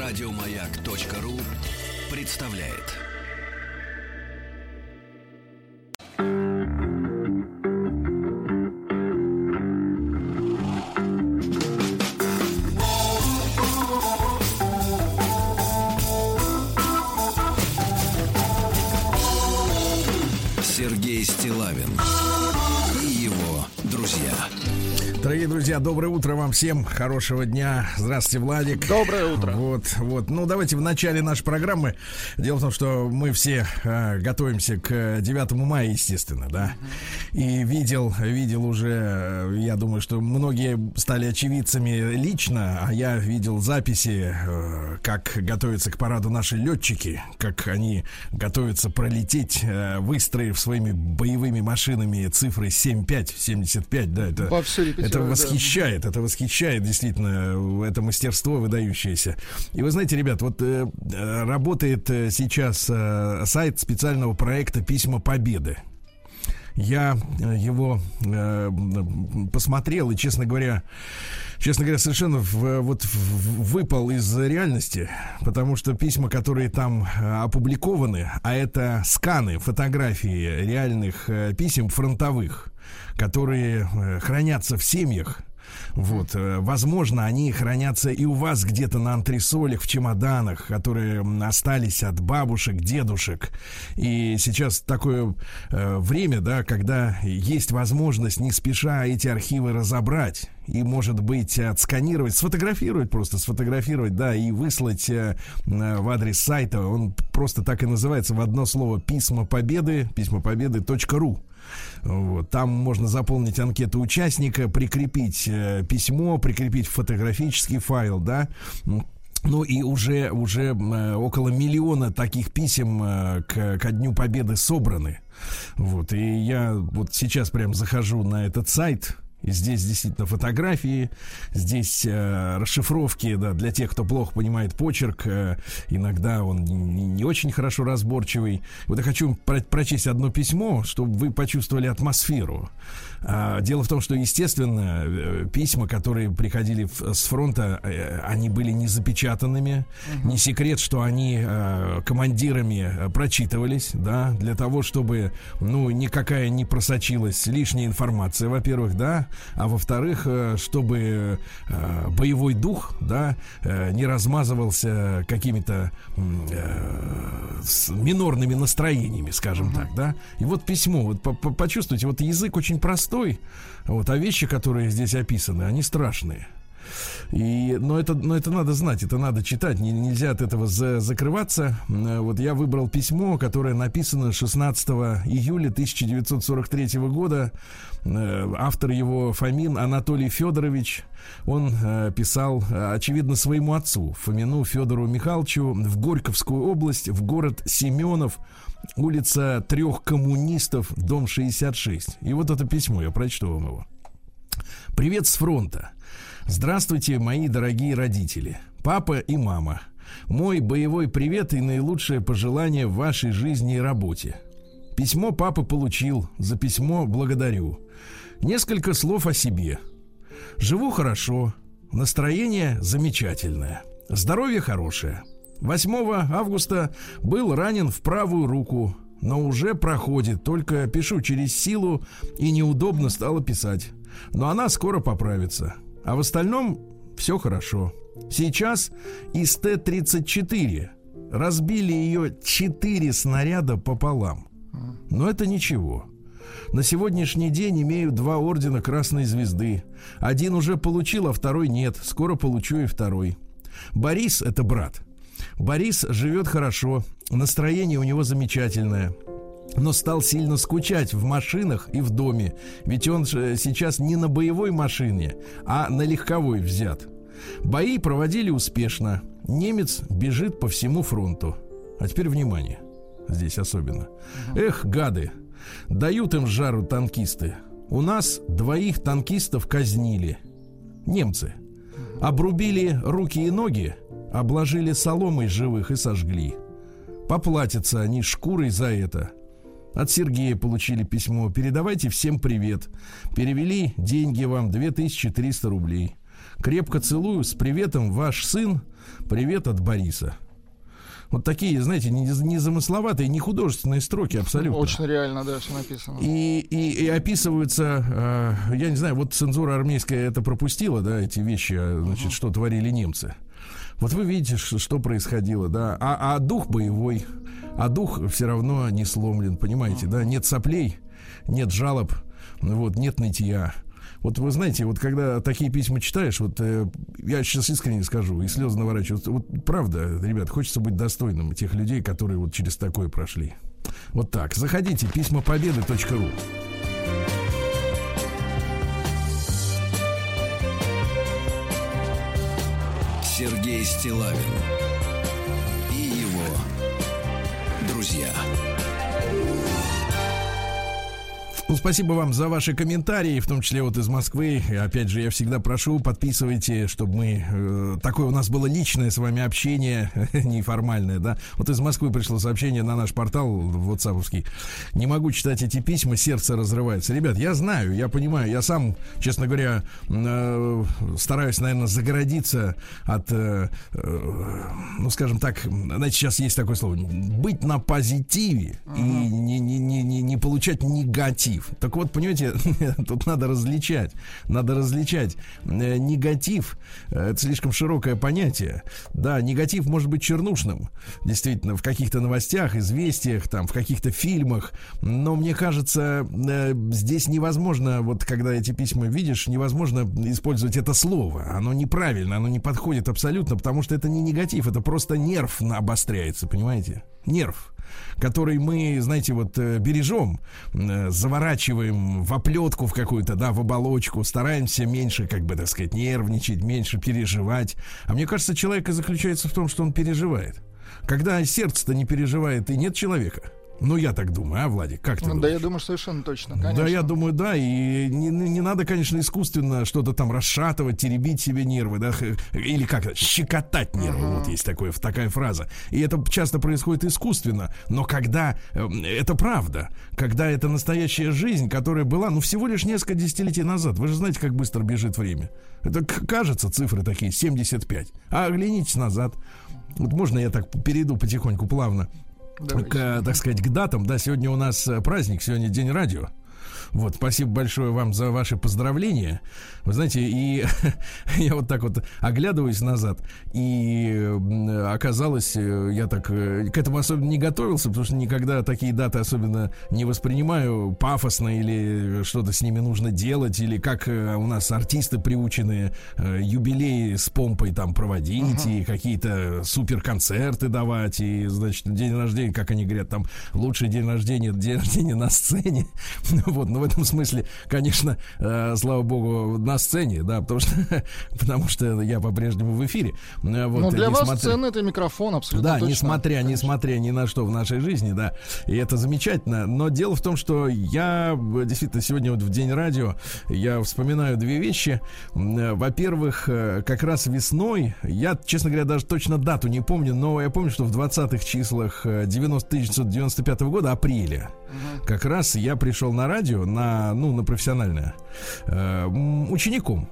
Радиомаяк.ру представляет. Сергей Стиллавин и его друзья. Дорогие друзья, доброе утро вам всем, хорошего дня. Здравствуйте, Владик. Доброе утро. Вот. Ну, давайте в начале нашей программы. Дело в том, что мы все готовимся к 9 мая, естественно, да. И видел уже, я думаю, что многие стали очевидцами лично, а я видел записи, как готовятся к параду наши летчики, как они готовятся пролететь, выстроив своими боевыми машинами цифры 7-5, 75, да, это восхищает, действительно, это мастерство выдающееся. И вы знаете, ребят, вот работает сейчас сайт специального проекта «Письма Победы». Я его посмотрел и, честно говоря, совершенно выпал из реальности, потому что письма, которые там опубликованы, а это сканы, фотографии реальных писем фронтовых, которые хранятся в семьях. Вот, возможно, они хранятся и у вас где-то на антресолях, в чемоданах, которые остались от бабушек, дедушек. И сейчас такое время, да, когда есть возможность не спеша эти архивы разобрать и, может быть, отсканировать, сфотографировать, да, и выслать в адрес сайта. Он просто так и называется, в одно слово: «Письма Победы», письмопобеды.ру. Вот, там можно заполнить анкету участника, прикрепить письмо, прикрепить фотографический файл, да. Ну и уже около 1 миллиона таких писем ко Дню Победы собраны. Вот, и я вот сейчас прям захожу на этот сайт. И здесь действительно фотографии, здесь расшифровки, да, для тех, кто плохо понимает почерк, иногда он не очень хорошо разборчивый. Вот я хочу прочесть одно письмо, чтобы вы почувствовали атмосферу. Дело в том, что, естественно, письма, которые приходили с фронта, они были не запечатанными. Не секрет, что они командирами прочитывались, да, для того, чтобы, никакая не просочилась лишняя информация, во-первых, да, а во-вторых, чтобы боевой дух, да, не размазывался какими-то минорными настроениями, скажем так, да. И вот письмо, вот почувствуйте, вот язык очень простой, вот, а вещи, которые здесь описаны, они страшные. Но это надо знать, это надо читать, нельзя от этого закрываться. Вот я выбрал письмо, которое написано 16 июля 1943 года. Автор его Фомин Анатолий Федорович. Он писал, очевидно, своему отцу Фомину Федору Михайловичу в Горьковскую область, в город Семенов, улица 3 коммунистов, дом 66. И вот это письмо, я прочту вам его. Привет с фронта. Здравствуйте, мои дорогие родители, папа и мама. Мой боевой привет и наилучшее пожелание в вашей жизни и работе. Письмо папа получил, за письмо благодарю. Несколько слов о себе. Живу хорошо, настроение замечательное, здоровье хорошее. 8 августа был ранен в правую руку, но уже проходит, только пишу через силу и неудобно стало писать. Но она скоро поправится. А в остальном все хорошо. Сейчас из Т-34 разбили ее 4 снаряда пополам. Но это ничего. На сегодняшний день имею 2 ордена Красной Звезды. Один уже получил, а второй нет. Скоро получу и второй. Борис — это брат. Борис живет хорошо, настроение у него замечательное. Но стал сильно скучать в машинах и в доме. Ведь он сейчас не на боевой машине, а на легковой взят. Бои проводили успешно. Немец бежит по всему фронту. А теперь внимание. Здесь особенно. Эх, гады. Дают им жару танкисты. У нас 2 танкистов казнили. Немцы. Обрубили руки и ноги, обложили соломой живых и сожгли. Поплатятся они шкурой за это. От Сергея получили письмо. Передавайте всем привет. Перевели деньги вам 2300 рублей. Крепко целую, с приветом, ваш сын. Привет от Бориса. Вот такие, знаете, незамысловатые, не художественные строки абсолютно. Очень реально, да, все написано. И описываются, я не знаю, вот цензура армейская это пропустила, да, эти вещи, значит, что творили немцы. Вот вы видите, что происходило, да, а дух боевой, а дух все равно не сломлен, понимаете, да, нет соплей, нет жалоб, вот, нет нытья. Вот вы знаете, вот когда такие письма читаешь, вот я сейчас искренне скажу, и слезы наворачиваются. Вот правда, ребят, хочется быть достойным тех людей, которые вот через такое прошли. Вот так. Заходите, письмопобеды.ру. Сергей Стиллавин и его друзья. Ну, спасибо вам за ваши комментарии, в том числе вот из Москвы. И опять же, я всегда прошу, подписывайте, чтобы мы... такое у нас было личное с вами общение, неформальное, да. Вот из Москвы пришло сообщение на наш портал WhatsApp-овский. Не могу читать эти письма, сердце разрывается. Ребят, я знаю, я понимаю, я сам, честно говоря, стараюсь, наверное, загородиться от, ну, скажем так, знаете, сейчас есть такое слово, быть на позитиве и не получать негатив. Так вот, понимаете, тут надо различать. Негатив — это слишком широкое понятие. Да, негатив может быть чернушным, действительно, в каких-то новостях, известиях, там, в каких-то фильмах. Но мне кажется, здесь невозможно, вот когда эти письма видишь, невозможно использовать это слово. Оно неправильно, оно не подходит абсолютно, потому что это не негатив, это просто нерв обостряется, понимаете? Нерв, который мы, знаете, вот бережем, заворачиваем в оплетку в какую-то, да, в оболочку, стараемся меньше, как бы, так сказать, нервничать, меньше переживать. А мне кажется, человек и заключается в том, что он переживает. Когда сердце-то не переживает, и нет человека. Ну, я так думаю, а, Владик, как ты думаешь? Да, я думаю, совершенно точно, конечно. Да, я думаю, да, и не надо, конечно, искусственно что-то там расшатывать, теребить себе нервы, да, или как-то щекотать нервы, вот есть такая фраза. И это часто происходит искусственно, но когда это правда, когда это настоящая жизнь, которая была, ну, всего лишь несколько десятилетий назад, вы же знаете, как быстро бежит время. Это, кажется, цифры такие, 75, а оглянитесь назад. Вот можно я так перейду потихоньку, плавно? Так сказать, к датам, да, сегодня у нас праздник, сегодня День радио. Вот, спасибо большое вам за ваши поздравления. Вы знаете, и я вот так вот оглядываюсь назад, и оказалось, я так к этому особенно не готовился, потому что никогда такие даты особенно не воспринимаю пафосно, или что-то с ними нужно делать, или как у нас артисты приучены юбилеи с помпой там проводить, и какие-то суперконцерты давать, и, значит, день рождения, как они говорят, там, лучший день рождения на сцене. Вот, но в этом смысле, конечно, слава богу, на сцене, да, потому что я по-прежнему в эфире. Вот, но для вас ценный это микрофон, абсолютно да, точно. несмотря ни на что в нашей жизни, да, и это замечательно. Но дело в том, что я действительно сегодня вот в День радио я вспоминаю две вещи. Во-первых, как раз весной, я, честно говоря, даже точно дату не помню, но я помню, что в 20-х числах 1995 года, апреля, как раз я пришел на радио, на профессиональное, учеником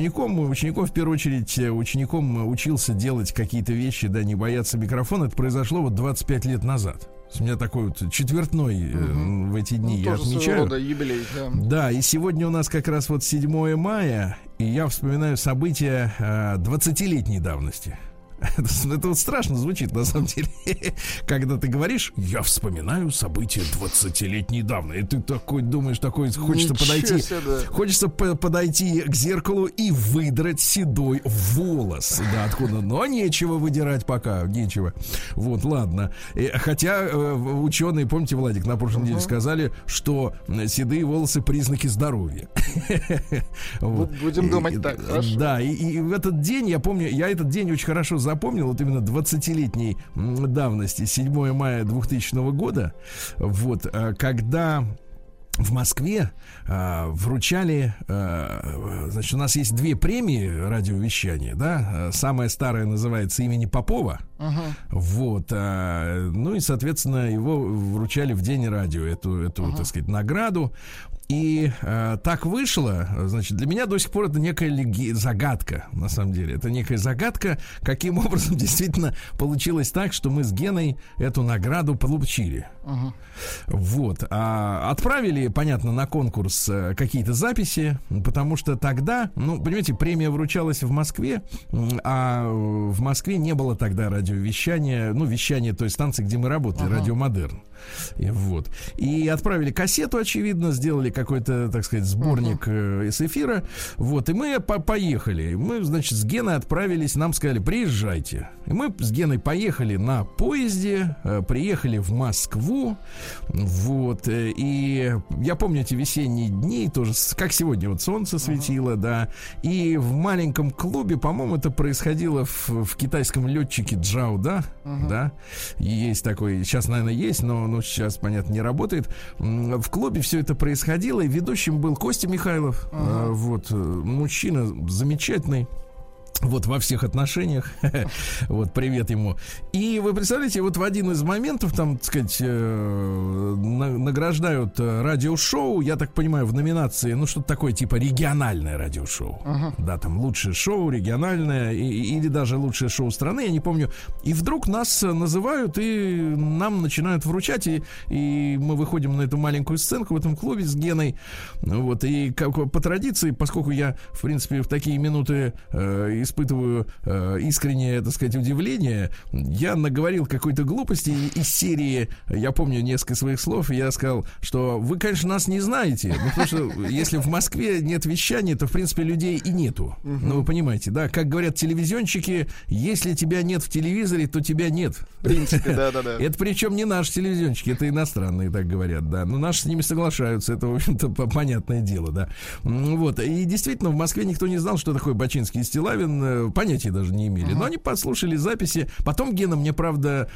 в первую очередь, учеником учился делать какие-то вещи, да, не бояться микрофона. Это произошло вот 25 лет назад. У меня такой вот четвертной в эти дни, я отмечаю. Рода юбилей, да. Да, и сегодня у нас как раз вот 7 мая, и я вспоминаю события 20-летней давности. Это вот страшно звучит, на самом деле. Когда ты говоришь, я вспоминаю события 20-летней давности, и ты такой думаешь, хочется подойти к зеркалу и выдрать седой волос. Да, откуда? Но нечего выдирать пока, нечего. Вот, ладно. Хотя ученые, помните, Владик, на прошлой неделе сказали, что седые волосы — признаки здоровья. Будем думать так, хорошо. Да, и в этот день, я помню, я этот день очень хорошо запомнил, вот именно 20-летней давности, 7 мая 2000 года, вот, когда в Москве вручали, значит, у нас есть две премии радиовещания, да, самая старая называется имени Попова, вот, ну и, соответственно, его вручали в День радио, эту так сказать, награду. И так вышло, значит, для меня до сих пор это некая загадка, на самом деле. Это некая загадка, каким образом действительно получилось так, что мы с Геной эту награду получили. Вот. Отправили, понятно, на конкурс какие-то записи, потому что тогда, ну, понимаете, премия вручалась в Москве, а в Москве не было тогда радиовещания, ну, вещания той станции, где мы работали, Радио Модерн. Вот. И отправили кассету, очевидно, сделали какой-то, так сказать, сборник с эфира. Вот. И мы поехали. Мы, значит, с Геной отправились, нам сказали, приезжайте. И мы с Геной поехали на поезде, приехали в Москву. Вот. И я помню эти весенние дни, тоже, как сегодня, вот солнце светило, да. И в маленьком клубе, по-моему, это происходило в китайском летчике Джао, да? Да. Есть такой, сейчас, наверное, есть, но сейчас, понятно, не работает. В клубе все это происходило, и ведущим был Костя Михайлов. Вот, мужчина замечательный. Вот во всех отношениях. Вот, привет ему. И вы представляете, вот в один из моментов, там, так сказать, награждают радиошоу, я так понимаю, в номинации, ну, что-то такое, типа региональное радиошоу. Да, там лучшее шоу, региональное, или даже лучшее шоу страны, я не помню. И вдруг нас называют, и нам начинают вручать, и мы выходим на эту маленькую сценку в этом клубе с Геной. Вот, и как, по традиции, поскольку я, в принципе, в такие минуты испытываю искреннее, так сказать, удивление, я наговорил какой-то глупости из серии, я помню несколько своих слов, я сказал, что вы, конечно, нас не знаете, потому что если в Москве нет вещания, то, в принципе, людей и нету. Ну, вы понимаете, да, как говорят телевизионщики, если тебя нет в телевизоре, то тебя нет. В принципе, да. Это причем не наши телевизионщики, это иностранные так говорят, да, но наши с ними соглашаются, это, в общем-то, понятное дело, да. Вот, и действительно, в Москве никто не знал, что такое Бачинский и Стилавин, понятия даже не имели. Но они послушали записи. Потом Гена мне, правда,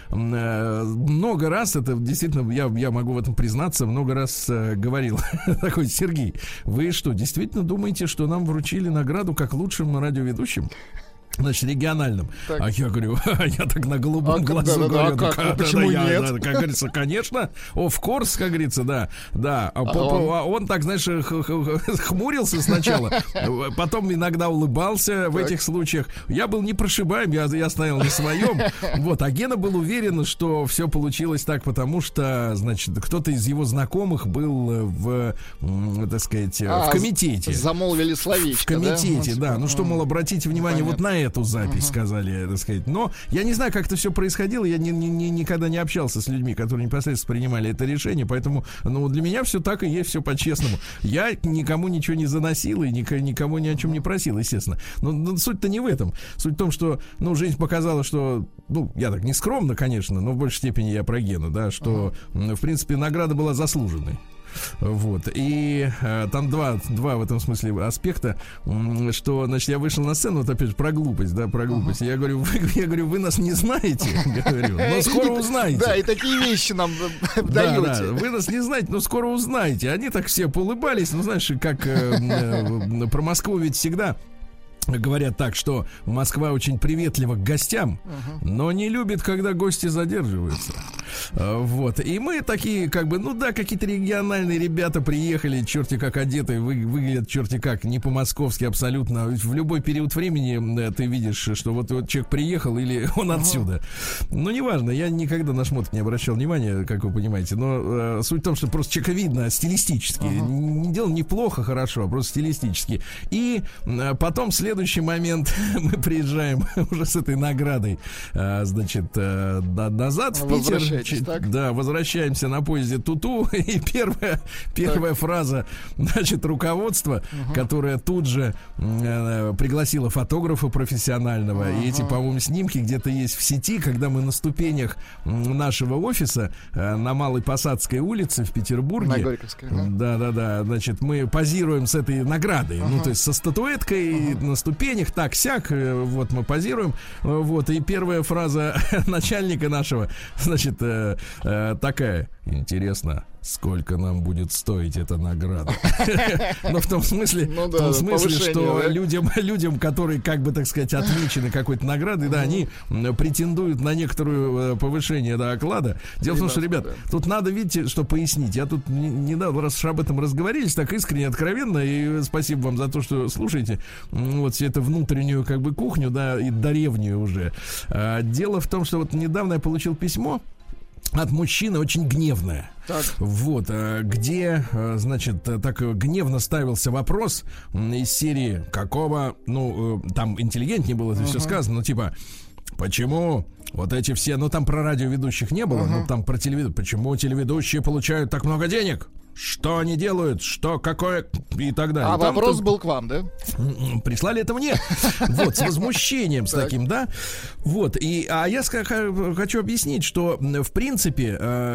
много раз, это действительно, я могу в этом признаться, много раз говорил такой: Сергей, вы что, действительно думаете, что нам вручили награду как лучшим радиоведущим? Значит, региональным. Так. А я говорю, я так на голубом глазу говорю, почему нет? Как говорится, конечно, of course, как говорится, да. Он так, знаешь, хмурился сначала, потом иногда улыбался в этих случаях. Я был непрошибаем, я стоял на своем. Вот, а Гена был уверен, что все получилось так, потому что, значит, кто-то из его знакомых был в, так сказать, в комитете. Замолвили словечко. В комитете, да. Ну что, мол, обратите внимание вот на эту запись, сказали, так сказать. Но я не знаю, как это все происходило. Я никогда не общался с людьми, которые непосредственно принимали это решение. Поэтому, для меня все так и есть, все по-честному. Я никому ничего не заносил и никому ни о чем не просил, естественно. Но суть-то не в этом. Суть в том, что, жизнь показала, что, я так не скромно, конечно, но в большей степени я про Гену, да, что, в принципе, награда была заслуженной. Вот. И там два в этом смысле аспекта, что, значит, я вышел на сцену, вот опять же про глупость, да, про глупость. Я говорю, вы нас не знаете, говорю, но скоро узнаете. Да, и такие вещи нам даете. Да, вы нас не знаете, но скоро узнаете. Они так все поулыбались, знаешь, как про Москву ведь всегда говорят так, что Москва очень приветлива к гостям, но не любит, когда гости задерживаются. Вот. И мы такие, какие-то региональные ребята приехали, черти как одетые, выглядят черти как, не по-московски абсолютно. В любой период времени ты видишь, что вот человек приехал или он отсюда. Неважно, я никогда на шмотки не обращал внимания, как вы понимаете, но суть в том, что просто человека видно стилистически. Дело неплохо, хорошо, а просто стилистически. И потом следующий момент, мы приезжаем уже с этой наградой, значит, назад в Питер. Да, возвращаемся на поезде Туту, и первая фраза, значит, руководства, которое тут же пригласило фотографа профессионального, и эти, по-моему, снимки где-то есть в сети, когда мы на ступенях нашего офиса на Малой Посадской улице в Петербурге, на Горьковской, да, значит, мы позируем с этой наградой, то есть со статуэткой на ступенях, так-сяк, вот мы позируем, вот, и первая фраза начальника нашего, значит, такая: интересно, сколько нам будет стоить эта награда. Но в том смысле, повышение, что да? людям, которые, как бы, так сказать, отмечены какой-то наградой, да, они претендуют на некоторое повышение, да, оклада. Дело в том, что, ребят, тут надо, видите, что пояснить. Я тут недавно, раз уж об этом разговорились, так искренне, откровенно, и спасибо вам за то, что слушаете вот всю эту внутреннюю, как бы, кухню, да, и древнюю уже. Дело в том, что вот недавно я получил письмо от мужчины, очень гневное. Так. Вот, где, значит, так гневно ставился вопрос из серии какого, ну, там интеллигентнее было это все сказано, но типа, почему вот эти все, ну, там про радиоведущих не было, но там про телеведущих, почему телеведущие получают так много денег? Что они делают, что, какое и так далее. А вопрос был к вам, да? Прислали это мне. Вот, с возмущением с таким, да. Вот, а я хочу объяснить, что, в принципе,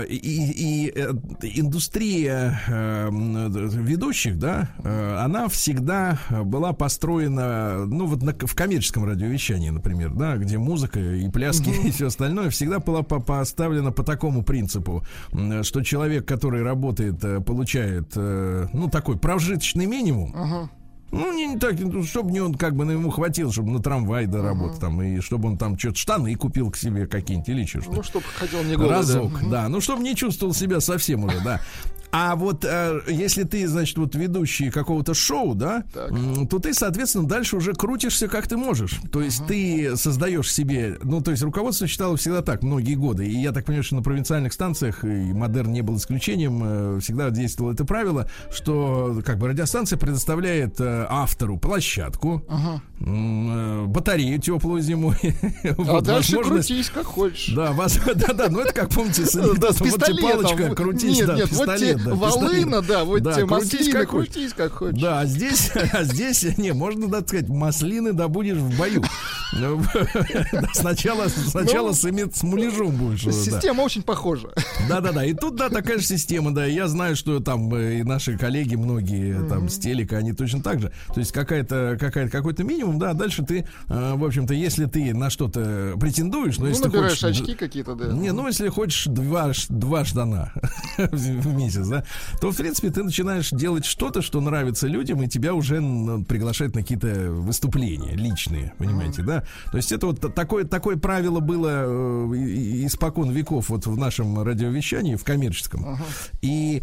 индустрия ведущих, да, она всегда была построена, ну, вот в коммерческом радиовещании, например, да, где музыка и пляски и все остальное всегда была поставлена по такому принципу, что человек, который работает, получает, ну, такой прожиточный минимум. Ну, не так, чтобы не он, как бы, ему хватило, чтобы на трамвай доработать, там, и чтобы он там что-то штаны купил к себе какие-нибудь или еще что-то. Ну, чтобы хотел не голый, разок, да. Ну, чтобы не чувствовал себя совсем уже, да. А вот если ты, значит, вот ведущий какого-то шоу, да, то ты, соответственно, дальше уже крутишься, как ты можешь. То есть ты создаешь себе, ну, то есть руководство считало всегда так многие годы. И я так понимаю, что на провинциальных станциях, и Модерн не был исключением, всегда действовало это правило, что как бы радиостанция предоставляет автору площадку, батарею теплую зимой. А дальше крутись как хочешь. Да, ну это как, помните, с пистолетом. Палочка, крутись, да, пистолет. Волына, да, вот те маслины, крутись как хочешь. Да, а здесь, не, можно, так сказать, маслины добудешь в бою. Сначала с муляжом будешь. Система очень похожа. Да, и тут, да, такая же система, да, я знаю, что там и наши коллеги многие там с телека, они точно так же. То есть какой-то минимум, да, дальше ты, в общем-то, если ты на что-то претендуешь, но если ты хочешь... набираешь очки какие-то, да. Не, ну, если хочешь два штана в месяц, да, то, в принципе, ты начинаешь делать что-то, что нравится людям, и тебя уже приглашают на какие-то выступления личные, понимаете, да? То есть это вот такое правило было испокон веков вот в нашем радиовещании, в коммерческом. И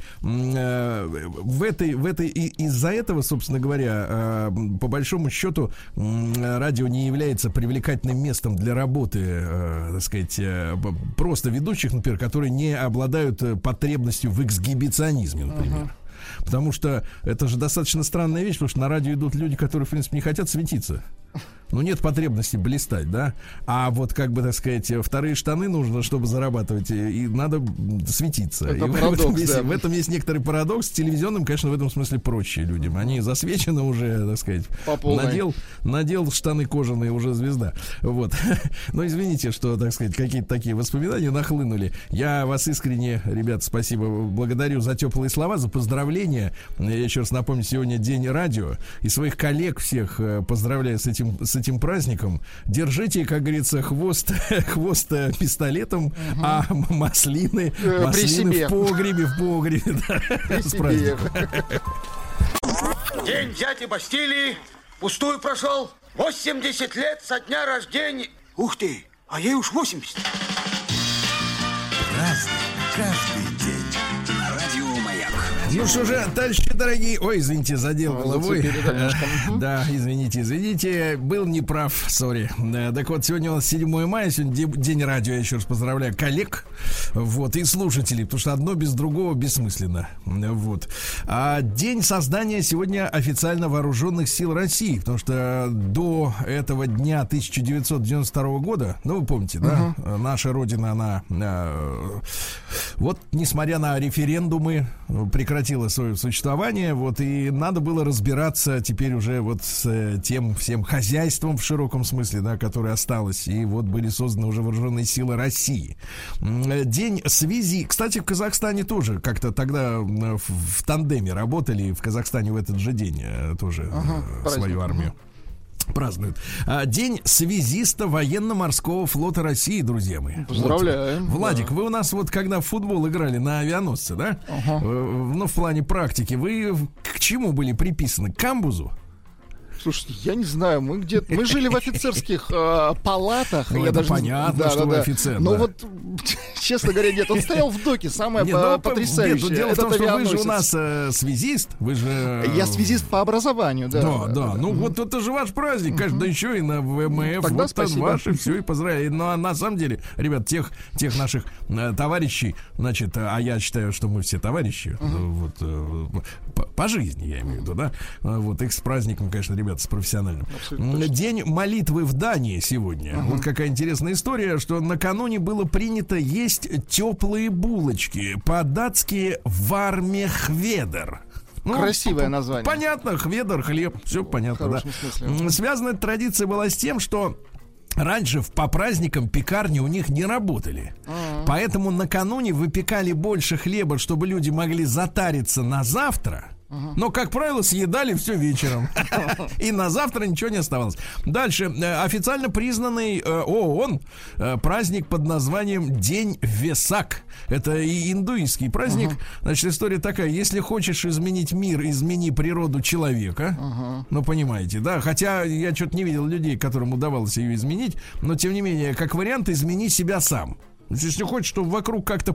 из-за этого, собственно говоря, по большому счету, радио не является привлекательным местом для работы, так сказать, просто ведущих, например, которые не обладают потребностью в эксгибиционизме, например. Потому что это же достаточно странная вещь, потому что на радио идут люди, которые, в принципе, не хотят светиться. Ну, нет потребности блистать, да? А вот, как бы, так сказать, вторые штаны нужно, чтобы зарабатывать, и надо светиться. Это и парадокс, в этом есть некоторый парадокс. С телевизионным, конечно, в этом смысле проще людям. Они засвечены уже, так сказать. Надел штаны кожаные, уже звезда. Вот. Но извините, что, так сказать, какие-то такие воспоминания нахлынули. Я вас искренне, ребят, спасибо, благодарю за теплые слова, за поздравления. Я еще раз напомню, сегодня день радио. И своих коллег всех поздравляю с этим праздником. Держите, как говорится, хвост пистолетом, а маслины в погребе, да. С праздником. День взятия Бастилии пустую прошел. 80 лет со дня рождения. Ух ты, а ей уж 80. Разный, каждый день. Радио Маяк. Ну что же, товарищи дорогие, ой, извините, задел головой. Да, извините, был неправ, сори. Так вот, сегодня у нас 7 мая, сегодня день радио, я еще раз поздравляю коллег, вот, и слушателей, потому что одно без другого бессмысленно, вот. А день создания сегодня официально Вооруженных сил России, потому что до этого дня 1992 года, ну, вы помните, да, наша Родина, она, вот, несмотря на референдумы, прекратила свое существование, вот, и надо было разбираться теперь уже вот с тем всем хозяйством в широком смысле, да, которое осталось, и вот были созданы уже Вооруженные силы России. День связи, кстати, в Казахстане тоже как-то тогда в тандеме работали, в Казахстане в этот же день тоже свою армию празднуют. День связиста военно-морского флота России, друзья мои. Поздравляем. Вот. Владик, вы у нас вот когда в футбол играли на авианосце, да? Ну, в плане практики, вы к чему были приписаны? К камбузу? Слушайте, я не знаю, мы жили в офицерских палатах. Ну, я это даже понятно, что вы офицер. Но вот, честно говоря, нет, он стоял в доке, самое потрясающее. Нет, дело в том, что вы же у нас связист, вы же... Я связист по образованию, да. Да. Ну вот это же ваш праздник, конечно, да еще и на ВМФ. Тогда вот спасибо. Ваши, все, и поздравляю. Но на самом деле, ребят, тех наших товарищей, значит, а я считаю, что мы все товарищи, вот, по жизни, я имею в виду, да, вот их с праздником, конечно, ребят, с профессиональным. День молитвы в Дании сегодня. Вот какая интересная история, что накануне было принято есть теплые булочки, по-датски вармехведер. Ну, красивое название. Понятно, хведер, хлеб, все понятно, да. Связана эта традиция была с тем, что раньше по праздникам пекарни у них не работали. Поэтому накануне выпекали больше хлеба, чтобы люди могли затариться на завтра. Но, как правило, съедали все вечером. И на завтра ничего не оставалось. Дальше. Официально признанный ООН праздник под названием День Весак. Это и индуистский праздник. Значит, история такая. Если хочешь изменить мир, измени природу человека. Ну, понимаете, да? Хотя я что-то не видел людей, которым удавалось ее изменить. Но, тем не менее, как вариант, измени себя сам. Если хочешь, чтобы вокруг как-то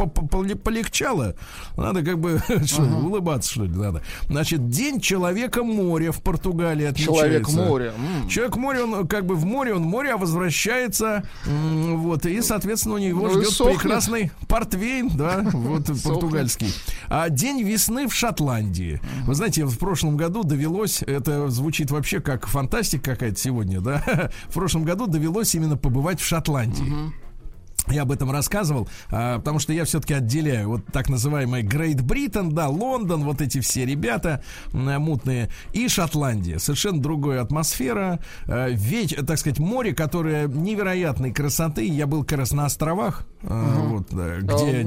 полегчало, надо как бы улыбаться, что ли, надо. Значит, День Человека-моря в Португалии отмечается. Человек-море. Человек-море, он как бы в море, а возвращается. Вот, и, соответственно, у него ждет прекрасный портвейн, да, вот португальский. А День весны в Шотландии. Вы знаете, в прошлом году довелось, это звучит вообще как фантастика какая-то сегодня, да, в прошлом году довелось именно побывать в Шотландии. Я об этом рассказывал, потому что я все-таки отделяю вот так называемый Great Britain, да, Лондон, вот эти все ребята мутные, и Шотландия. Совершенно другая атмосфера, так сказать, море, которое невероятной красоты. Я был как раз на островах, вот, где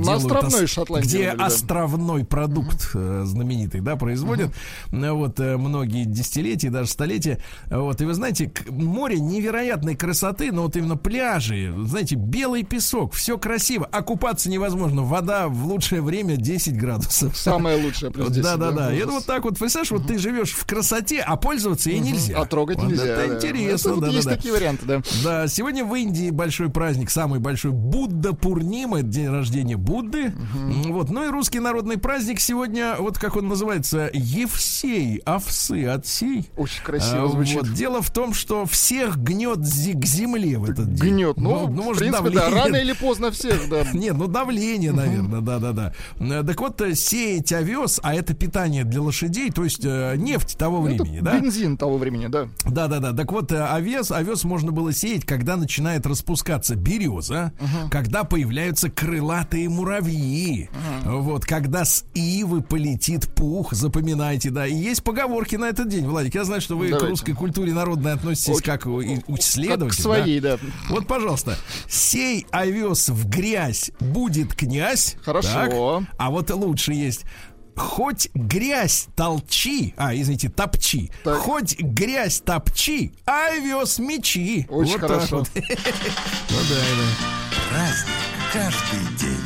где островной продукт знаменитый, да, производят, вот, многие десятилетия, даже столетия. Вот, и вы знаете, море невероятной красоты, но вот именно пляжи, знаете, белый песок, все красиво, а купаться невозможно. Вода в лучшее время 10 градусов. Самое лучшее плюс 10. Да. И это вот так вот, представляешь, вот ты живешь в красоте, а пользоваться ей нельзя. А трогать нельзя. Это интересно, да. Есть такие варианты, да. Да, сегодня в Индии большой праздник, самый большой, Будда Пурнима, это день рождения Будды. Вот, ну и русский народный праздник сегодня, вот как он называется, Евсей, овсы, отсей. Очень красиво звучит. Вот. Дело в том, что всех гнет к земле в этот день. Гнет, в принципе, да, рано или поздно всех, да. Нет, давление, наверное, да. Так вот, сеять овес, а это питание для лошадей, то есть нефть того времени, да? Бензин того времени, да. Да. Так вот, овес можно было сеять, когда начинает распускаться береза, когда появляются крылатые муравьи, вот, когда с ивы полетит пух, запоминайте, да. И есть поговорки на этот день, Владик. Я знаю, что вы к русской культуре народной относитесь как исследователь. Как к своей, да. Вот, пожалуйста, сей овес в грязь, будет князь. Хорошо. Так, а вот лучше есть. Хоть грязь топчи, так. Хоть грязь топчи, а овес мечи. Очень вот хорошо. Вот. Праздник каждый день.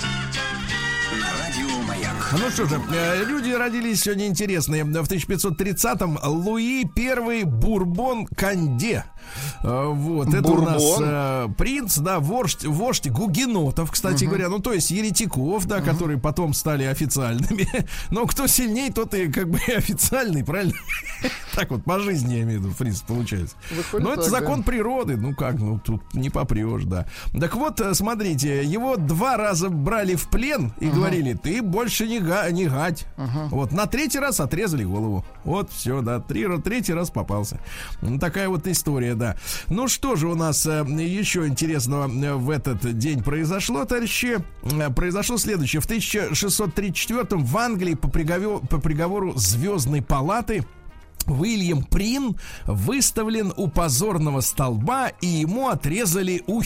Ну что же, люди родились сегодня интересные. В 1530-м Луи I Бурбон Канде. Вот, это Бурбон? у нас принц, да, вождь гугенотов, кстати говоря, ну, то есть еретиков, да, которые потом стали официальными. Но кто сильней, тот и как бы официальный, правильно? Так вот, по жизни, я имею в виду, принцип получается. Но это закон природы, тут не попрешь, да. Так вот, смотрите, его 2 раза брали в плен и говорили, ты больше не гать. Вот, на 3-й раз отрезали голову. Вот, все, да, 3-й раз попался. Такая вот история, да. Ну что же у нас еще интересного в этот день произошло, товарищи? Произошло следующее. В 1634-м в Англии по приговору Звездной палаты Уильям Прин выставлен у позорного столба, и ему отрезали ухи.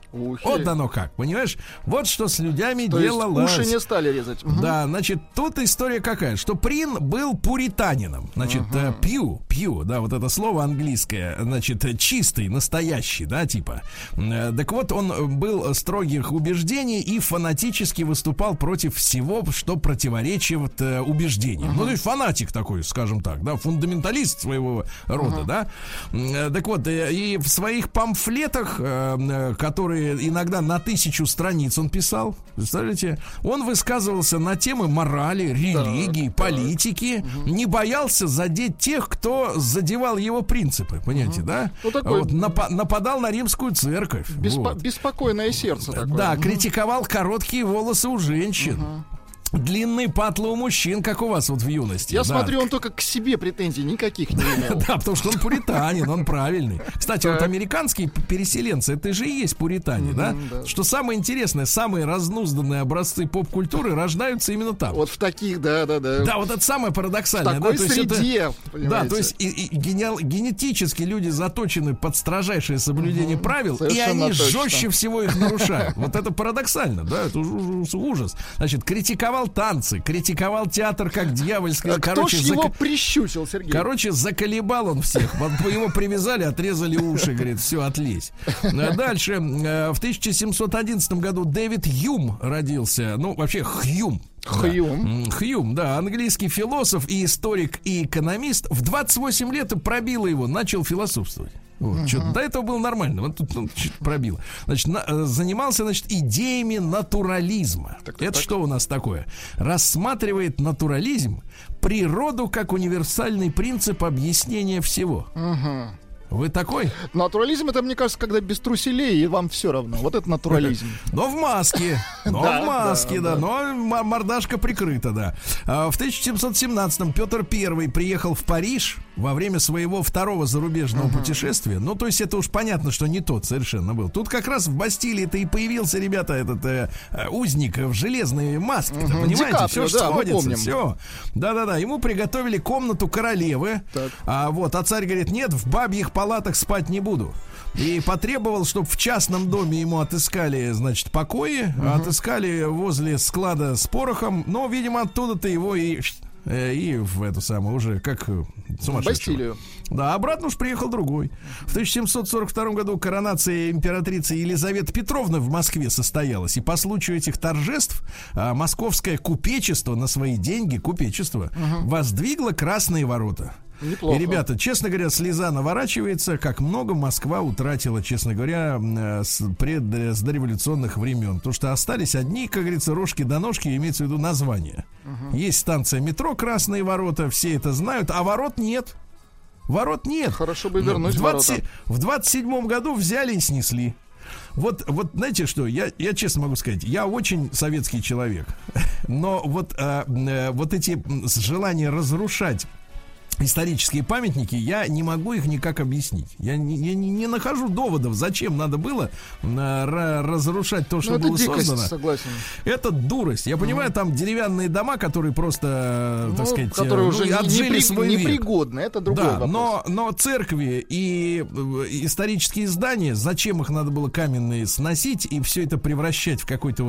Вот оно как, понимаешь? Вот что с людьми То есть делалось. уши не стали резать. Да, значит, тут история какая, что Прин был пуританином. Значит, пью, да, вот это слово английское, значит, чистый, настоящий, да, типа. Так вот, он был строгих убеждений и фанатически выступал против всего, что противоречит убеждениям. Ну, то есть фанатик такой, скажем так, да, фундаменталист своего рода, да. Так вот, и в своих памфлетах, которые иногда на 1000 страниц он писал, представляете, он высказывался на темы морали, религии, политики, не боялся задеть тех, кто задевал его принципы, понимаете, да? Ну, такой... Вот, нападал на римскую церковь. Беспокойное сердце такое. Да, критиковал короткие волосы у женщин. Длинные патлы у мужчин, как у вас вот в юности. Я смотрю, он только к себе претензий никаких не имел. Да, потому что он пуританин, он правильный. Кстати, вот американские переселенцы, это же и есть пуритане, да? Что самое интересное, самые разнузданные образцы поп-культуры рождаются именно там. Вот в таких, да. Да, вот это самое парадоксальное. В такой среде, да, то есть генетически люди заточены под строжайшее соблюдение правил, и они жестче всего их нарушают. Вот это парадоксально, да, это ужас. Значит, критиковал танцы, критиковал театр как дьявольский. Кто ж его прищучил, Сергей? Короче, заколебал он всех. Его привязали, отрезали уши, говорит, все, отлезь. Дальше. В 1711 году Дэвид Хьюм родился. Ну, вообще, Хьюм. Хьюм, да, английский философ и историк и экономист. В 28 лет пробило его, начал философствовать. Вот, до этого было нормально, вот тут пробило. Значит, занимался, значит, идеями натурализма. Это что у нас такое? Рассматривает натурализм природу как универсальный принцип объяснения всего. Вы такой? Натурализм — это, мне кажется, когда без труселей, и вам все равно. Вот это натурализм. Но в маске. Но мордашка прикрыта, да. В 1717-м Петр I приехал в Париж во время своего второго зарубежного путешествия. Ну, то есть это уж понятно, что не тот совершенно был. Тут как раз в Бастилии-то и появился, ребята, этот узник в железной маске. Понимаете? Все сходится. Все. Да. Ему приготовили комнату королевы. А царь говорит, нет, в бабьих палатах спать не буду. И потребовал, чтобы в частном доме ему отыскали, значит, покои, отыскали возле склада с порохом, но, видимо, оттуда-то его и в эту самую уже как сумасшедшего. Бастилию. Да, обратно уж приехал другой. В 1742 году коронация императрицы Елизаветы Петровны в Москве состоялась. И по случаю этих торжеств московское купечество на свои деньги, воздвигло Красные ворота. Неплохо. И, ребята, честно говоря, слеза наворачивается, как много Москва утратила, честно говоря, с дореволюционных времен. Потому что остались одни, как говорится, рожки до ножки, имеется в виду название. Есть станция метро «Красные ворота», все это знают, а ворот нет. Ворот нет. Хорошо бы вернуть ворота. В 27-м году взяли и снесли. Вот знаете что, я честно могу сказать, я очень советский человек, но вот эти желания разрушать исторические памятники, я не могу их никак объяснить. Я не нахожу доводов, зачем надо было разрушать то, что было создано. Согласен. Это дурость. Я понимаю, там деревянные дома, которые просто, так сказать, которые уже отжили свой век. Непригодны. Это другой вопрос. Но церкви и исторические здания, зачем их надо было каменные сносить и все это превращать в какой-то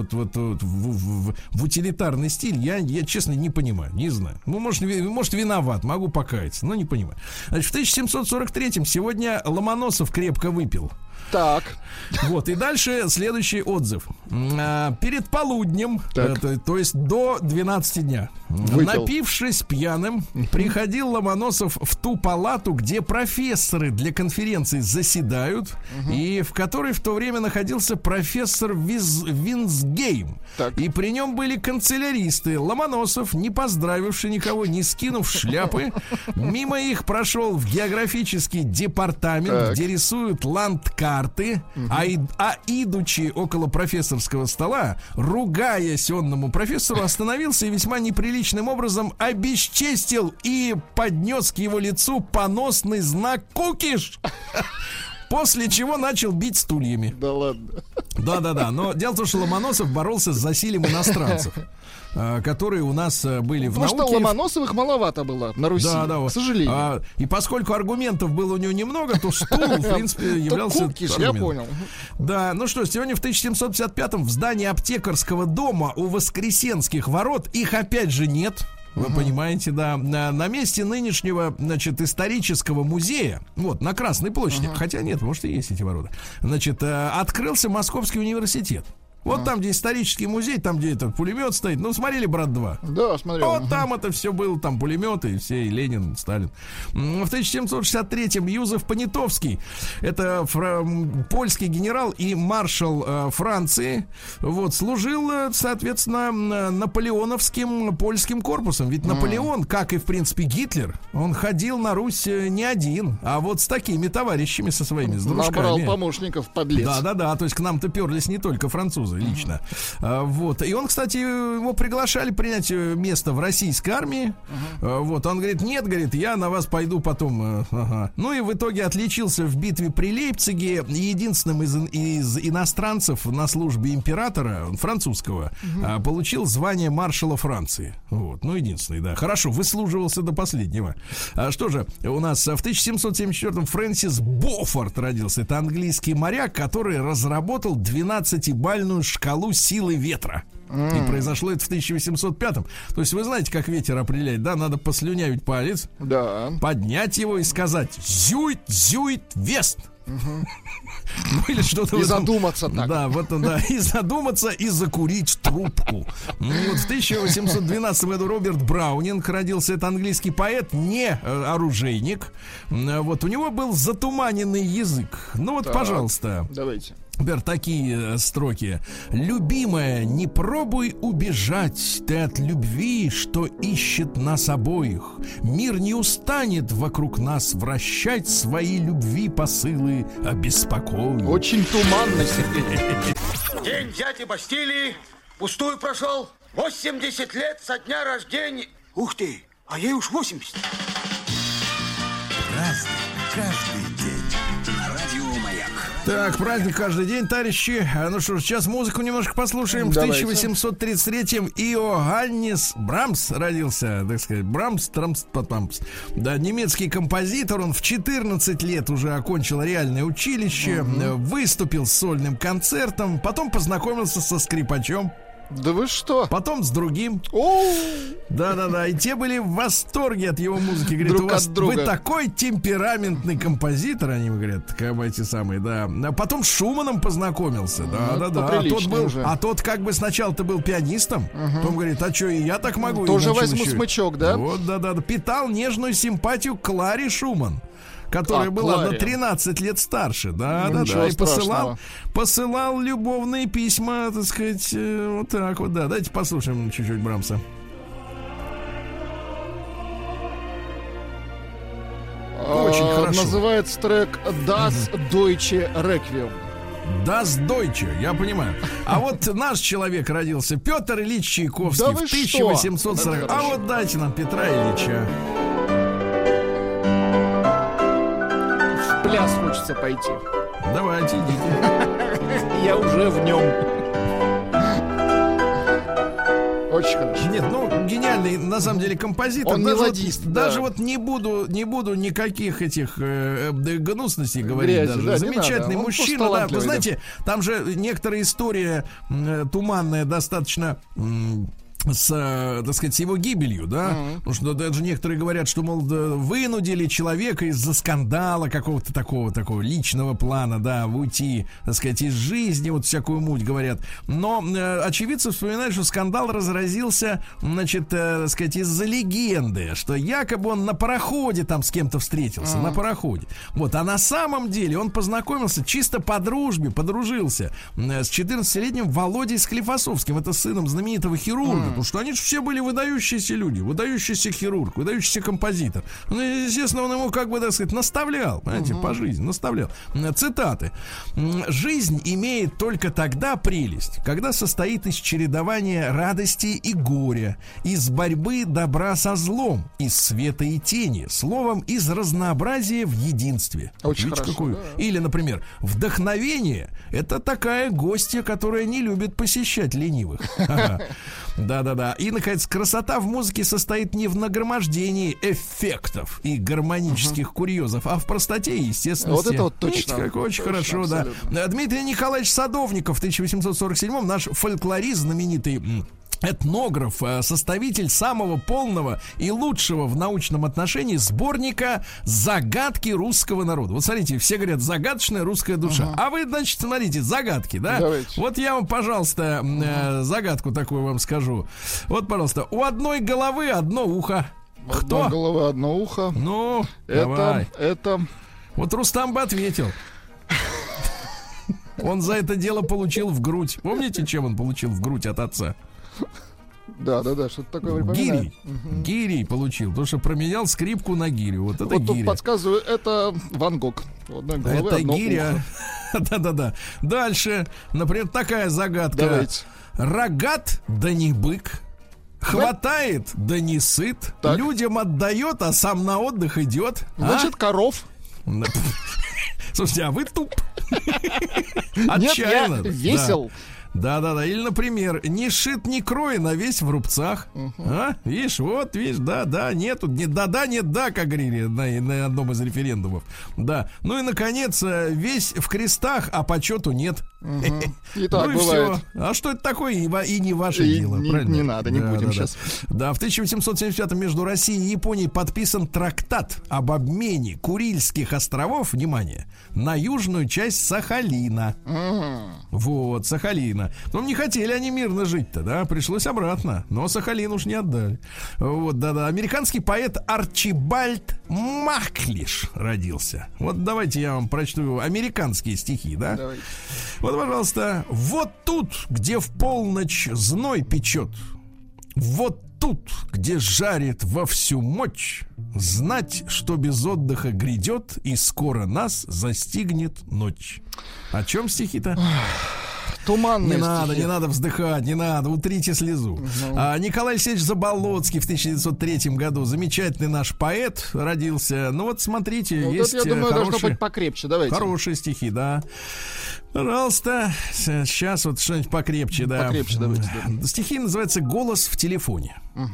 в утилитарный стиль, я честно не понимаю, не знаю. Ну, может, виноват, могу покаяться, но не понимаю. Значит, в 1743-м сегодня Ломоносов крепко выпил. Так. Вот, и дальше следующий отзыв. Перед полуднем, то есть до 12 дня, напившись пьяным, приходил Ломоносов в ту палату, где профессоры для конференции заседают, и в которой в то время находился профессор Винсгейм. И при нем были канцеляристы. Ломоносов, не поздравивший никого, не скинув шляпы, мимо их прошел в географический департамент, где рисуют ландкарты, а идучи около профессорского стола, ругаясь онному профессору, остановился и весьма неприличным образом обесчестил и поднес к его лицу поносный знак «Кукиш», после чего начал бить стульями. Да ладно. Да. Но дело в том, что Ломоносов боролся с засилием иностранцев, которые у нас были в науке. Потому что Ломоносовых маловато было на Руси, к сожалению. И поскольку аргументов было у него немного, то стул, в принципе, являлся аргументом. Я понял. Да, ну что, сегодня в 1755-м в здании аптекарского дома у Воскресенских ворот, их опять же нет. Вы понимаете, да, на месте нынешнего, значит, исторического музея, вот, на Красной площади, хотя нет, может, и есть эти ворота, значит, открылся Московский университет. Вот там, где исторический музей, там, где этот пулемет стоит. Ну, смотрели «Брат 2»? Да, смотрел. Вот там это все было, там пулеметы, и все, и Ленин, Сталин. В 1763-м Юзеф Понятовский, это польский генерал и маршал Франции, вот, служил, соответственно, наполеоновским польским корпусом. Ведь Наполеон, как и, в принципе, Гитлер, он ходил на Русь не один, а вот с такими товарищами, со своими, с дружками. Набрал помощников, подлец. Да, то есть к нам-то перлись не только французы лично. Вот. И он, кстати, его приглашали принять место в российской армии. Вот. Он говорит, нет, говорит, я на вас пойду потом. Ну и в итоге отличился в битве при Лейпциге. Единственным из иностранцев на службе императора, французского, получил звание маршала Франции. Вот. Ну, единственный, да. Хорошо, выслуживался до последнего. Что же, у нас в 1774-м Фрэнсис Боффорд родился. Это английский моряк, который разработал 12-бальную шкалу силы ветра. И произошло это в 1805-м. То есть вы знаете, как ветер определяет, да? Надо послюнявить палец, поднять его и сказать «Зюит, зюит, вест». Ну или что-то. И задуматься так. Да, вот да. И задуматься, и закурить трубку. Вот в 1812 году Роберт Браунинг родился. Это английский поэт, не оружейник. Вот у него был затуманенный язык. Ну вот, пожалуйста. Давайте. Например, такие строки. «Любимая, не пробуй убежать ты от любви, что ищет нас обоих. Мир не устанет вокруг нас вращать свои любви посылы обеспокоен». Очень туманно, Сергей. День взятия Бастилии пустую прошел. 80 лет со дня рождения. Ух ты, а ей уж 80. Разный, каждый день. Радио Маяк. Так, праздник каждый день, товарищи. Ну что ж, сейчас музыку немножко послушаем. Давайте. В 1833-м Иоганнес Брамс родился, так сказать, Брамс. Да, немецкий композитор. Он в 14 лет уже окончил реальное училище, выступил с сольным концертом, потом познакомился со скрипачом. Да вы что? Потом с другим. Оу! Да. И те были в восторге от его музыки. Говорят, Друг у вас от друга. вы такой темпераментный композитор, они говорят, как бы эти самые, да. А потом с Шуманом познакомился. Да. А тот как бы сначала-то был пианистом. Потом говорит, а что, и я так могу? Тоже И начал возьму еще. смычок, да? Вот, да. Питал нежную симпатию к Кларе Шуман, которая была Кларе. на 13 лет старше. Да. Ничего И страшного. посылал любовные письма, так сказать, вот так вот, да. Давайте послушаем чуть-чуть Брамса. Очень хорошо. Называется трек Das Deutsche Requiem. Das Deutsche, я понимаю. А вот наш человек родился, Петр Ильич Чайковский, Да в вы что? 1840. Это А хорошо. вот дайте нам Петра Ильича. В пляс хочется пойти. Давайте, идите. Я уже в нем. Очень хорошо. Нет, ну, гениальный, на самом деле, композитор. Он даже мелодист, вот, да. даже вот не буду никаких этих гнусностей говорить. Грязи, даже. да, не Замечательный надо. Он мужчина, просто да. Вы талантливый, знаете, там же некоторая история туманная достаточно... так сказать, с его гибелью, да? Потому что даже некоторые говорят, что, мол, вынудили человека из-за скандала какого-то такого личного плана, да, уйти, так сказать, из жизни, вот всякую муть говорят. Но очевидцы вспоминают, что скандал разразился, значит, так сказать, из-за легенды, что якобы он на пароходе там с кем-то встретился, на пароходе. Вот, а на самом деле он познакомился чисто по дружбе, подружился с 14-летним Володей Склифосовским, это сыном знаменитого хирурга. Потому что они же все были выдающиеся люди, выдающийся хирург, выдающийся композитор. Ну, естественно, он ему, как бы, так сказать, наставлял, понимаете, по жизни, наставлял. Цитаты. «Жизнь имеет только тогда прелесть, когда состоит из чередования радости и горя, из борьбы добра со злом, из света и тени, словом, из разнообразия в единстве». Очень Видите, хорошо, какую? да. Или, например, вдохновение — это такая гостья, которая не любит посещать ленивых. Ага. Да-да-да. И, наконец, красота в музыке состоит не в нагромождении эффектов и гармонических курьезов, а в простоте и естественности. Вот это вот точно. Видите, как очень Точно, хорошо, да. Дмитрий Николаевич Садовников в 1847-м, наш фольклорист знаменитый, этнограф, составитель самого полного и лучшего в научном отношении сборника «Загадки русского народа». Вот смотрите, все говорят «загадочная русская душа». А вы, значит, смотрите, загадки, да? Давайте. Вот я вам, пожалуйста, загадку такую вам скажу. Вот, пожалуйста, у одной головы одно ухо. Кто? Одна голова, одно ухо. Ну, давай. Это... Вот Рустам бы ответил. Он за это дело получил в грудь. Помните, чем он получил в грудь от отца? Да, что-то такое припоминаю. Гирей. Гирей получил, потому что променял скрипку на гирю. Вот это Вот тут гиря. подсказываю, это Ван Гог. У одной головы, Это одно гиря. ухо. Да-да-да. Дальше, например, такая загадка. Давайте. Рогат, да не бык. Хватает, да не сыт. Так. Людям отдает, а сам на отдых идет. Значит, коров. Слушайте, а вы туп. Нет, я Отчаянно. весел. Да. Или, например, не шит, не кроен, а весь в рубцах. А? Видишь, вот, видишь, да, нету, да, нет, да, как говорили на одном из референдумов. Да. Ну и, наконец, весь в крестах, а почету нет. И так Ну и бывает. все. А что это такое? И не ваше И дело. не- Правильно? не надо, не будем щас. Да, в 1875 между Россией и Японией подписан трактат об обмене Курильских островов, внимание, на южную часть Сахалина. Вот, Сахалина. Но не хотели они мирно жить-то, да, пришлось обратно. Но Сахалин уж не отдали. Вот, да. Американский поэт Арчибальд Маклиш родился. Вот давайте я вам прочту американские стихи, да. Давайте. Вот, пожалуйста. Вот тут, где в полночь зной печет, вот тут, где жарит во всю мощь, знать, что без отдыха грядет, и скоро нас застигнет ночь. О чем стихи-то? Туманные Не надо вздыхать, не надо, утрите слезу. Николай Алексеевич Заболоцкий в 1903 году, замечательный наш поэт, родился. Ну вот смотрите, Вот есть это, я думаю, должно хорошие, быть покрепче. Давайте. хорошие стихи, да. Пожалуйста, сейчас вот что-нибудь покрепче, да. Покрепче давайте, да. Стихи называются «Голос в телефоне».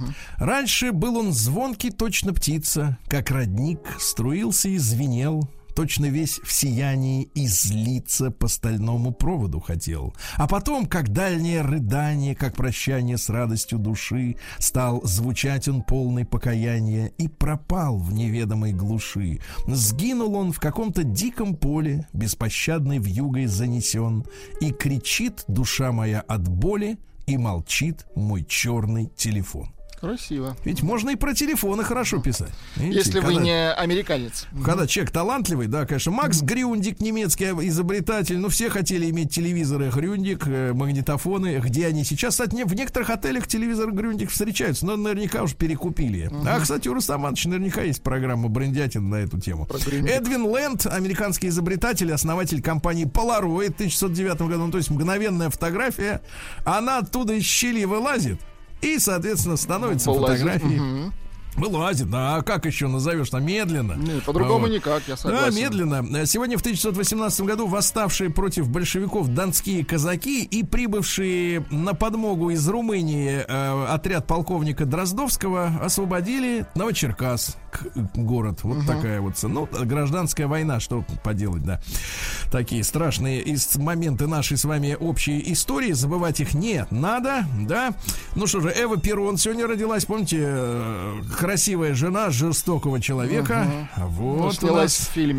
Раньше был он звонкий, точно птица, как родник, струился и звенел. Точно весь в сиянии излиться по стальному проводу хотел. А потом, как дальнее рыдание, как прощание с радостью души, стал звучать он полный покаяния и пропал в неведомой глуши. Сгинул он в каком-то диком поле, беспощадной вьюгой занесен, и кричит душа моя от боли, и молчит мой черный телефон. Красиво. Ведь можно и про телефоны хорошо писать. Видите, Если вы когда- не американец. Когда человек талантливый, да, конечно. Макс Грюндик, немецкий изобретатель. Ну, все хотели иметь телевизоры Грюндик, магнитофоны. Где они сейчас? Кстати, в некоторых отелях телевизор Грюндик встречаются, но наверняка уже перекупили. А, кстати, у Рустама Ивановича наверняка есть программа «Брендятин» на эту тему. Про Грюндик. Эдвин Лэнд, американский изобретатель, основатель компании Polaroid в 1909 году. Ну, то есть мгновенная фотография. Она оттуда из щели вылазит. И, соответственно, становится Вылазит, фотографией. Вылазит, да, а как еще назовешь там медленно? Ну, по-другому Вот. никак, я согласен. Да, медленно. Сегодня в 1918 году восставшие против большевиков донские казаки и прибывшие на подмогу из Румынии отряд полковника Дроздовского освободили Новочеркасск, город. Вот такая вот, ну, гражданская война, что поделать, да. Такие страшные моменты нашей с вами общей истории, забывать их не надо, да. Ну что же, Эва Перрон сегодня родилась, помните, красивая жена жестокого человека. Вот у Снялась нас. в фильме.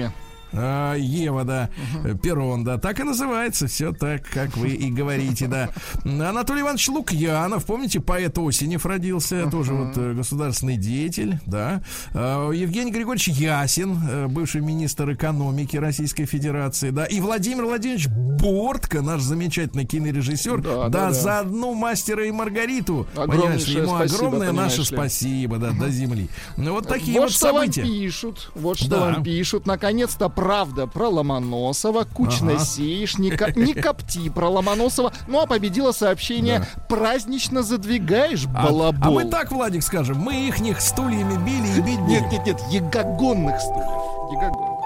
Ева, да, Перрон, да, так и называется, все так, как вы и говорите, да. Анатолий Иванович Лукьянов, помните, поэт Осенев родился, тоже вот государственный деятель, да. Евгений Григорьевич Ясин, бывший министр экономики Российской Федерации, да, и Владимир Владимирович Бортко, наш замечательный кинорежиссер, да, за одну «Мастера и Маргариту», понимаешь, ему огромное наше спасибо, да, до земли. Ну, вот такие вот события. Вот что вам пишут, наконец-то правда про Ломоносова, кучно сеешь, не копти про Ломоносова. Ну, а победило сообщение: празднично задвигаешь, балабол. А мы так, Владик, скажем, мы ихних стульями били и бить будем. Нет, ягогонных стульев. Ягогонных.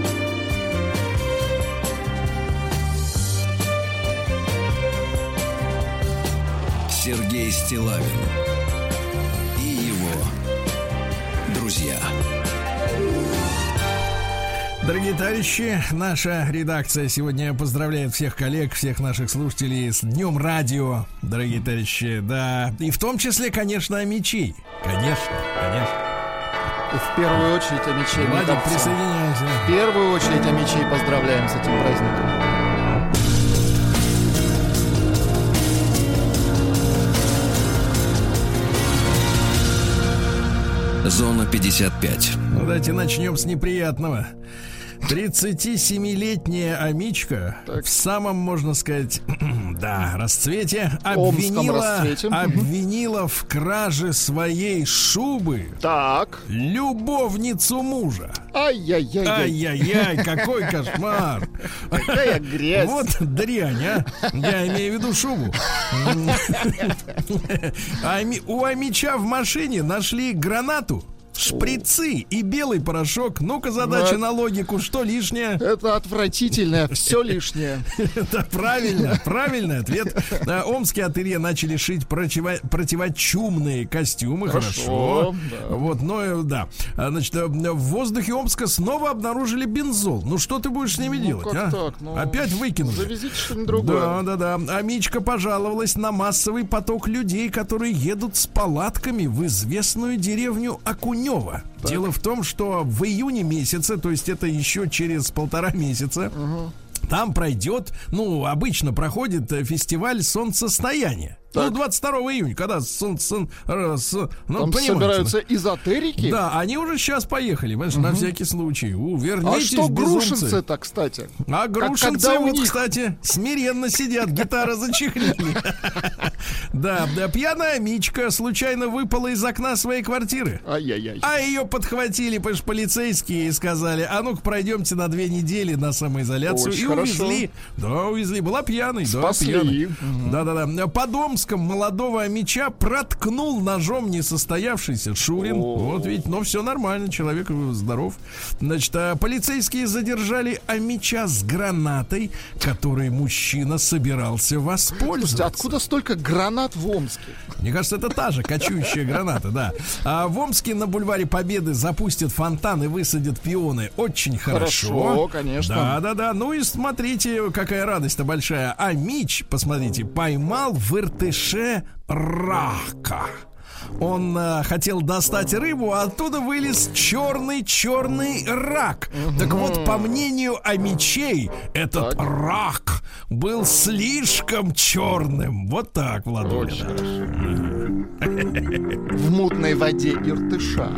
Сергей Стиллавин и его друзья. Дорогие товарищи, наша редакция сегодня поздравляет всех коллег, всех наших слушателей с Днем радио, дорогие товарищи, да, и в том числе, конечно, Амичей, конечно. И в первую очередь Амичей. Владик, присоединяемся. В первую очередь Амичей поздравляем с этим праздником. Зона 55. Ну, давайте начнем с неприятного. 37-летняя Амичка в самом, можно сказать, расцвете обвинила в краже своей шубы любовницу мужа. Ай-яй-яй, какой кошмар. Какая грязь. Вот дрянь, а. Я имею в виду шубу. У Амича в машине нашли гранату, шприцы и белый порошок. Ну-ка, задача на логику, что лишнее? Это отвратительно, все лишнее. Это правильный ответ. Омские ателье начали шить противочумные костюмы. Хорошо. Вот, но да. Значит, в воздухе Омска снова обнаружили бензол. Ну что ты будешь с ними делать? Опять выкинули. Завезите что-нибудь другое. Да. Амичка пожаловалась на массовый поток людей, которые едут с палатками в известную деревню Окунево. Дело в том, что в июне месяце, то есть это еще через 1,5 месяца, там пройдет, обычно проходит фестиваль солнцестояния. Так. 22 июня, когда там собираются эзотерики. Да, они уже сейчас поехали, понимаешь, на всякий случай. Вернитесь, а что безумцы. грушинцы-то, кстати? А грушинцы, кстати, смиренно сидят, гитары зачехлили. Да, пьяная Амичка случайно выпала из окна своей квартиры. Ай-яй-яй. А ее подхватили, понимаешь, полицейские и сказали: а ну-ка пройдемте на 2 недели на самоизоляцию. Очень и хорошо. увезли. Да, увезли. Была пьяной. Спасли. Да. Под Омском молодого Амича проткнул ножом несостоявшийся Шурин. Вот видите, но все нормально, человек здоров. Значит, полицейские задержали Амича с гранатой, которой мужчина собирался воспользоваться. Слушайте, откуда столько гранат в Омске? Мне кажется, это та же кочующая граната, да. А в Омске на бульваре Победы запустят фонтан и высадят пионы. Очень хорошо. Конечно. Да. Ну и смотрите, какая радость-то большая. Амич, посмотрите, поймал в Иртыше рака. Он хотел достать рыбу, а оттуда вылез черный рак. Так вот, по мнению Амичей, этот рак был слишком черным. Вот так, Владуля. В мутной воде Иртыша.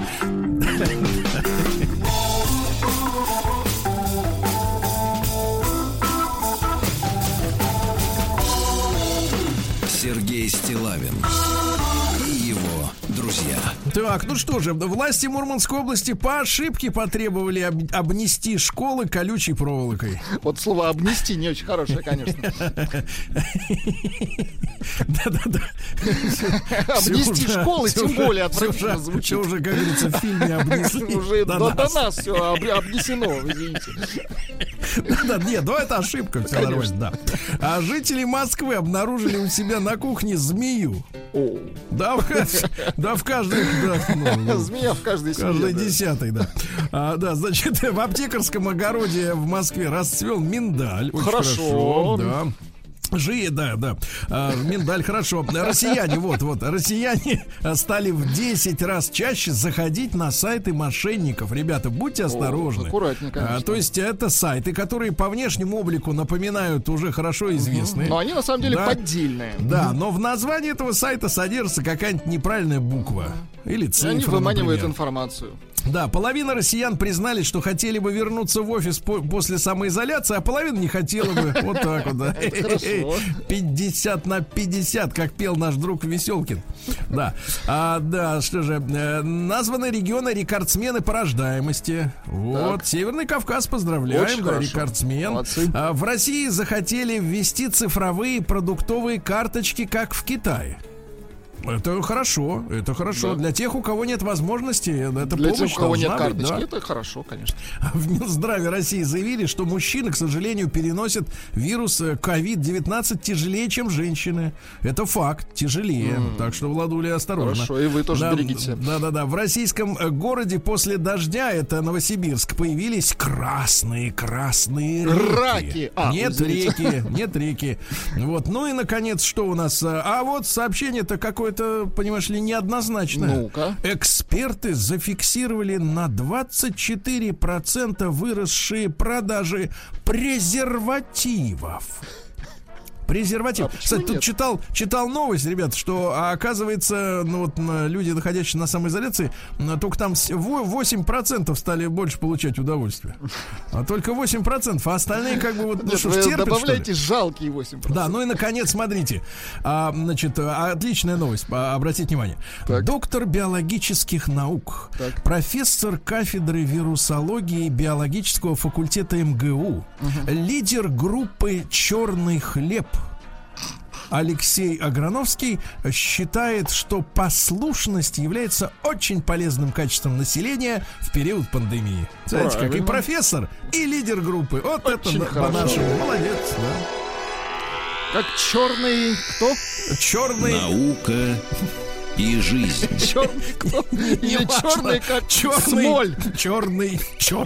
Сергей Стиллавин и его друзья. Так, ну что же, власти Мурманской области по ошибке потребовали обнести школы колючей проволокой. Вот слово «обнести» не очень хорошее, конечно. Да. Обнести школы, тем более отвратительно звучит. Все уже, как говорится, в фильме обнесли. Уже до нас все обнесено, извините. Нет, это ошибка, все нормально, да. А жители Москвы обнаружили у себя на кухне змею. Да, в каждой... Змея в каждой семье. Каждой 10-й, да. Да, значит, в аптекарском огороде в Москве расцвел миндаль. Очень хорошо, да. Да. Миндаль, хорошо. Россияне стали в 10 раз чаще заходить на сайты мошенников. Ребята, будьте осторожны. Аккуратнее, конечно. То есть это сайты, которые по внешнему облику напоминают уже хорошо известные. Но они на самом деле поддельные. Да, но в названии этого сайта содержится какая-нибудь неправильная буква или цифра. Они выманивают например. информацию. Да, половина россиян признались, что хотели бы вернуться в офис после самоизоляции, а половина не хотела бы. Вот так вот, да. 50/50, как пел наш друг Веселкин. Да. Что же, названы регионы рекордсмены по рождаемости. Вот, Северный Кавказ, поздравляем, да, рекордсмен. В России захотели ввести цифровые продуктовые карточки, как в Китае. Это хорошо. Да. Для тех, у кого нет возможности, это для помощь. Тех, у кого нет карточки, да. Это хорошо, конечно. В Минздраве России заявили, что мужчины, к сожалению, переносят вирус COVID-19 тяжелее, чем женщины. Это факт, тяжелее. Так что, Владуля, осторожно. Хорошо, и вы тоже берегите. Да. В российском городе после дождя, это Новосибирск, появились красные реки. Раки. Нет реки. Вот. Ну и, наконец, что у нас? А вот сообщение-то какое-то, понимаешь ли, неоднозначное. Ну-ка. Эксперты зафиксировали на 24% выросшие продажи презервативов. Кстати, тут читал новость, ребят, что, оказывается, люди, находящиеся на самоизоляции, только там 8% стали больше получать удовольствие. А только 8%, а остальные как бы терпят, добавляйте жалкие 8%. Да, ну и, наконец, смотрите. Отличная новость, обратите внимание. Так. Доктор биологических наук, профессор кафедры вирусологии биологического факультета МГУ, лидер группы «Черный хлеб» Алексей Аграновский считает, что послушность является очень полезным качеством населения в период пандемии. Знаете, как и профессор, и лидер группы. Вот очень это по-нашему. Молодец, да. Как черный кто? Черный. Наука и жизнь. Черный кто? Или черный как смоль? Черный черт.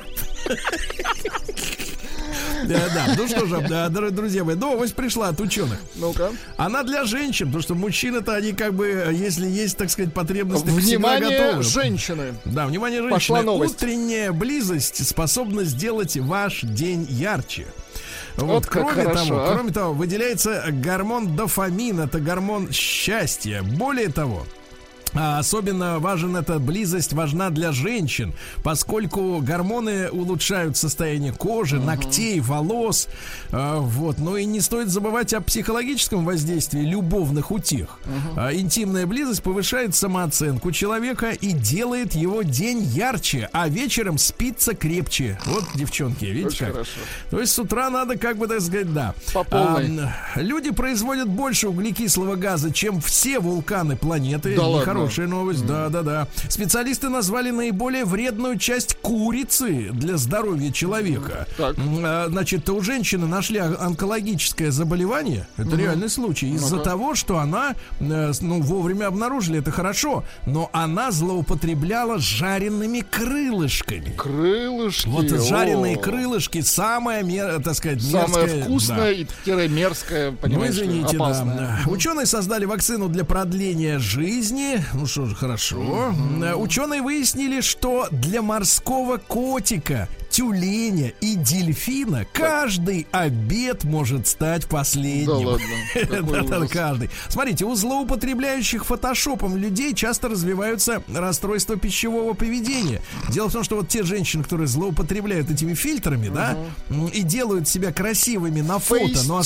Да, ну что же, друзья мои, новость пришла от ученых. Ну-ка. Она для женщин, потому что мужчины-то, они как бы, если есть, так сказать, потребность, внимание, женщины. Да, внимание, женщины. Пошла новость. Утренняя близость способна сделать ваш день ярче. Вот кроме того, выделяется гормон дофамин, это гормон счастья. Более того, особенно эта близость важна для женщин, поскольку гормоны улучшают состояние кожи, ногтей, волос. Но и не стоит забывать о психологическом воздействии любовных утех. Интимная близость повышает самооценку человека и делает его день ярче, а вечером спится крепче. Вот, девчонки, видите очень как? Хорошо. То есть с утра надо, как бы так сказать, да. По полной. Люди производят больше углекислого газа, чем все вулканы планеты. Да ладно. Хорошая новость, да. Специалисты назвали наиболее вредную часть курицы для здоровья человека. Значит, у женщины нашли онкологическое заболевание. Это реальный случай. Из-за того, что она, вовремя обнаружили, это хорошо, но она злоупотребляла жареными крылышками. Крылышки. Вот жареные крылышки самое, так сказать, мерзкое. Самое вкусное и мерзкое, понимаете, извините, опасное. Да. Ученые создали вакцину для продления жизни. Ну что же, хорошо. Ученые выяснили, что для морского котика, тюленя и дельфина каждый обед может стать последним. Да ладно. Каждый. Смотрите, у злоупотребляющих фотошопом людей часто развиваются расстройства пищевого поведения. Дело в том, что вот те женщины, которые злоупотребляют этими фильтрами, да, и делают себя красивыми на фото, но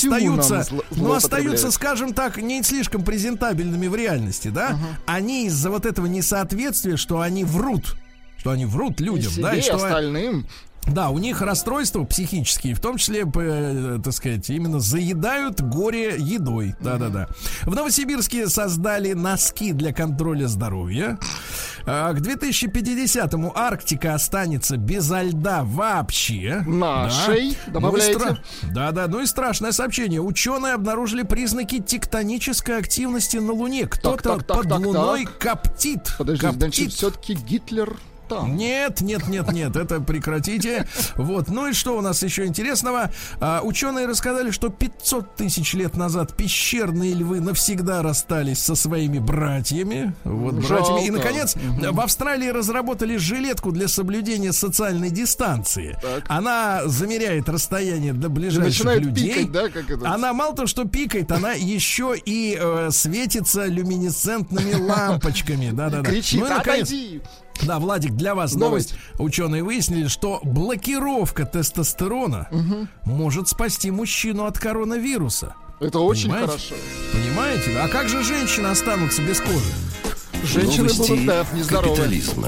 остаются, скажем так, не слишком презентабельными в реальности, да, они из-за вот этого несоответствия, что они врут людям, и да, и что остальным. Да, у них расстройства психические, в том числе, так сказать, именно заедают горе едой. Да. В Новосибирске создали носки для контроля здоровья. К 2050-му Арктика останется безо льда вообще. Нашей, добавляете. Ну и страшное сообщение. Ученые обнаружили признаки тектонической активности на Луне. Кто-то под Луной коптит. Подожди, значит, все-таки Гитлер там. Нет, это прекратите. Вот, ну и что у нас еще интересного? Ученые рассказали, что 500 тысяч лет назад пещерные львы навсегда расстались со своими братьями. Вот, братьями. И, наконец, в Австралии разработали жилетку для соблюдения социальной дистанции. Так. Она замеряет расстояние до ближайших людей. Пикать, да, как это? Она мало того, что пикает, она еще и светится люминесцентными лампочками. Да-да-да. Кричит, отойди! Да, Владик, для вас новость. Ученые выяснили, что блокировка тестостерона может спасти мужчину от коронавируса. Это очень хорошо. Понимаете? А как же женщины останутся без кожи? Женщины будут, да, нездоровы. Капитализма.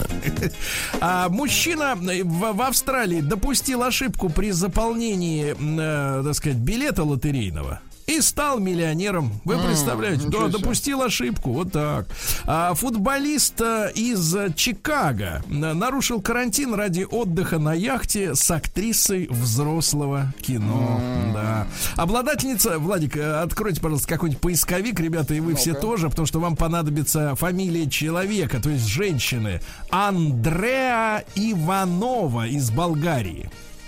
Мужчина в Австралии допустил ошибку при заполнении, так сказать, билета лотерейного. И стал миллионером. Вы представляете? Да, допустил ошибку. Вот так. Футболист из Чикаго нарушил карантин ради отдыха на яхте с актрисой взрослого кино. Да. Обладательница, Владик, откройте, пожалуйста, какой-нибудь поисковик, ребята, и вы все тоже, потому что вам понадобится фамилия человека, то есть женщины. Андреа Иванова из Болгарии.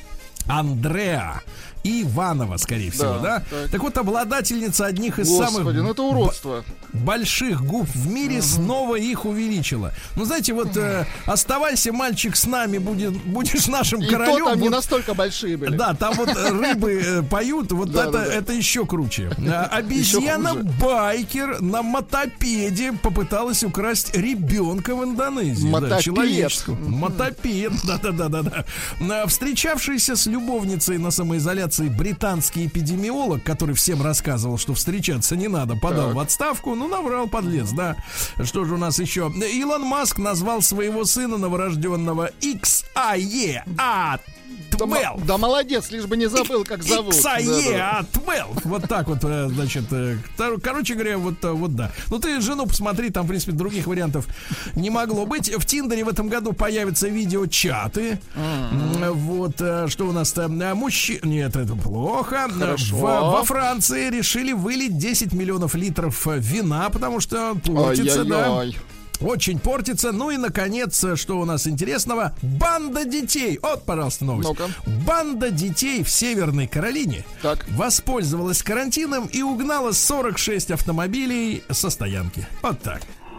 Андреа Иванова, скорее всего, да? Так вот, обладательница одних из самых ну это уродство. Больших губ в мире снова их увеличила. Ну, знаете, вот оставайся, мальчик, с нами, будешь нашим королем. И то там не настолько большие были. Да, там вот рыбы поют, вот это еще круче. Обезьяна-байкер на мотопеде попыталась украсть ребенка в Индонезии. Мотопед. Мотопед, да. Встречавшийся с любовницей на самоизоляции британский эпидемиолог, который всем рассказывал, что встречаться не надо, подал в отставку. Ну, наврал, подлец, да. Что же у нас еще? Илон Маск назвал своего сына новорожденного XAE-12. Да молодец, лишь бы не забыл, как зовут. XAE-12. Вот так вот, значит. Короче говоря, вот да. Ну, ты жену посмотри, там, в принципе, других вариантов не могло быть. В Тиндере в этом году появятся видеочаты. Вот, что у нас-то? Нет, это плохо. Во Франции решили вылить 10 миллионов литров вина, потому что портится, да. Очень портится. Ну и, наконец, что у нас интересного? Банда детей. Вот, пожалуйста, новость. Ну-ка. Банда детей в Северной Каролине воспользовалась карантином и угнала 46 автомобилей со стоянки. Вот так.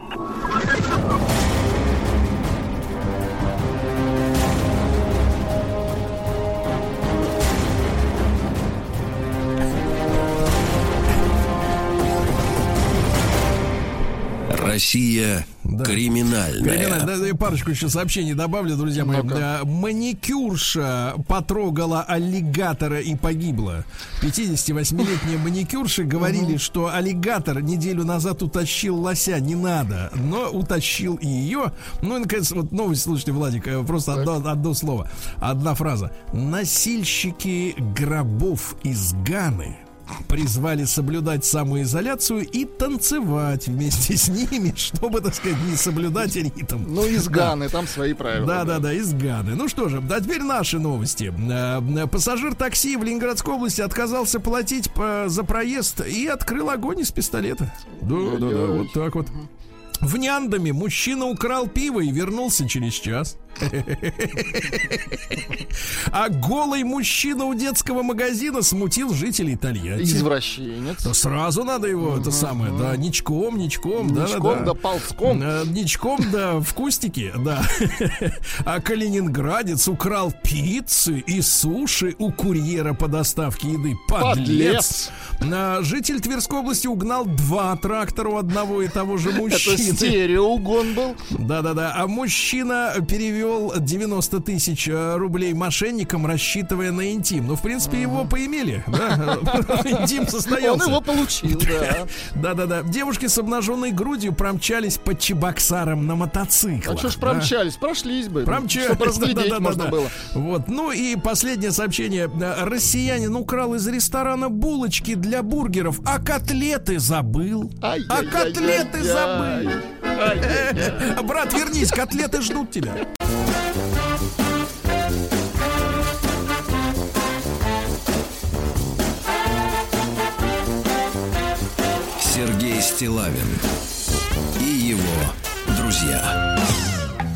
Россия криминальная. Да, я парочку еще сообщений добавлю, друзья мои. Маникюрша потрогала аллигатора и погибла. 58-летняя маникюрша говорили, что аллигатор неделю назад утащил лося. Не надо, но утащил и ее. Ну и, наконец, вот новость, слушайте, Владик, просто одно слово, одна фраза. Носильщики гробов из Ганы призвали соблюдать самоизоляцию и танцевать вместе с ними, чтобы, так сказать, не соблюдать ритм. Ну, из Ганы, там свои правила. Да, из Ганы. Ну что же, а теперь наши новости. Пассажир такси в Ленинградской области отказался платить за проезд и открыл огонь из пистолета. Да, вот так вот. В Няндаме мужчина украл пиво и вернулся через час. А голый мужчина у детского магазина смутил жителей Тольятти. Извращенец. Да сразу надо его, это самое, да, ничком, да, ползком. Ничком, да, в кустике, да. А калининградец украл пиццы и суши у курьера по доставке еды. Подлец. Житель Тверской области угнал 2 трактора у одного и того же мужчины. Это стереоугон был. Да. А мужчина перевел 90 тысяч рублей мошенникам, рассчитывая на интим. Ну, в принципе, его поимели. Да? Интим состоялся. Он его получил, да. Да. Девушки с обнаженной грудью промчались по Чебоксарам на мотоциклах. А что ж промчались? Прошлись бы. Промчались. Чтобы разглядеть можно было. Вот. Ну и последнее сообщение. Россиянин украл из ресторана булочки для бургеров, а котлеты забыл. Брат, вернись, котлеты ждут тебя. Сергей Стиллавин и его друзья.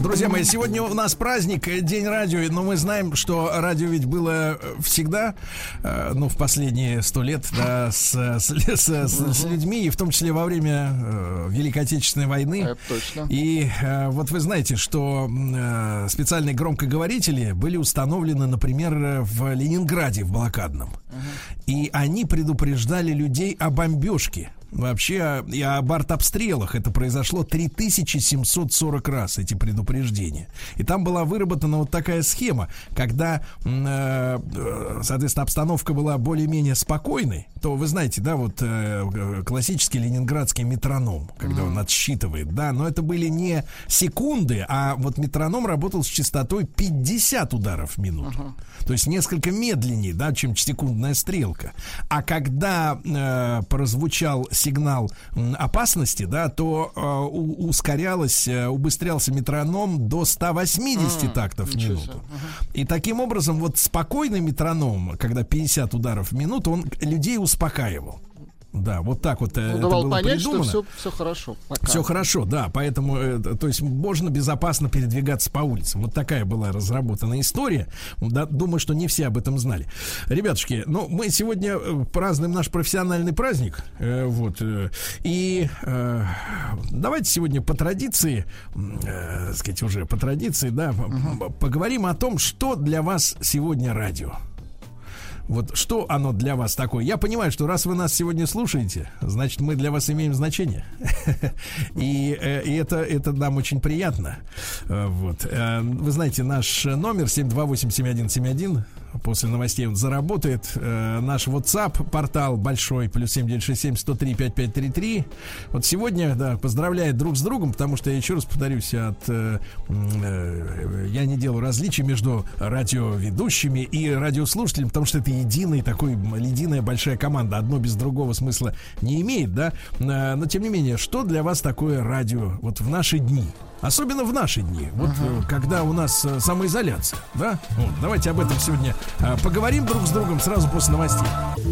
Друзья мои, сегодня у нас праздник, День радио, но мы знаем, что радио ведь было всегда, ну, в последние 100 лет, да, с людьми, и в том числе во время Великой Отечественной войны. Это точно. И вот вы знаете, что специальные громкоговорители были установлены, например, в Ленинграде, в блокадном. И они предупреждали людей о бомбежке. Вообще, и об артобстрелах. Это произошло 3740 раз, эти предупреждения. И там была выработана вот такая схема, когда, соответственно, обстановка была более-менее спокойной, то вы знаете, да, вот классический ленинградский метроном, когда он отсчитывает, да, но это были не секунды, а вот метроном работал с частотой 50 ударов в минуту. То есть несколько медленнее, да, чем секундная стрелка. А когда прозвучал сигнал опасности, да, то убыстрялся метроном до 180 тактов в минуту. И таким образом вот спокойный метроном, когда 50 ударов в минуту, он людей успокаивал. Да, вот так вот это давал было понять, придумано. что все хорошо. Пока. Все хорошо, да, поэтому, то есть можно безопасно передвигаться по улицам. Вот такая была разработана история. Да, думаю, что не все об этом знали. Ребятушки, ну, мы сегодня празднуем наш профессиональный праздник. И давайте сегодня по традиции, сказать, уже по традиции, да, поговорим о том, что для вас сегодня радио. Вот что оно для вас такое? Я понимаю, что раз вы нас сегодня слушаете, значит, мы для вас имеем значение. И это нам очень приятно. Вот. Вы знаете, наш номер 728-7171. После новостей он заработает. Наш WhatsApp, портал большой, +7 967 103 5533. Вот сегодня, да, поздравляет друг с другом, потому что, я еще раз повторюсь, я не делаю различий между радиоведущими и радиослушателями, потому что это единая большая команда. Одно без другого смысла не имеет, да. Но, тем не менее, что для вас такое радио вот в наши дни? Особенно в наши дни, вот когда у нас самоизоляция, да? Вот, давайте об этом сегодня поговорим друг с другом сразу после новостей.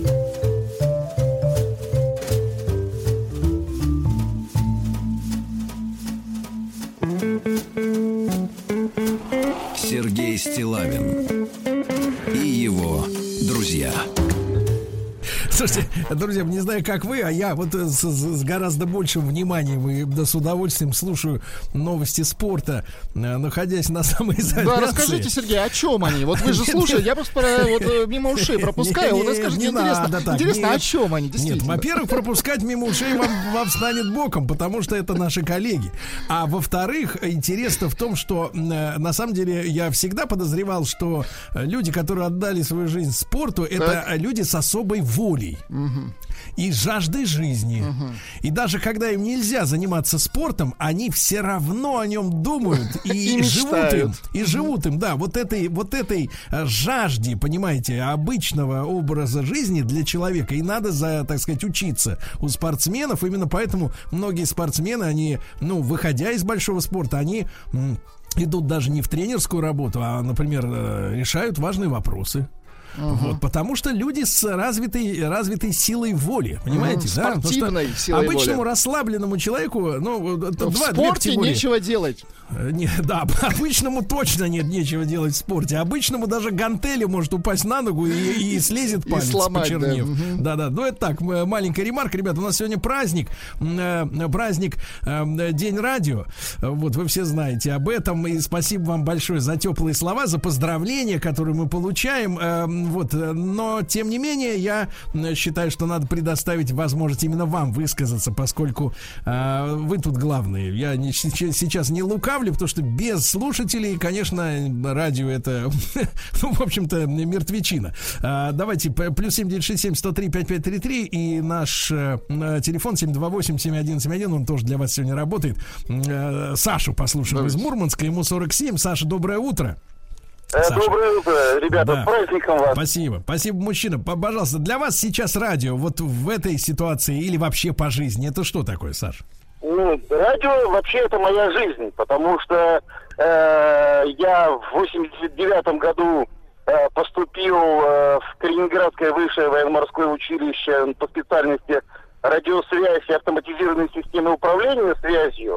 Сергей Стиллавин и его друзья. Слушайте, друзья, не знаю, как вы, а я вот с гораздо большим вниманием и с удовольствием слушаю новости спорта, находясь на самоизоляции. Да, расскажите, Сергей, о чем они? Вот вы же слушаете, я просто мимо ушей пропускаю. Вот расскажите, интересно, о чем они, действительно? Нет, во-первых, пропускать мимо ушей вам станет боком, потому что это наши коллеги. А во-вторых, интерес-то в том, что на самом деле я всегда подозревал, что люди, которые отдали свою жизнь спорту, это люди с особой волей. И жаждой жизни. И даже когда им нельзя заниматься спортом, они все равно о нем думают и живут им, да, вот этой жажде, понимаете, обычного образа жизни для человека. И надо, так сказать, учиться у спортсменов. Именно поэтому многие спортсмены, они, выходя из большого спорта, они идут даже не в тренерскую работу, а, например, решают важные вопросы. Вот, потому что люди с развитой силой воли, понимаете, да? Спортивной силой воли. Обычному расслабленному человеку, в спорте нечего делать. Да, обычному точно нечего делать в спорте. Обычному даже гантели может упасть на ногу и слезет палец, сломать, почернев. Да. Ну это так, маленькая ремарка, ребята. У нас сегодня праздник, День радио. Вот вы все знаете об этом. И спасибо вам большое за теплые слова, за поздравления, которые мы получаем. Вот, но тем не менее я считаю, что надо предоставить возможность именно вам высказаться, поскольку вы тут главные. Я сейчас не лукавлю, потому что без слушателей, конечно, радио это, в общем-то, мертвечина. Давайте +7 967 103 5533 и наш телефон 728-7171, он тоже для вас сегодня работает. Сашу послушаем из Мурманска, ему 47. Саша, доброе утро. Доброе утро, ребята, да. С праздником вас. Спасибо, мужчина. Пожалуйста, для вас сейчас радио вот в этой ситуации или вообще по жизни, это что такое, Саш? Радио вообще это моя жизнь, потому что я в 89-м году поступил в Калининградское высшее военно-морское училище по специальности радиосвязь и автоматизированные системы управления связью.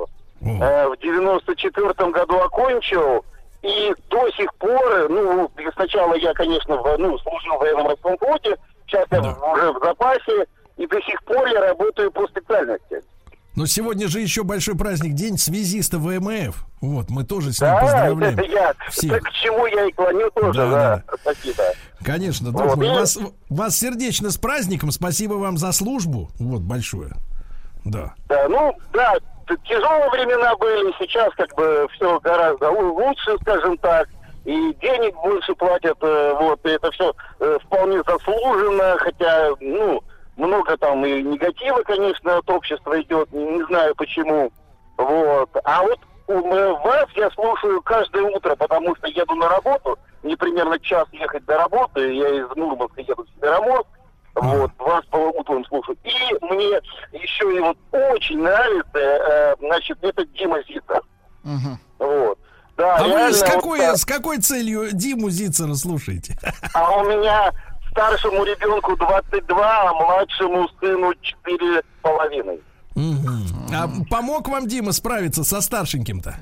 в 94-м году окончил. И до сих пор, ну, сначала я, конечно, служил в военно-морском флоте, сейчас я уже в запасе, и до сих пор я работаю по специальности. Но сегодня же еще большой праздник, День связиста ВМФ. Вот, мы тоже с ним поздравляем. Да, это я. К чему я и клоню тоже, да. Спасибо. Конечно, друг мой, вас сердечно с праздником, спасибо вам за службу, вот, большое. Да. Да, тяжелые времена были, сейчас как бы все гораздо лучше, скажем так, и денег больше платят, вот, и это все вполне заслуженно, хотя, много там и негатива, конечно, от общества идет, не знаю почему, вот. А вот вас я слушаю каждое утро, потому что еду на работу, мне примерно час ехать до работы, я из Мурманска еду в Североморск, вот, вас по утрам слушаю. И мне еще и вот очень нравится, значит, это Дима Зицер. Вот. Да, а вы с какой целью Диму Зицера слушаете? А у меня старшему ребенку 22, а младшему сыну 4,5. А помог вам Дима справиться со старшеньким-то?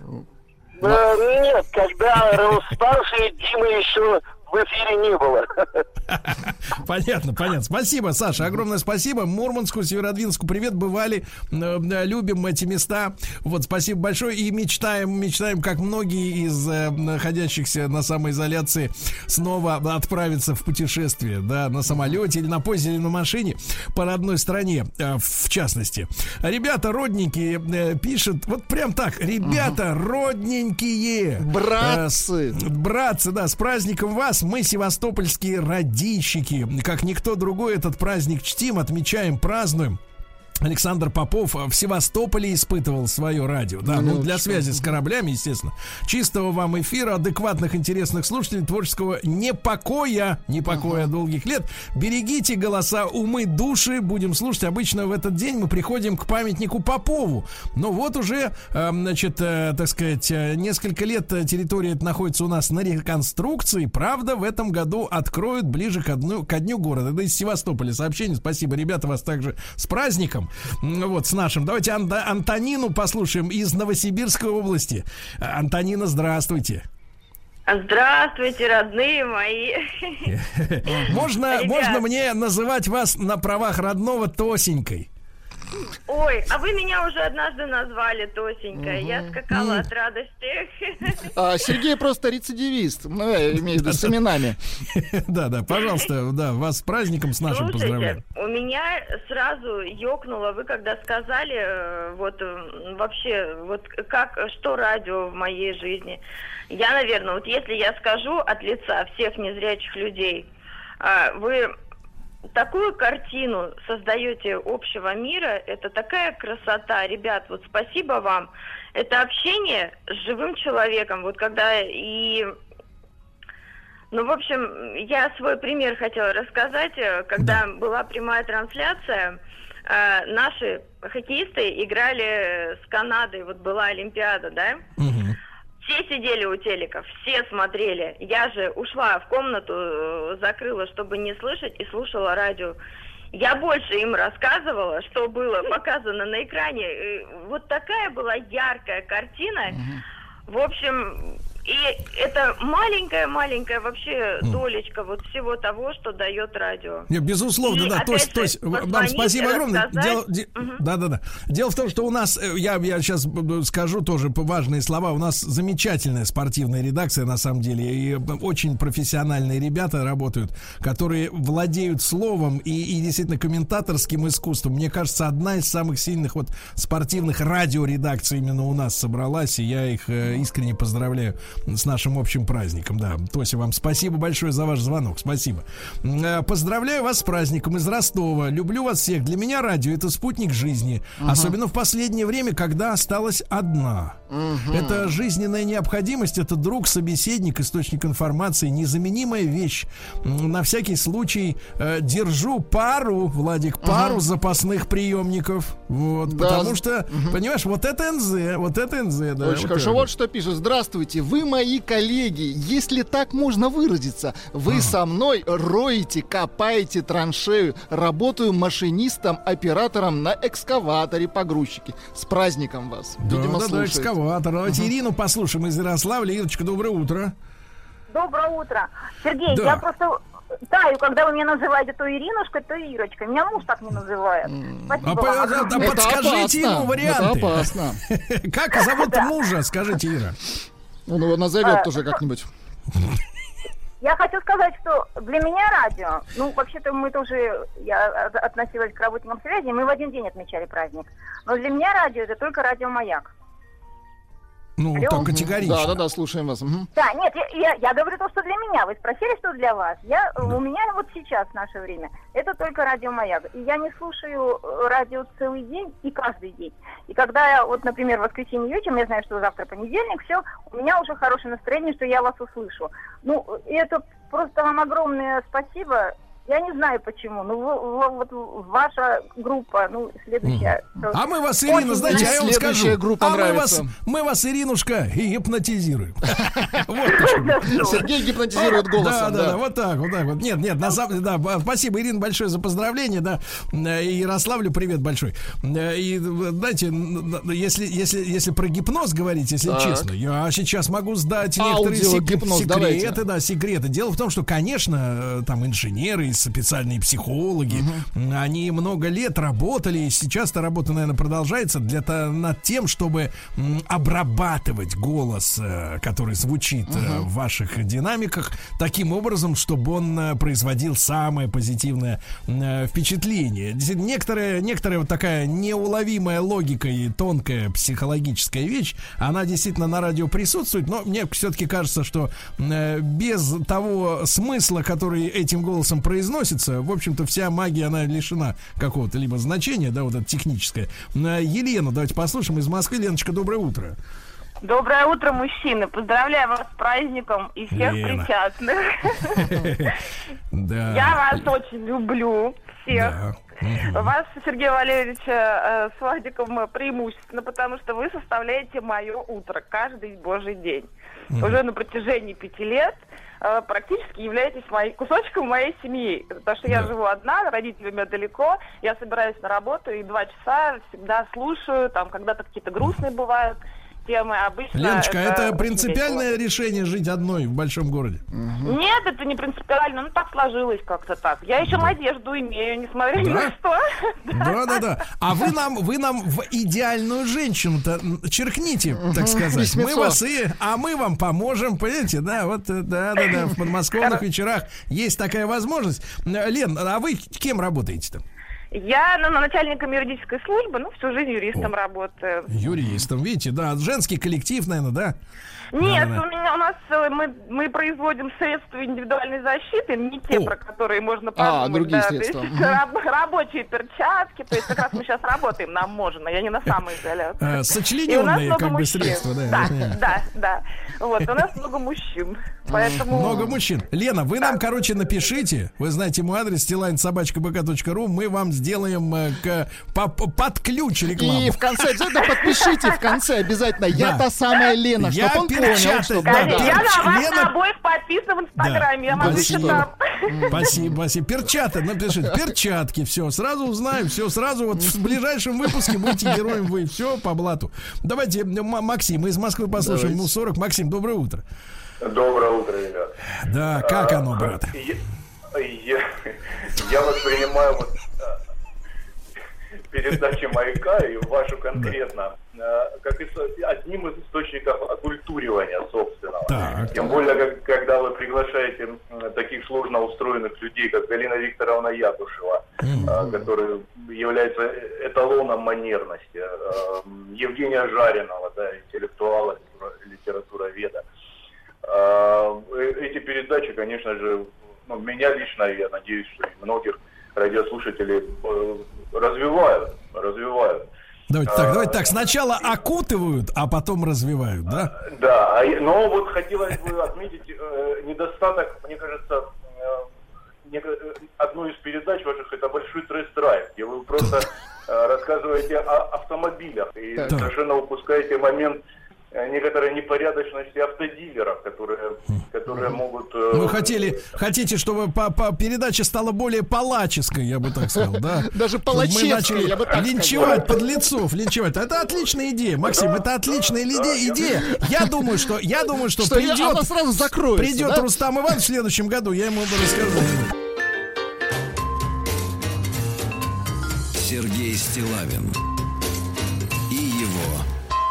Нет, когда рос старший, Дима еще в эфире не было. Понятно. Спасибо, Саша, огромное спасибо. Мурманску, Северодвинску привет, бывали, любим эти места. Вот, спасибо большое. И мечтаем, как многие из находящихся на самоизоляции, снова отправиться в путешествие, да, на самолете или на поезде, или на машине по родной стране, в частности. Ребята родненькие пишут, вот прям так, ребята родненькие. Братцы, да, с праздником вас. Мы, севастопольские радищики, как никто другой, этот праздник чтим, отмечаем, празднуем. Александр Попов в Севастополе испытывал свое радио. Да, для связи с кораблями, естественно. Чистого вам эфира, адекватных, интересных слушателей, творческого непокоя долгих лет. Берегите голоса, умы, души. Будем слушать. Обычно в этот день мы приходим к памятнику Попову. Но вот уже, так сказать, несколько лет территория эта находится у нас на реконструкции. Правда, в этом году откроют ближе ко дню города. Это из Севастополя сообщение. Спасибо, ребята, вас также с праздником. Вот, с нашим. Давайте Антонину послушаем из Новосибирской области. Антонина, здравствуйте. Здравствуйте, родные мои. Можно мне называть вас на правах родного Тосенькой? Ой, а вы меня уже однажды назвали Тосенькой. Я скакала от радости. Сергей просто рецидивист. Я имею в виду с именами. Да, пожалуйста, да, вас с праздником, с нашим поздравляем. У меня сразу ёкнуло, вы когда сказали, вот вообще, вот что радио в моей жизни. Я, наверное, вот если я скажу от лица всех незрячих людей, вы такую картину создаете общего мира, это такая красота, ребят, вот спасибо вам. Это общение с живым человеком, вот когда в общем, я свой пример хотела рассказать, когда была прямая трансляция, наши хоккеисты играли с Канадой, вот была Олимпиада, да? Все сидели у телеков, все смотрели. Я же ушла в комнату, закрыла, чтобы не слышать, и слушала радио. Я больше им рассказывала, что было показано на экране. Вот такая была яркая картина. В общем, и это маленькая вообще долечка вот всего того, что дает радио. Нет, безусловно, и да. То есть вам спасибо огромное. Дело в том, что у нас, я сейчас скажу тоже важные слова, у нас замечательная спортивная редакция, на самом деле, и очень профессиональные ребята работают, которые владеют словом и действительно комментаторским искусством. Мне кажется, одна из самых сильных вот спортивных радиоредакций именно у нас собралась, и я их искренне поздравляю с нашим общим праздником. Да, Тося, вам спасибо большое за ваш звонок. Спасибо. Поздравляю вас с праздником из Ростова. Люблю вас всех. Для меня радио — это спутник жизни. Особенно в последнее время, когда осталась одна. Это жизненная необходимость, это друг, собеседник, источник информации, незаменимая вещь. На всякий случай держу пару запасных приемников. Вот, да. Потому что, понимаешь, вот это НЗ, да. Очень хорошо. Вот что пишет. Здравствуйте. Вы вы мои коллеги, если так можно выразиться. Вы со мной роете, копаете траншею. Работаю машинистом, оператором на экскаваторе, погрузчике. С праздником вас. Видимо, да, экскаватор. Давайте Ирину послушаем из Ярославля. Ирочка, доброе утро. Доброе утро. Сергей, Да. я просто таю, когда вы меня называете то Иринушкой, то Ирочкой. Меня муж так не называет. Спасибо вам. Подскажите ему варианты. Это опасно. Как зовут мужа, скажите, Ира? Он его назовет тоже как-нибудь. Я хочу сказать, что для меня радио, ну, вообще-то мы тоже, я относилась к работникам связи, мы в один день отмечали праздник. Но для меня радио — это только радио «Маяк». Ну, Алло? так категорично. Да, слушаем вас. Да, нет, я говорю то, что для меня. Вы спросили, что для вас. У меня вот сейчас, в наше время, это только радио «Маяк». И я не слушаю радио целый день и каждый день. И когда я, вот, например, в воскресенье вечером, я знаю, что завтра понедельник, все, у меня уже хорошее настроение, что я вас услышу. Ну, и это просто вам огромное спасибо. Я не знаю почему, вот ваша группа, следующая. А мы вас, Ирина, знаете, я вам скажу. Группа мы вас, Иринушка, гипнотизируем. Сергей гипнотизирует голосом. Да, вот так. Нет, на самом деле, да, спасибо, Ирина, большое за поздравление, да. И Ярославлю привет большой. И, знаете, если про гипноз говорить, если честно, я сейчас могу сдать некоторые секреты. Дело в том, что, конечно, там инженеры, специальные психологи, они много лет работали, и сейчас-то работа, наверное, продолжается над тем, чтобы обрабатывать голос, который звучит в ваших динамиках, таким образом, чтобы он производил самое позитивное впечатление. Некоторая вот такая неуловимая логика и тонкая психологическая вещь, она действительно на радио присутствует, но мне все-таки кажется, что без того смысла, который этим голосом произносится, в общем-то, вся магия, она лишена какого-то либо значения, да, вот это техническое. Елену давайте послушаем из Москвы. Леночка, доброе утро. Доброе утро, мужчины. Поздравляю вас с праздником и всех причастных. Я вас очень люблю, всех. Вас, Сергей Валерьевич, с Владиком преимущественно, потому что вы составляете мое утро каждый божий день. Уже на протяжении 5 лет практически являетесь кусочком моей семьи. Потому что я живу одна, родители у меня далеко, я собираюсь на работу и 2 часа всегда слушаю, там когда-то какие-то грустные бывают темы. Обычно Леночка, это принципиальное решение жить одной в большом городе? Нет, это не принципиально, так сложилось как-то так. Я еще надежду имею, несмотря ни на что. Да. А вы нам в идеальную женщину-то черкните, так сказать. Мы вас а мы вам поможем, понимаете, да, вот, да, в подмосковных вечерах есть такая возможность. Лен, а вы кем работаете-то? Я начальником юридической службы, всю жизнь юристом работаю. Юристом, видите, да, женский коллектив, наверное, да? Нет, у нас мы производим средства индивидуальной защиты, не те, про которые можно подумать. Другие средства. Рабочие перчатки, то есть как раз мы сейчас работаем, нам можно, я не на самоизоляции. Сочлененные как бы средства, да. Да. Вот, у нас много мужчин, поэтому... Много мужчин. Лена, вы нам, напишите, вы знаете мой адрес, stiline@bk.ru, мы вам сделаем под ключ рекламу. И в конце, обязательно подпишите в конце обязательно, я та самая Лена, чтобы он понял, что... Я на вас обоих подписан в Инстаграме, я могу еще там. Спасибо. Перчатки, напишите, перчатки, все, сразу узнаем, все, сразу вот в ближайшем выпуске будете героем вы, все по блату. Давайте, Максим, мы из Москвы послушаем, 40. Максим, доброе утро. Доброе утро, ребят. Да, как оно, брат? Я воспринимаю передачи «Маяка» и вашу конкретно как одним из источников оккультуривания собственного. Так. Тем более, когда вы приглашаете таких сложно устроенных людей, как Галина Викторовна Якушева, который является эталоном манерности, Евгения Жаринова, интеллектуала, литературоведа. Эти передачи, конечно же, меня лично, я надеюсь, что и многих радиослушателей развивают. Давайте так. Сначала окутывают, а потом развивают, да? Да, но вот хотелось бы отметить недостаток, мне кажется, одной из передач ваших — это «Большой тест-драйв», где вы просто рассказываете о автомобилях и совершенно упускаете момент некоторой непорядочности автодилеров, которые могут... Вы хотите, чтобы передача стала более палаческой, я бы так сказал, да? Даже палачевской, я бы так сказал. Линчевать подлецов, линчевать. Это отличная идея, Максим, это отличная идея. Я думаю, что придет Рустам Иванович в следующем году, я ему расскажу. Сергей Стиллавин и его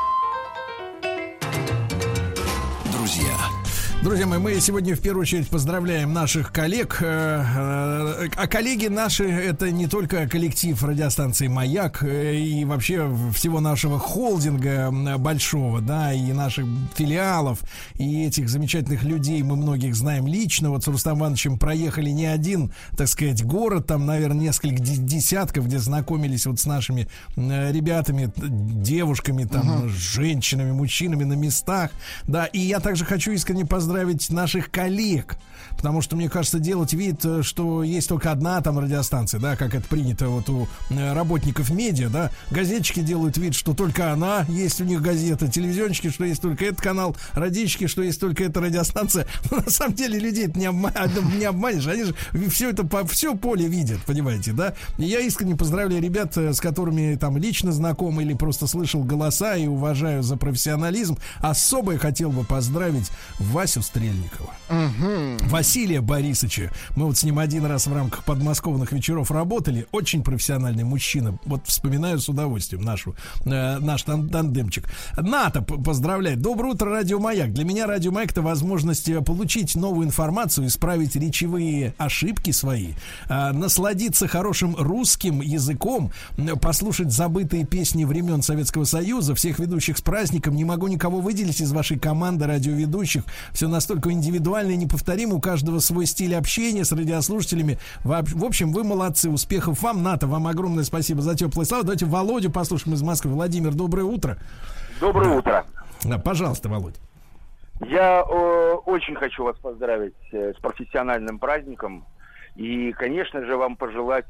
друзья. Друзья мои, мы сегодня в первую очередь поздравляем наших коллег. А коллеги наши — это не только коллектив радиостанции «Маяк» и вообще всего нашего холдинга большого, да, и наших филиалов, и этих замечательных людей мы многих знаем лично. Вот с Рустамом Ивановичем проехали не один, так сказать, город, там, наверное, несколько десятков, где знакомились вот с нашими ребятами, девушками, там, женщинами, мужчинами на местах, да, и я также хочу искренне поздравить наших коллег, потому что, мне кажется, делать вид, что есть только одна там радиостанция, да, как это принято вот у работников медиа, да, газетчики делают вид, что только она, есть у них газета, телевизионщики, что есть только этот канал, радищики, что есть только эта радиостанция. Но на самом деле людей не обманешь, они же все поле видят, понимаете, да. И я искренне поздравляю ребят, с которыми там лично знаком или просто слышал голоса и уважаю за профессионализм. Особо я хотел бы поздравить Васю Стрельникова, Василия Борисовича. Мы вот с ним один раз в рамках подмосковных вечеров работали. Очень профессиональный мужчина. Вот вспоминаю с удовольствием наш тандемчик. Ната поздравляет. Доброе утро, Радио Маяк. Для меня Радио Маяк — это возможность получить новую информацию, исправить речевые ошибки свои, насладиться хорошим русским языком, послушать забытые песни времен Советского Союза. Всех ведущих с праздником. Не могу никого выделить из вашей команды радиоведущих. Все настолько индивидуально и неповторимо, у каждого свой стиль общения с радиослушателями. В общем, вы молодцы, успехов вам, Ната, вам огромное спасибо за теплые слова. Давайте Володю послушаем из Москвы. Владимир, доброе утро. Доброе утро. Да, пожалуйста, Володь. Я очень хочу вас поздравить с профессиональным праздником и, конечно же, вам пожелать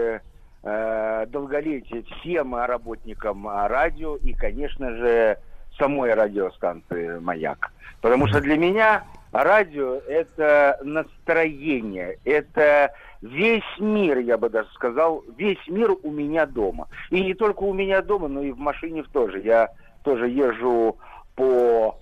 долголетия всем работникам радио и, конечно же, самой радиостанции «Маяк». Потому что для меня радио – это настроение, это весь мир, я бы даже сказал, весь мир у меня дома. И не только у меня дома, но и в машине тоже. Я тоже езжу по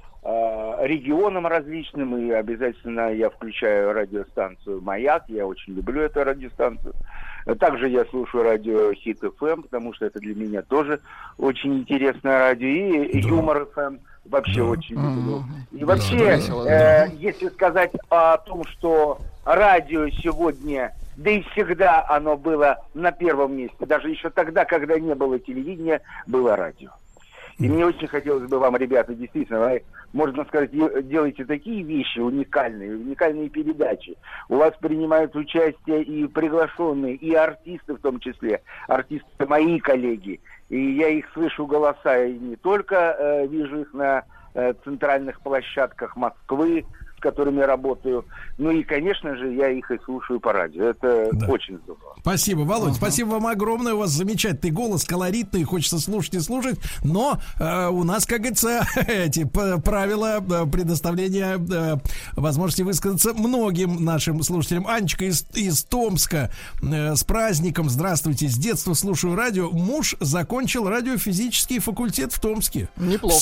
регионам различным, и обязательно я включаю радиостанцию «Маяк». Я очень люблю эту радиостанцию. Также я слушаю радио Хит ФМ, потому что это для меня тоже очень интересное радио. И Юмор ФМ вообще очень люблю. И вообще, если сказать о том, что радио сегодня, да и всегда оно было на первом месте, даже еще тогда, когда не было телевидения, было радио. И мне очень хотелось бы вам, ребята, действительно, можно сказать, делайте такие вещи уникальные передачи. У вас принимают участие и приглашенные, и артисты в том числе, артисты мои коллеги. И я их слышу голоса, и не только вижу их на центральных площадках Москвы, с которыми я работаю. Ну и, конечно же, я их и слушаю по радио. Это очень здорово. Спасибо, Володь. Спасибо вам огромное. У вас замечательный голос, колоритный, хочется слушать и слушать. Но у нас, как говорится, эти правила предоставления возможности высказаться многим нашим слушателям. Анечка из Томска с праздником. Здравствуйте. С детства слушаю радио. Муж закончил радиофизический факультет в Томске. Неплохо.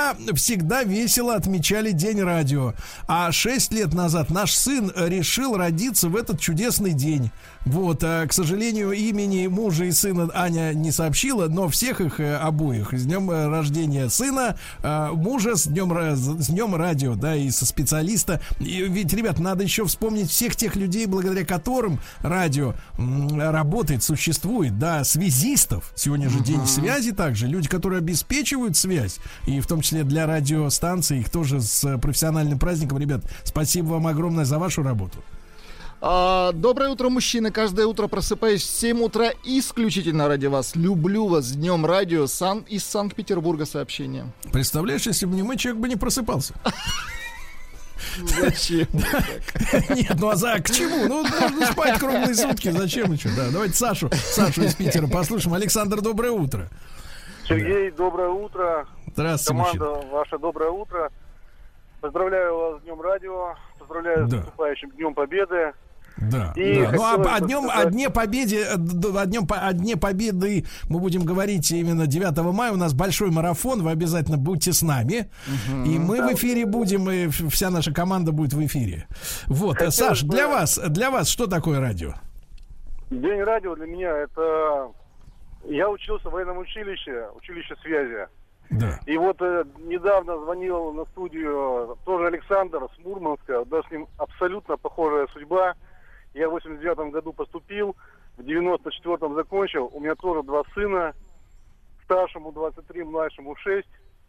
Всегда весело отмечали День радио. А 6 лет назад наш сын решил родиться в этот чудесный день. Вот, к сожалению, имени мужа и сына Аня не сообщила, но всех их обоих с днем рождения сына, мужа с днем радио, да, и со специалиста. И ведь, ребят, надо еще вспомнить всех тех людей, благодаря которым радио работает, существует, да, связистов. Сегодня же день связи также. Люди, которые обеспечивают связь, и в том числе для радиостанций, их тоже с профессиональным праздником. Ребят, спасибо вам огромное за вашу работу. Доброе утро, мужчины. Каждое утро просыпаюсь в 7 утра исключительно ради вас. Люблю вас. С днем радио. Из Санкт-Петербурга сообщение. Представляешь, если бы не мы, человек бы не просыпался. Зачем? Нет, ну а к чему? Ну, нужно спать круглые сутки. Зачем еще? Да, давайте Сашу из Питера послушаем. Александр, доброе утро. Сергей, доброе утро. Здравствуйте, команда, мужчина. ваше доброе утро. Поздравляю вас с Днем Радио. Поздравляю с наступающим Днем Победы. Да. И Ну, о Дне Победы мы будем говорить именно 9 мая. У нас большой марафон. Вы обязательно будьте с нами. И мы в эфире будем, и вся наша команда будет в эфире. Вот, Саш, для вас что такое радио? День радио для меня это... Я учился в военном училище связи. Да. И вот недавно звонил на студию тоже Александр с Мурманска. Да, с ним абсолютно похожая судьба. Я в 89-м году поступил, в 94-м закончил. У меня тоже 2 сына. Старшему 23, младшему 6.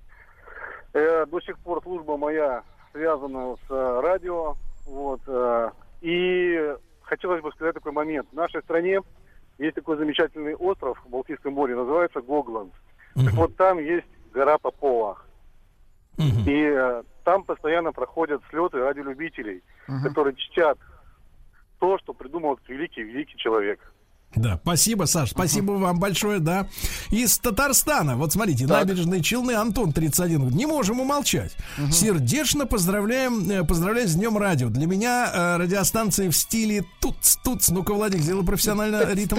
До сих пор служба моя связана с радио. Вот. И хотелось бы сказать такой момент. В нашей стране есть такой замечательный остров в Балтийском море, называется Гогланд. Так вот, там есть гора Попова. И там постоянно проходят слеты радиолюбителей, которые чтят то, что придумал великий человек. Да, спасибо, Саш, спасибо вам большое, да. Из Татарстана, вот смотрите, Набережные Челны, Антон 31, не можем умолчать. Сердечно поздравляю с Днем радио. Для меня радиостанции в стиле туц-туц. Ну-ка, Владик, сделай профессионально ритм.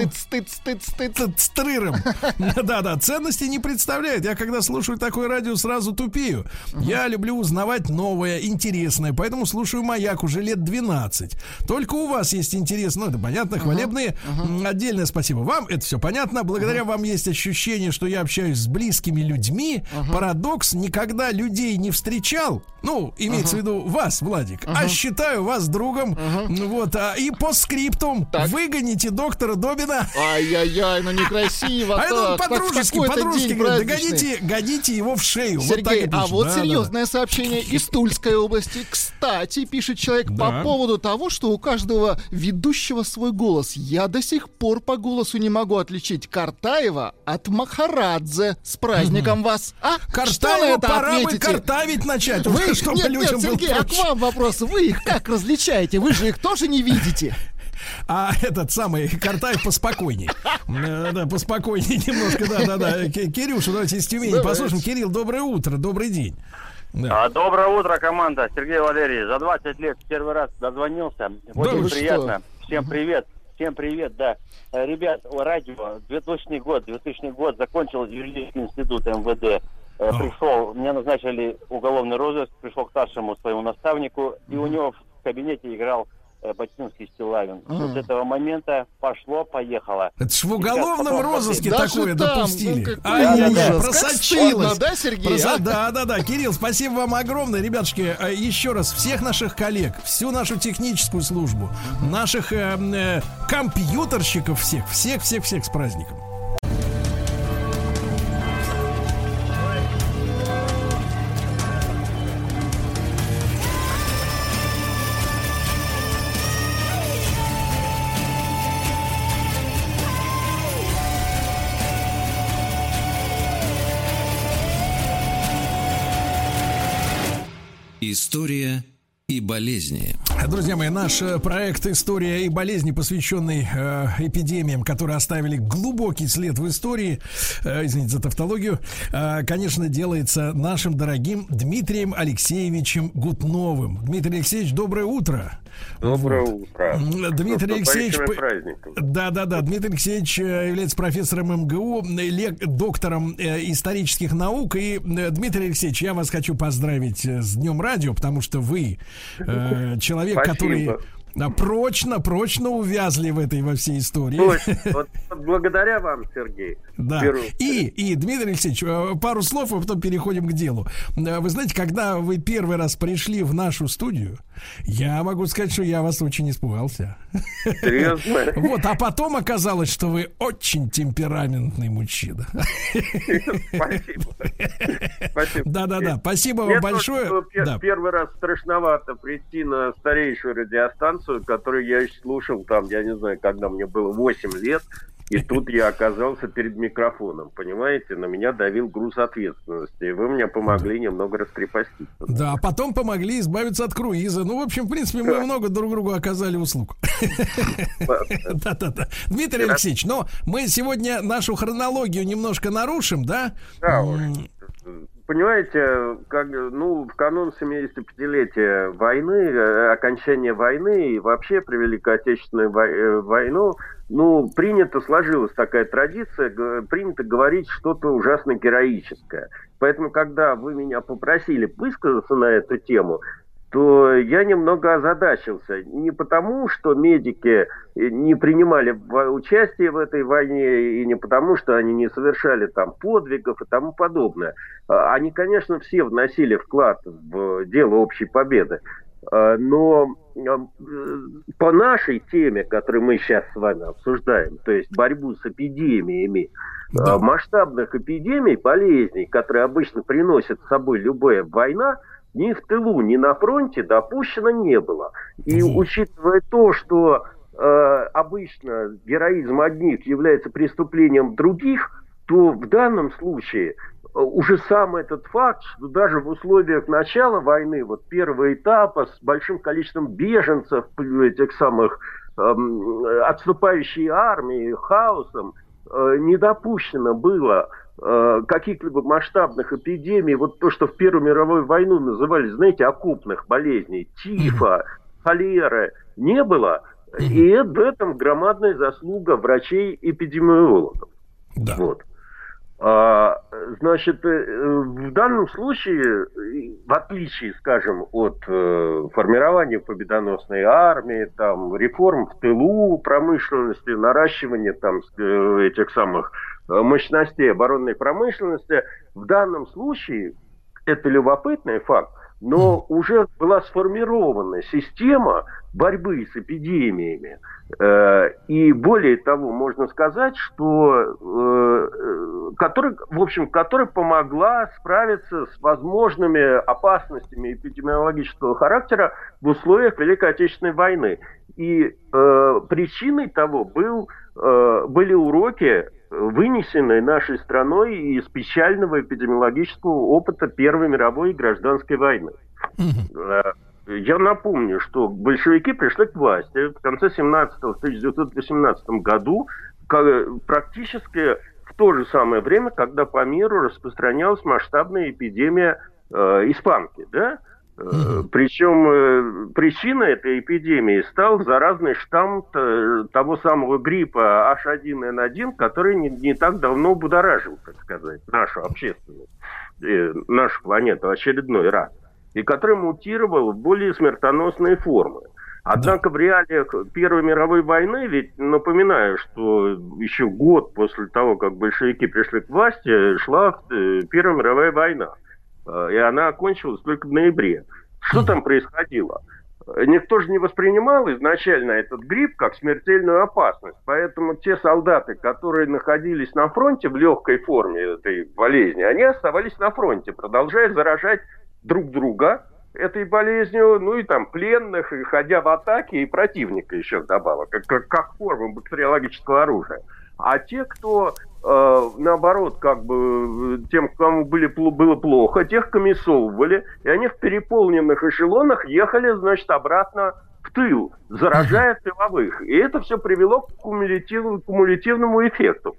Тыц-тырым. Да-да, ценности не представляет. Я когда слушаю такое радио, сразу тупею. Я люблю узнавать новое, интересное, поэтому слушаю «Маяк» уже лет 12. Только у вас есть интерес, ну, это понятно, хвалебные. Отдельное спасибо вам, это все понятно. Благодаря вам есть ощущение, что я общаюсь с близкими людьми. Парадокс, никогда людей не встречал. Ну, имеется в виду вас, Владик, а считаю вас другом. Вот, и по скриптум выгоните доктора Добина. Ай-яй-яй, ну некрасиво. А это подружески говорят, да годите его в шею. Сергей, вот а вот серьезное сообщение из Тульской области. Кстати, пишет человек по поводу того, что у каждого ведущего свой голос. Я до сих пор по голосу не могу отличить Картаева от Махарадзе. С праздником вас! А? Картаеву пора бы картавить начать. Вы, нет, Сергей, а к вам вопрос. Вы их как различаете? Вы же их тоже не видите. А этот самый Картаев поспокойней. Да, поспокойней немножко, да. Кирюша, давайте из Тюмени послушаем. Кирилл, доброе утро, добрый день. Да. Доброе утро, команда. Сергей Валерьевич, за 20 лет первый раз дозвонился. Очень приятно. Всем привет. Всем привет, да. Ребят, радио, 2000 год, закончил юридический институт МВД. Пришел, меня назначили уголовный розыск, пришел к старшему своему наставнику, и у него в кабинете играл Батинский Стилавин. С этого момента пошло-поехало. Это ж в уголовном розыске такое допустили. Просочилось. Да, Сергей? Да. Кирилл, спасибо вам огромное. Ребятушки, еще раз всех наших коллег, всю нашу техническую службу, наших компьютерщиков всех с праздником. История и болезни. Друзья мои, наш проект «История и болезни», посвященный эпидемиям, которые оставили глубокий след в истории, извините за тавтологию, конечно, делается нашим дорогим Дмитрием Алексеевичем Гутновым. Дмитрий Алексеевич, доброе утро. Доброе утро. Дмитрий Алексеевич, да, Дмитрий Алексеевич является профессором МГУ, доктором исторических наук. И, Дмитрий Алексеевич, я вас хочу поздравить с Днем радио, потому что вы человек, Спасибо. который прочно увязли во всей истории. Вот благодаря вам, Сергей. Да. И, Дмитрий Алексеевич, пару слов, а потом переходим к делу. Вы знаете, когда вы первый раз пришли в нашу студию, я могу сказать, что я вас очень испугался. Серьезно? Вот, а потом оказалось, что вы очень темпераментный мужчина. Спасибо. Да. Спасибо вам большое. Первый раз страшновато прийти на старейшую радиостанцию, которую я слушал там, я не знаю, когда мне было 8 лет. И тут я оказался перед микрофоном, понимаете? На меня давил груз ответственности. И вы мне помогли немного раскрепоститься. Да, потом помогли избавиться от круиза. Ну, в общем, в принципе, мы много друг другу оказали услуг. Да. Дмитрий Алексеевич, но мы сегодня нашу хронологию немножко нарушим, да? Да, понимаете, в канун 75-летия войны, окончания войны и вообще про Великую Отечественную войну, сложилась такая традиция, принято говорить что-то ужасно героическое. Поэтому, когда вы меня попросили высказаться на эту тему, то я немного озадачился. Не потому, что медики не принимали участие в этой войне, и не потому, что они не совершали там подвигов и тому подобное. Они, конечно, все вносили вклад в дело общей победы. Но по нашей теме, которую мы сейчас с вами обсуждаем, то есть борьбу с эпидемиями, масштабных эпидемий, болезней, которые обычно приносит с собой любая война, ни в тылу, ни на фронте допущено не было. И учитывая то, что обычно героизм одних является преступлением других, то в данном случае уже сам этот факт, что даже в условиях начала войны, первого этапа с большим количеством беженцев, этих самых отступающей армии, хаосом, не допущено было каких-либо масштабных эпидемий, то, что в Первую мировую войну называли, знаете, окопных болезней, тифа, холеры, не было. И в этом громадная заслуга врачей-эпидемиологов. Да. Значит, в данном случае, в отличие, скажем, от формирования победоносной армии, реформ в тылу промышленности, наращивания этих самых мощностей оборонной промышленности, в данном случае, это любопытный факт, но уже была сформирована система борьбы с эпидемиями. И более того, можно сказать, что которая помогла справиться с возможными опасностями эпидемиологического характера в условиях Великой Отечественной войны. И причиной того были уроки, вынесенные нашей страной из печального эпидемиологического опыта Первой мировой и гражданской войны. Я напомню, что большевики пришли к власти в конце 1918 году, практически в то же самое время, когда по миру распространялась масштабная эпидемия испанки, да? Причем причиной этой эпидемии стал заразный штамм того самого гриппа H1N1, который не так давно будоражил, так сказать, нашу общественность, нашу планету очередной раз, и который мутировал в более смертоносные формы. Однако в реалиях Первой мировой войны, ведь напоминаю, что еще год после того, как большевики пришли к власти, шла Первая мировая война. И она окончилась только в ноябре. Что там происходило? Никто же не воспринимал изначально этот грипп как смертельную опасность. Поэтому те солдаты, которые находились на фронте в легкой форме этой болезни, они оставались на фронте, продолжая заражать друг друга этой болезнью, пленных, и ходя в атаки, и противника еще вдобавок, как форма бактериологического оружия. А те, кто, наоборот, тем, кому было плохо, тех комиссовывали, и они в переполненных эшелонах ехали, обратно в тыл, заражая тыловых. И это все привело к кумулятивному эффекту,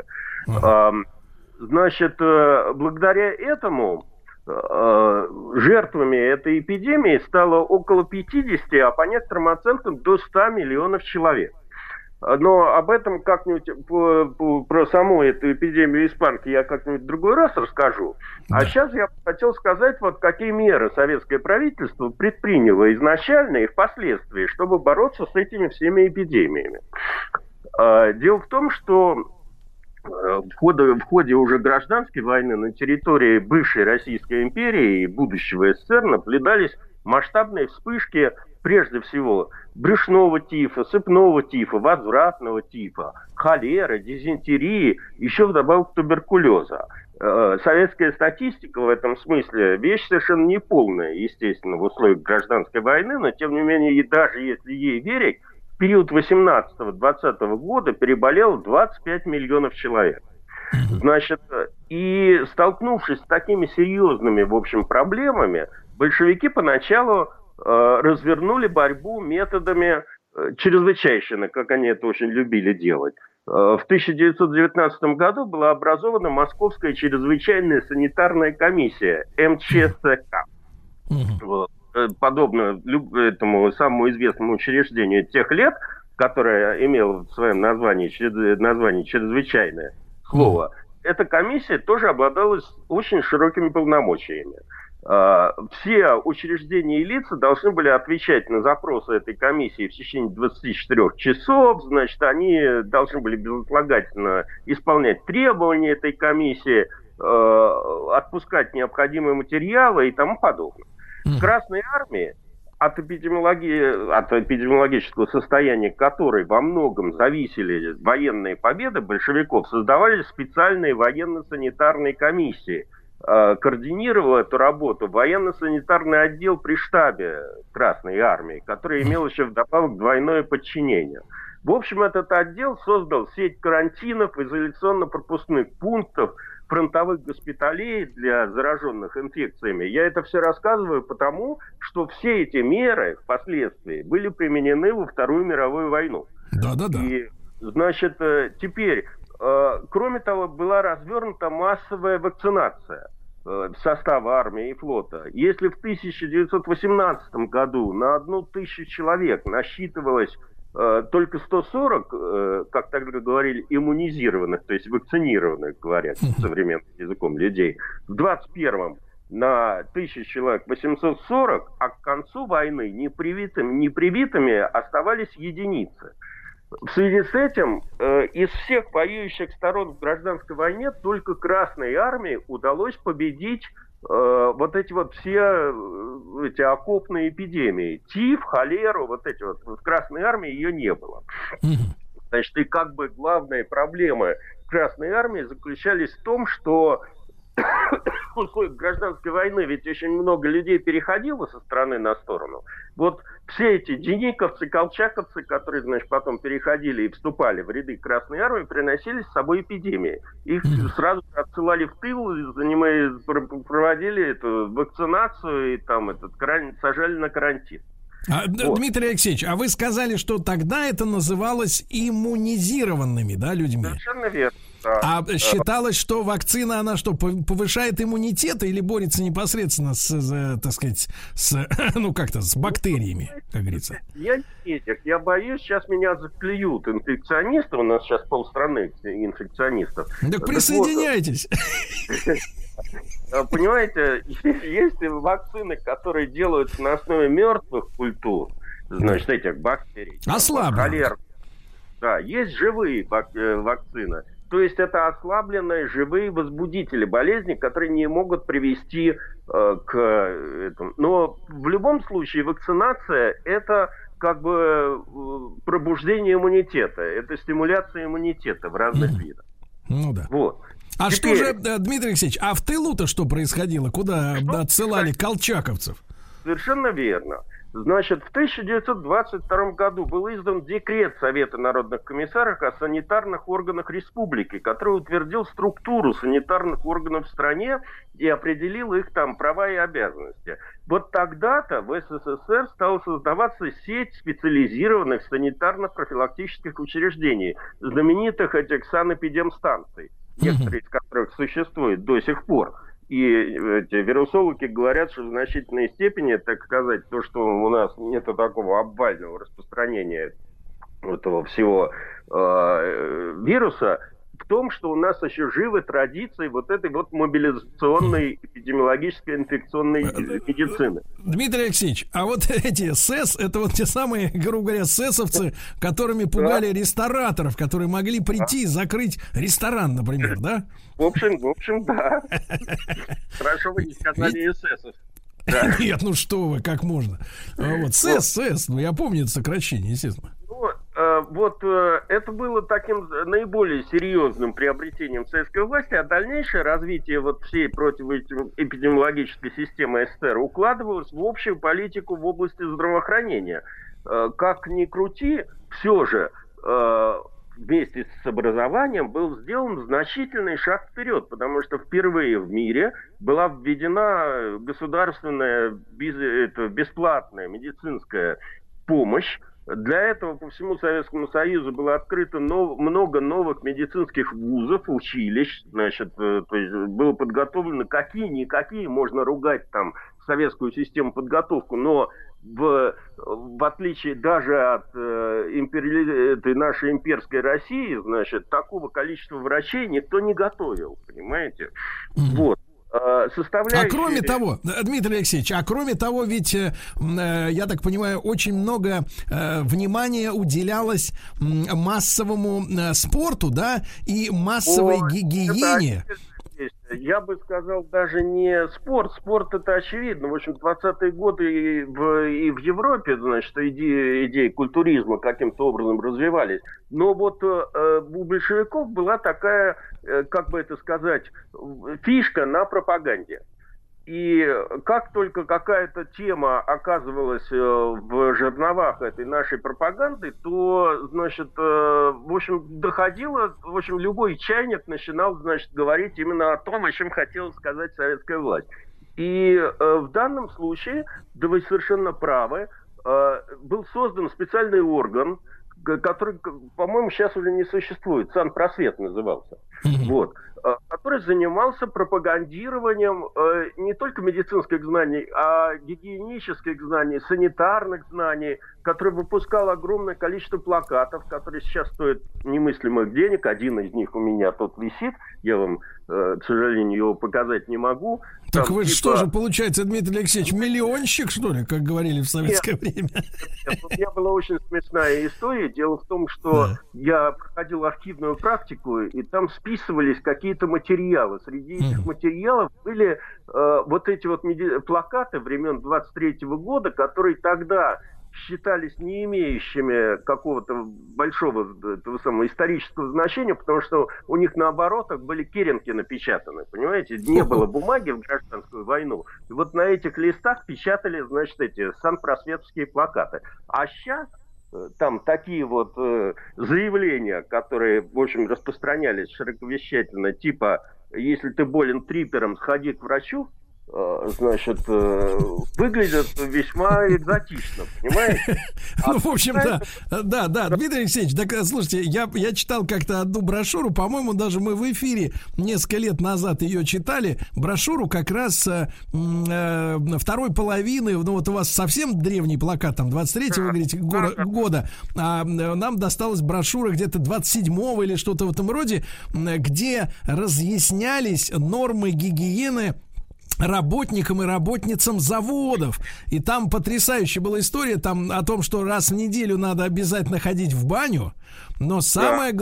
благодаря этому жертвами этой эпидемии стало около 50, а по некоторым оценкам до 100 миллионов человек. Но об этом как-нибудь, про саму эту эпидемию испанки я как-нибудь в другой раз расскажу. А сейчас я хотел сказать, какие меры советское правительство предприняло изначально и впоследствии, чтобы бороться с этими всеми эпидемиями. Дело в том, что в ходе уже гражданской войны на территории бывшей Российской империи и будущего СССР наблюдались масштабные вспышки, прежде всего, брюшного тифа, сыпного тифа, возвратного тифа, холеры, дизентерии, еще вдобавок туберкулеза. Советская статистика в этом смысле вещь совершенно неполная, естественно, в условиях гражданской войны, но тем не менее, и даже если ей верить, в период 18-20 года переболело 25 миллионов человек. И столкнувшись с такими серьезными, проблемами, большевики поначалу развернули борьбу методами чрезвычайщина, как они это очень любили делать. В 1919 году была образована Московская чрезвычайная санитарная комиссия МЧСК. Вот. Подобно этому самому известному учреждению тех лет, которое имело в своем названии чрезвычайное слово, эта комиссия тоже обладала очень широкими полномочиями. Все учреждения и лица должны были отвечать на запросы этой комиссии в течение 24 часов. Значит, они должны были безотлагательно исполнять требования этой комиссии, отпускать необходимые материалы и тому подобное. В Красной армии от эпидемиологического состояния которой во многом зависели военные победы большевиков, создавались специальные военно-санитарные комиссии. Координировал эту работу военно-санитарный отдел при штабе Красной армии, который имел еще вдобавок двойное подчинение. В общем, этот отдел создал сеть карантинов, изоляционно-пропускных пунктов, фронтовых госпиталей для зараженных инфекциями. Я это все рассказываю потому, что все эти меры впоследствии были применены во Вторую мировую войну. Да-да-да. И, значит, теперь, кроме того, была развернута массовая вакцинация состава армии и флота. Если в 1918 году на 1000 человек насчитывалось только 140, как тогда говорили, иммунизированных, то есть вакцинированных, говорят современным языком людей, в 21-м на 1000 человек 840, а к концу войны непривитыми оставались единицы. В связи с этим из всех воюющих сторон в гражданской войне только Красной армии удалось победить вот эти вот все эти окопные эпидемии. Тиф, холеру, вот эти вот. В Красной армии ее не было. Значит, и как бы главные проблемы Красной армии заключались в том, что в условиях гражданской войны ведь очень много людей переходило со стороны на сторону. Вот все эти дениковцы, колчаковцы, которые, значит, потом переходили и вступали в ряды Красной армии, приносили с собой эпидемии. Их сразу отсылали в тыл, проводили эту вакцинацию и там сажали на карантин. Вот. Дмитрий Алексеевич, а вы сказали, что тогда это называлось иммунизированными, да, людьми? Совершенно верно. Да. А считалось, что вакцина, она что, повышает иммунитет или борется непосредственно так сказать, с бактериями, как говорится? Я не медик, я боюсь, сейчас меня заклюют инфекционисты, у нас сейчас полстраны инфекционистов. Так присоединяйтесь. Понимаете, есть вакцины, которые делаются на основе мертвых культур, значит, этих бактерий. Ослабленных. Да, есть живые вакцины. То есть это ослабленные живые возбудители болезни, которые не могут привести к этому. Но в любом случае вакцинация – это как бы пробуждение иммунитета, это стимуляция иммунитета в разных видах. Ну да. Вот. А теперь... что же, Дмитрий Алексеевич, а в тылу-то что происходило? Куда отсылали колчаковцев? Совершенно верно. Значит, в 1922 году был издан декрет Совета народных комиссаров о санитарных органах республики, который утвердил структуру санитарных органов в стране и определил их там права и обязанности. Вот тогда-то в СССР стала создаваться сеть специализированных санитарно-профилактических учреждений, знаменитых этих санэпидемстанций, некоторые из которых существуют до сих пор. И эти вирусологи говорят, что в значительной степени, так сказать, то, что у нас нет такого обвального распространения этого всего вируса, в том, что у нас еще живы традиции вот этой вот мобилизационной эпидемиологической инфекционной медицины. Дмитрий Алексеевич, а вот эти СЭС, это вот те самые, грубо говоря, СЭСовцы, которыми пугали рестораторов, которые могли прийти и закрыть ресторан, например, да? В общем, да. Хорошо вы не сказали эсэсов. Да. Нет, ну что вы, как можно? Вот, СЭС, ну я помню это сокращение, естественно. Вот это было таким наиболее серьезным приобретением советской власти, а дальнейшее развитие вот всей противоэпидемиологической системы СССР укладывалось в общую политику в области здравоохранения. Как ни крути, все же вместе с образованием был сделан значительный шаг вперед, потому что впервые в мире была введена государственная бесплатная медицинская помощь Для этого по всему Советскому Союзу было открыто много новых медицинских вузов, училищ, значит, то есть было подготовлено какие-никакие, можно ругать там советскую систему подготовку, но в отличие даже от этой нашей имперской России, значит, такого количества врачей никто не готовил, понимаете? Вот. А кроме того, Дмитрий Алексеевич, ведь, я так понимаю, очень много внимания уделялось массовому спорту, да, и массовой гигиене. Я бы сказал, даже не спорт. Спорт — это очевидно. В общем, 20-е годы и в Европе, значит, идеи культуризма каким-то образом развивались. Но вот у большевиков была такая, как бы это сказать, фишка на пропаганде. И как только какая-то тема оказывалась в жерновах этой нашей пропаганды, то, значит, в общем, доходило, в общем, любой чайник начинал, значит, говорить именно о том, о чем хотела сказать советская власть. И в данном случае, да вы совершенно правы, был создан специальный орган, который, по-моему, сейчас уже не существует, Санпросвет назывался, вот, который занимался пропагандированием не только медицинских знаний, а гигиенических знаний, санитарных знаний, который выпускал огромное количество плакатов, которые сейчас стоят немыслимых денег. Один из них у меня тут висит, я вам, к сожалению, его показать не могу. Так там, вы что же, получается, Дмитрий Алексеевич, миллионщик, что ли, как говорили в советское время? Нет, у меня была очень смешная история. Дело в том, что я проходил архивную практику, и там списывались какие-то материалы. Среди этих материалов были вот эти вот плакаты времен 23-го года, которые тогда считались не имеющими какого-то большого исторического значения, потому что у них на оборотах были керенки напечатаны, понимаете? Не было бумаги в гражданскую войну. И вот на этих листах печатали, значит, эти санпросветские плакаты. А сейчас там такие вот заявления, которые, в общем, распространялись широковещательно, типа, если ты болен трипером, сходи к врачу, значит, выглядят весьма экзотично, понимаете? Ну, в общем, да, Дмитрий Алексеевич, так, слушайте, я читал как-то одну брошюру, по-моему, даже мы в эфире несколько лет назад ее читали, брошюру как раз второй половины, ну, вот у вас совсем древний плакат, там, 23-го, вы говорите, года, а нам досталась брошюра где-то 27-го или что-то в этом роде, где разъяснялись нормы гигиены работникам и работницам заводов. И там потрясающая была история там о том, что раз в неделю надо обязательно ходить в баню. Но самое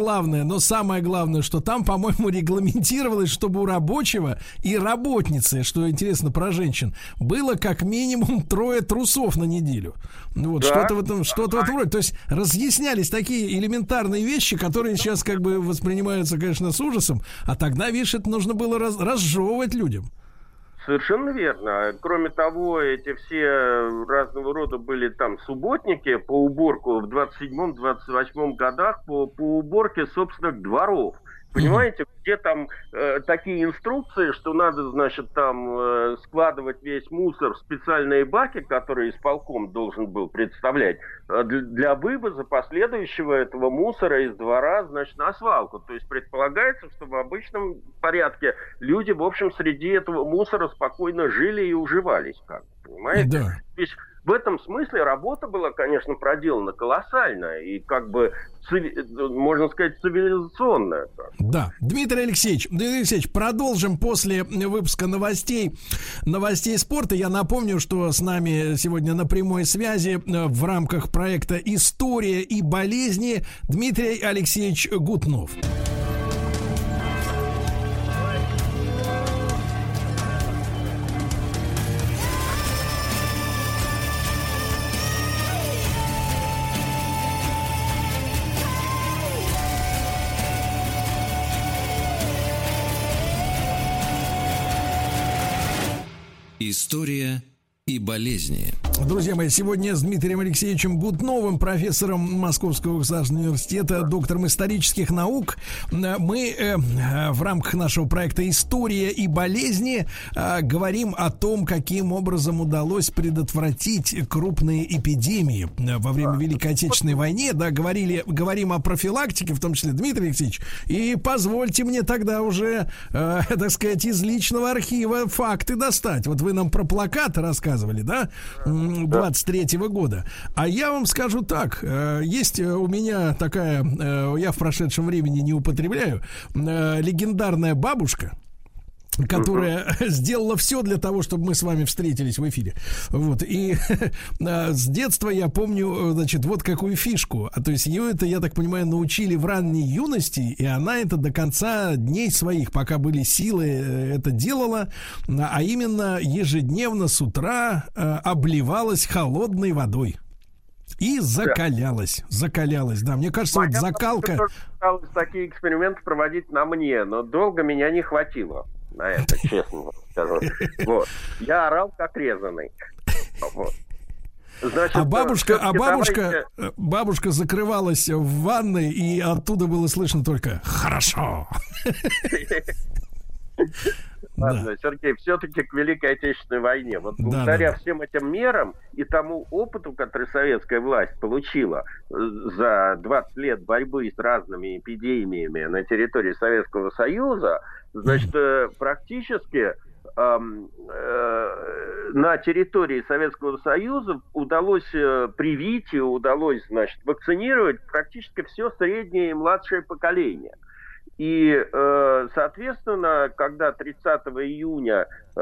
главное, что там, по-моему, регламентировалось, чтобы у рабочего и работницы, что интересно про женщин, было как минимум 3 трусов на неделю. Вот, что-то в этом роде. То есть разъяснялись такие элементарные вещи, которые сейчас как бы воспринимаются, конечно, с ужасом. А тогда, видишь, это нужно было разжевывать людям. Совершенно верно. Кроме того, эти все разного рода были там субботники по уборку в 27-28 годах по уборке собственных дворов. Понимаете, где там такие инструкции, что надо, значит, там складывать весь мусор в специальные баки, которые исполком должен был представлять, для вывоза последующего этого мусора из двора, значит, на свалку. То есть предполагается, что в обычном порядке люди, в общем, среди этого мусора спокойно жили и уживались, как, понимаете? Да. То есть в этом смысле работа была, конечно, проделана колоссальная и, как бы, можно сказать, цивилизационная. Да. Дмитрий Алексеевич, продолжим после выпуска новостей спорта. Я напомню, что с нами сегодня на прямой связи в рамках проекта «История и болезни» Дмитрий Алексеевич Гутнов. История и болезни. Друзья мои, сегодня с Дмитрием Алексеевичем Гутновым, профессором Московского государственного университета, доктором исторических наук, мы в рамках нашего проекта «История и болезни» говорим о том, каким образом удалось предотвратить крупные эпидемии во время Великой Отечественной войны. Да, говорим о профилактике, в том числе, Дмитрий Алексеевич. И позвольте мне тогда уже, так сказать, из личного архива факты достать. Вот вы нам про плакаты рассказывали, да? 23-го года. А я вам скажу так, есть у меня такая, я в прошедшем времени не употребляю, легендарная бабушка, которая сделала все для того, чтобы мы с вами встретились в эфире. Вот. И с детства я помню, значит, вот какую фишку. То есть ее это, я так понимаю, научили в ранней юности, и она это до конца дней своих, пока были силы, это делала, а именно ежедневно с утра обливалась холодной водой. И закалялась. Да, мне кажется, вот закалка... Такие эксперименты проводить на мне, но долго меня не хватило на это, честно скажу. Вот. Я орал как резаный. Вот. Значит, бабушка закрывалась в ванной, и оттуда было слышно только «хорошо». Ладно, Сергей, все-таки к Великой Отечественной войне. Вот благодаря всем этим мерам и тому опыту, который советская власть получила за 20 лет борьбы с разными эпидемиями на территории Советского Союза, значит, практически на территории Советского Союза удалось привить и удалось, значит, вакцинировать практически все среднее и младшее поколение. И, соответственно, когда 30 июня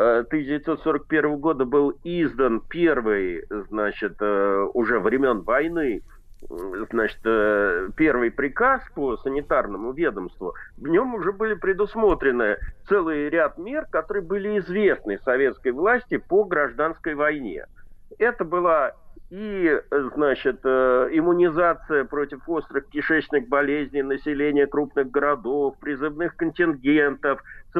1941 года был издан первый, значит, уже времен войны, значит, первый приказ по санитарному ведомству, в нем уже были предусмотрены целый ряд мер, которые были известны советской власти по гражданской войне. Это была и, значит, иммунизация против острых кишечных болезней населения крупных городов, призывных контингентов,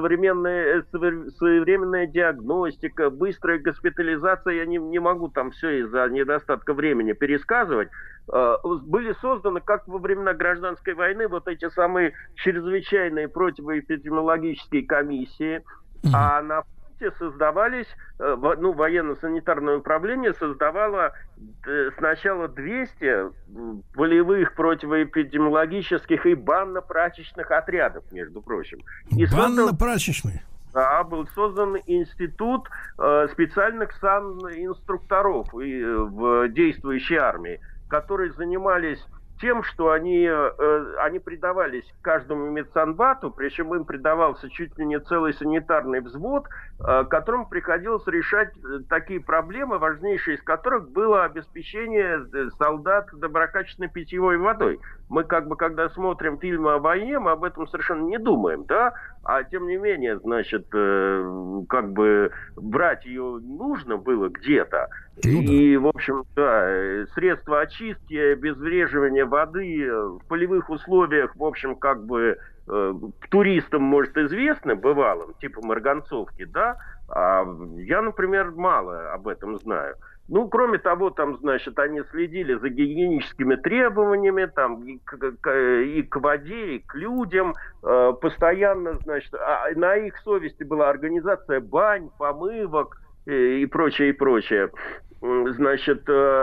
своевременная диагностика, быстрая госпитализация. Я не могу там все из-за недостатка времени пересказывать. Были созданы, как во времена гражданской войны, вот эти самые чрезвычайные противоэпидемиологические комиссии, а на создавались, ну, военно-санитарное управление создавало сначала 200 полевых противоэпидемиологических и банно-прачечных отрядов, между прочим. Банно-прачечные? Да, был создан институт специальных санинструкторов в действующей армии, которые занимались тем, что они придавались каждому медсанбату, причем им придавался чуть ли не целый санитарный взвод, которому приходилось решать такие проблемы, важнейшие из которых было обеспечение солдат доброкачественной питьевой водой. Мы как бы, когда смотрим фильмы о войне, мы об этом совершенно не думаем, да? А тем не менее, значит, как бы брать ее нужно было где-то. И, в общем, да, средства очистки, обезвреживания воды в полевых условиях, в общем, как бы туристам, может, известно, бывалым, типа Марганцовки, да? А я, например, мало об этом знаю. Ну, кроме того, там, значит, они следили за гигиеническими требованиями, там, и к воде, и к людям, постоянно, значит, на их совести была организация бань, помывок и прочее, и прочее. Значит,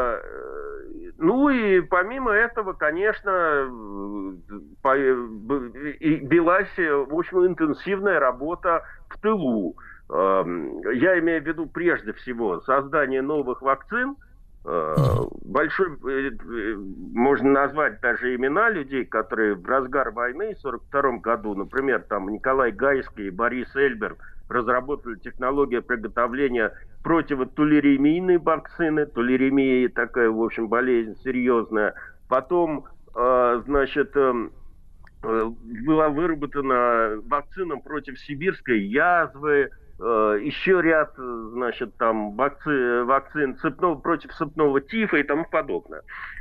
ну и помимо этого, конечно, велась, в общем, интенсивная работа в тылу. Я имею в виду прежде всего создание новых вакцин. Большой, можно назвать даже имена людей, которые в разгар войны в 1942 году, например, там Николай Гайский и Борис Эльберг, разработали технологию приготовления противотулеремийной вакцины. Тулеремия такая, в общем, болезнь серьезная. Потом, значит, была выработана вакцина против сибирской язвы, еще ряд, значит, там вакцин против цепного тифа и тому подобное.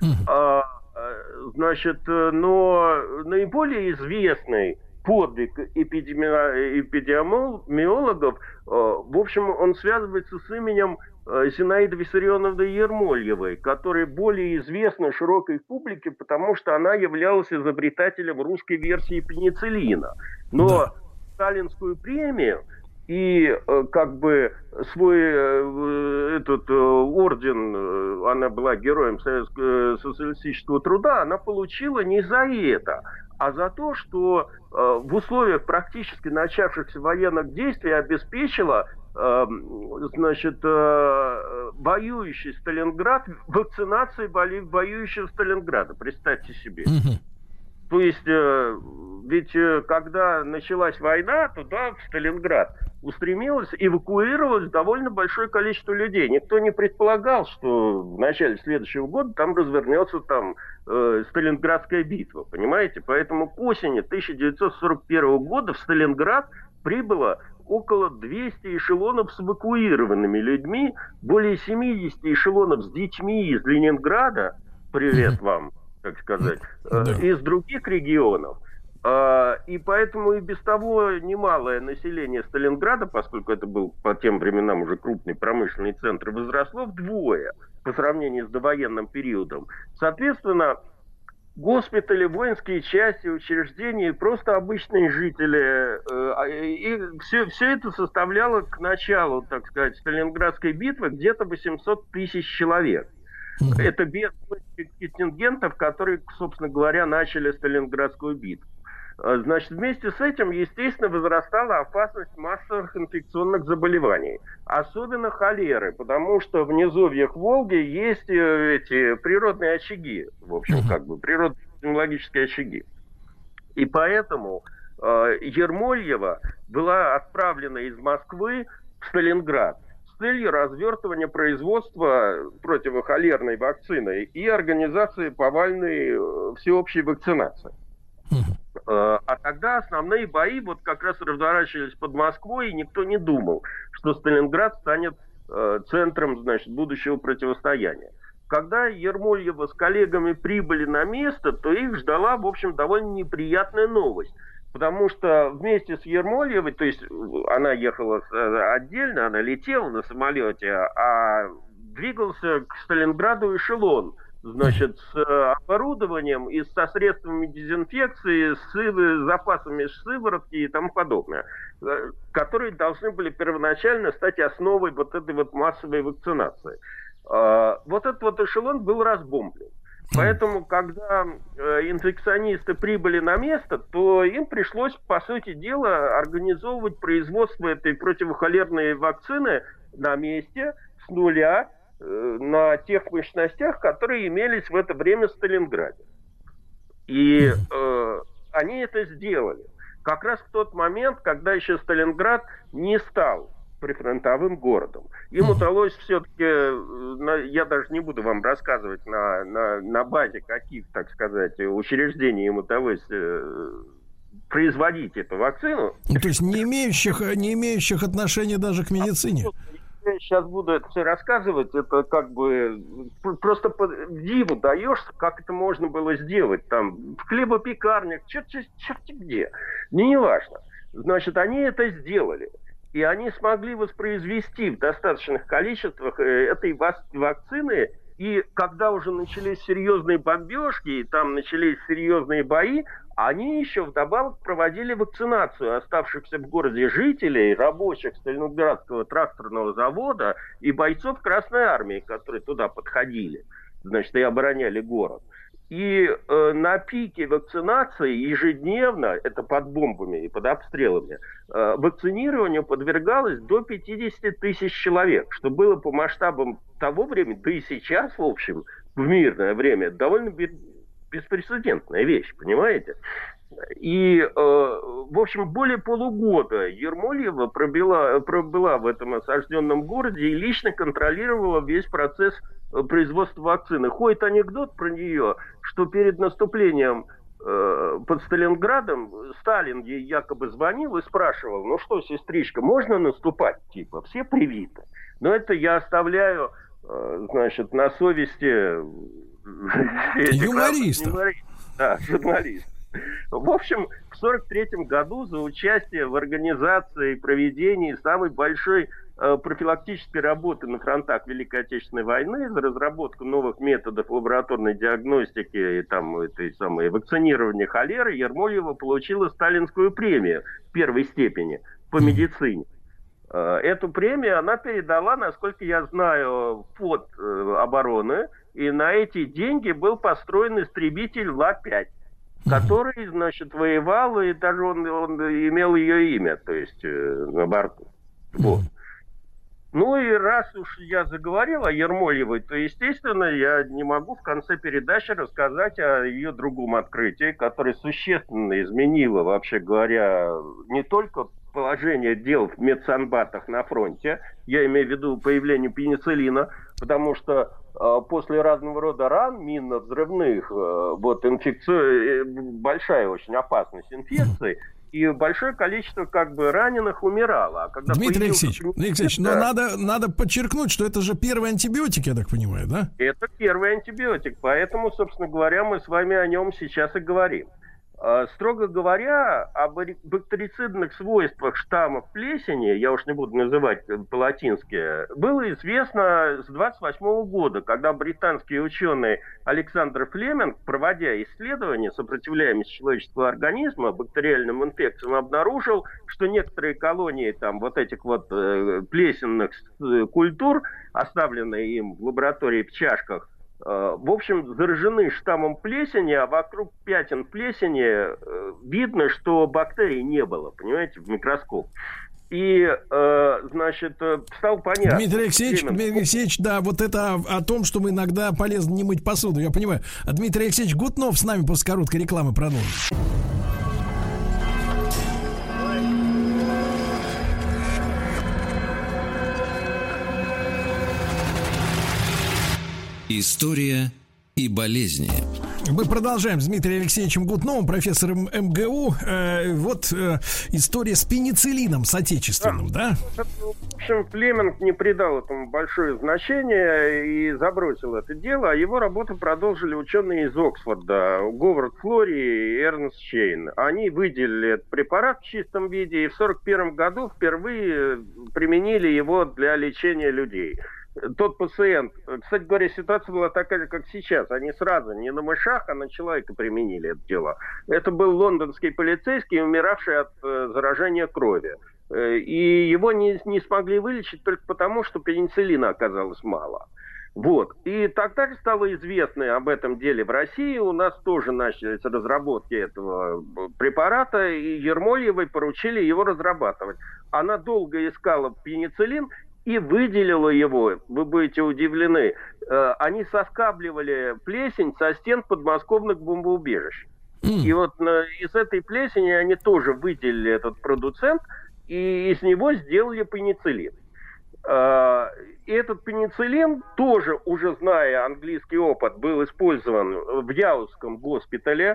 Значит, но наиболее известный подвиг эпидемиологов, в общем, он связывается с именем Зинаиды Виссарионовны Ермольевой, которая более известна широкой публике, потому что она являлась изобретателем русской версии пенициллина. Но сталинскую премию и как бы свой этот орден, она была героем Советского социалистического труда, она получила не за это, а за то, что в условиях практически начавшихся военных действий обеспечила воюющий Сталинград, вакцинацией воюющего Сталинграда, представьте себе. То есть, ведь когда началась война, туда, в Сталинград, устремилось, эвакуировалось довольно большое количество людей. Никто не предполагал, что в начале следующего года там развернется Сталинградская битва, понимаете? Поэтому к осени 1941 года в Сталинград прибыло около 200 эшелонов с эвакуированными людьми, более 70 эшелонов с детьми из Ленинграда, привет вам, так сказать, из других регионов. И поэтому и без того немалое население Сталинграда, поскольку это был по тем временам уже крупный промышленный центр, возросло вдвое по сравнению с довоенным периодом. Соответственно, госпитали, воинские части, учреждения и просто обычные жители. И все это составляло к началу, так сказать, Сталинградской битвы где-то 800 тысяч человек. Это без контингентов, которые, собственно говоря, начали Сталинградскую битву. Значит, вместе с этим, естественно, возрастала опасность массовых инфекционных заболеваний, особенно холеры, потому что в низовьях Волги есть эти природные очаги, в общем, как бы природно-технологические очаги. И поэтому Ермольева была отправлена из Москвы в Сталинград с целью развертывания производства противохолерной вакцины и организации повальной всеобщей вакцинации. А тогда основные бои вот как раз разворачивались под Москвой, и никто не думал, что Сталинград станет центром, значит, будущего противостояния. Когда Ермольева с коллегами прибыли на место, то их ждала, в общем, довольно неприятная новость. Потому что вместе с Ермольевой, то есть она ехала отдельно, она летела на самолете, а двигался к Сталинграду эшелон, значит, с оборудованием и со средствами дезинфекции, с запасами сыворотки и тому подобное, которые должны были первоначально стать основой вот этой вот массовой вакцинации. Вот этот вот эшелон был разбомблен. Поэтому, когда инфекционисты прибыли на место, то им пришлось, по сути дела, организовывать производство этой противохолерной вакцины на месте, с нуля, на тех мощностях, которые имелись в это время в Сталинграде. И они это сделали. Как раз в тот момент, когда еще Сталинград не стал прифронтовым городом. Им удалось все-таки, я даже не буду вам рассказывать, на базе каких, так сказать, учреждений им удалось производить эту вакцину. То есть не имеющих отношения даже к медицине. Я сейчас буду это все рассказывать, это как бы просто диву даешься, как это можно было сделать там в хлебопекарнях, черти где, не важно. Значит, они это сделали. И они смогли воспроизвести в достаточных количествах этой вакцины. И когда уже начались серьезные бомбежки, и там начались серьезные бои, они еще вдобавок проводили вакцинацию оставшихся в городе жителей, рабочих Сталинградского тракторного завода и бойцов Красной Армии, которые туда подходили, значит, и обороняли город. И на пике вакцинации ежедневно, это под бомбами и под обстрелами, вакцинированию подвергалось до 50 тысяч человек, что было по масштабам того времени, да и сейчас, в общем, в мирное время, довольно беспрецедентная вещь, понимаете? И, в общем, более полугода Ермольева пробыла в этом осажденном городе и лично контролировала весь процесс производства вакцины. Ходит анекдот про нее, что перед наступлением под Сталинградом Сталин ей якобы звонил и спрашивал: ну что, сестричка, можно наступать? Типа, все привиты. Но это я оставляю, значит, на совести юмористов. Да, журналистов. В общем, в 1943 году за участие в организации и проведении самой большой профилактической работы на фронтах Великой Отечественной войны, за разработку новых методов лабораторной диагностики и там, этой самой вакцинирования холеры, Ермольева получила сталинскую премию первой степени по медицине. Эту премию она передала, насколько я знаю, в фонд обороны, и на эти деньги был построен истребитель Ла-5, который, значит, воевал, и даже он имел ее имя, то есть на борту. Вот. Ну и раз уж я заговорил о Ермольевой, то, естественно, я не могу в конце передачи рассказать о ее другом открытии, которое существенно изменило, вообще говоря, не только положение дел в медсанбатах на фронте, я имею в виду появление пенициллина, потому что после разного рода ран, минно-взрывных, вот большая очень опасность инфекции, и большое количество как бы раненых умирало. А когда Дмитрий Алексеевич, но надо подчеркнуть, что это же первый антибиотик, я так понимаю, да? Это первый антибиотик, поэтому, собственно говоря, мы с вами о нем сейчас и говорим. Строго говоря, об бактерицидных свойствах штаммов плесени, я уж не буду называть по-латински, было известно с 1928 года, когда британский ученый Александр Флеминг, проводя исследования сопротивляемости человеческого организма бактериальным инфекциям, обнаружил, что некоторые колонии там, вот этих вот плесенных культур, оставленные им в лаборатории в чашках, в общем, заражены штаммом плесени, а вокруг пятен плесени видно, что бактерий не было, понимаете, в микроскоп. И, значит, стало понятно. Дмитрий Алексеевич, да, вот это о том, что иногда полезно не мыть посуду, я понимаю. А Дмитрий Алексеевич Гутнов с нами после короткой рекламы продолжит. История и болезни. Мы продолжаем с Дмитрием Алексеевичем Гутновым, профессором МГУ. История с пенициллином, с отечественным, да? В общем, Флеминг не придал этому большое значение и забросил это дело, а его работу продолжили ученые из Оксфорда, Говард Флори и Эрнст Чейн. Они выделили этот препарат в чистом виде и в 1941 году впервые применили его для лечения людей. Тот пациент, кстати говоря, ситуация была такая, как сейчас. Они сразу не на мышах, а на человека применили это дело. Это был лондонский полицейский, умиравший от заражения крови. И его не смогли вылечить только потому, что пенициллина оказалось мало. Вот. И тогда стало известно об этом деле в России. У нас тоже начались разработки этого препарата, и Ермольевой поручили его разрабатывать. Она долго искала пенициллин и выделила его, вы будете удивлены. Они соскабливали плесень со стен подмосковных бомбоубежищ. И вот из этой плесени они тоже выделили этот продуцент, и из него сделали пенициллин. И этот пенициллин, тоже уже зная английский опыт, был использован в Яузском госпитале.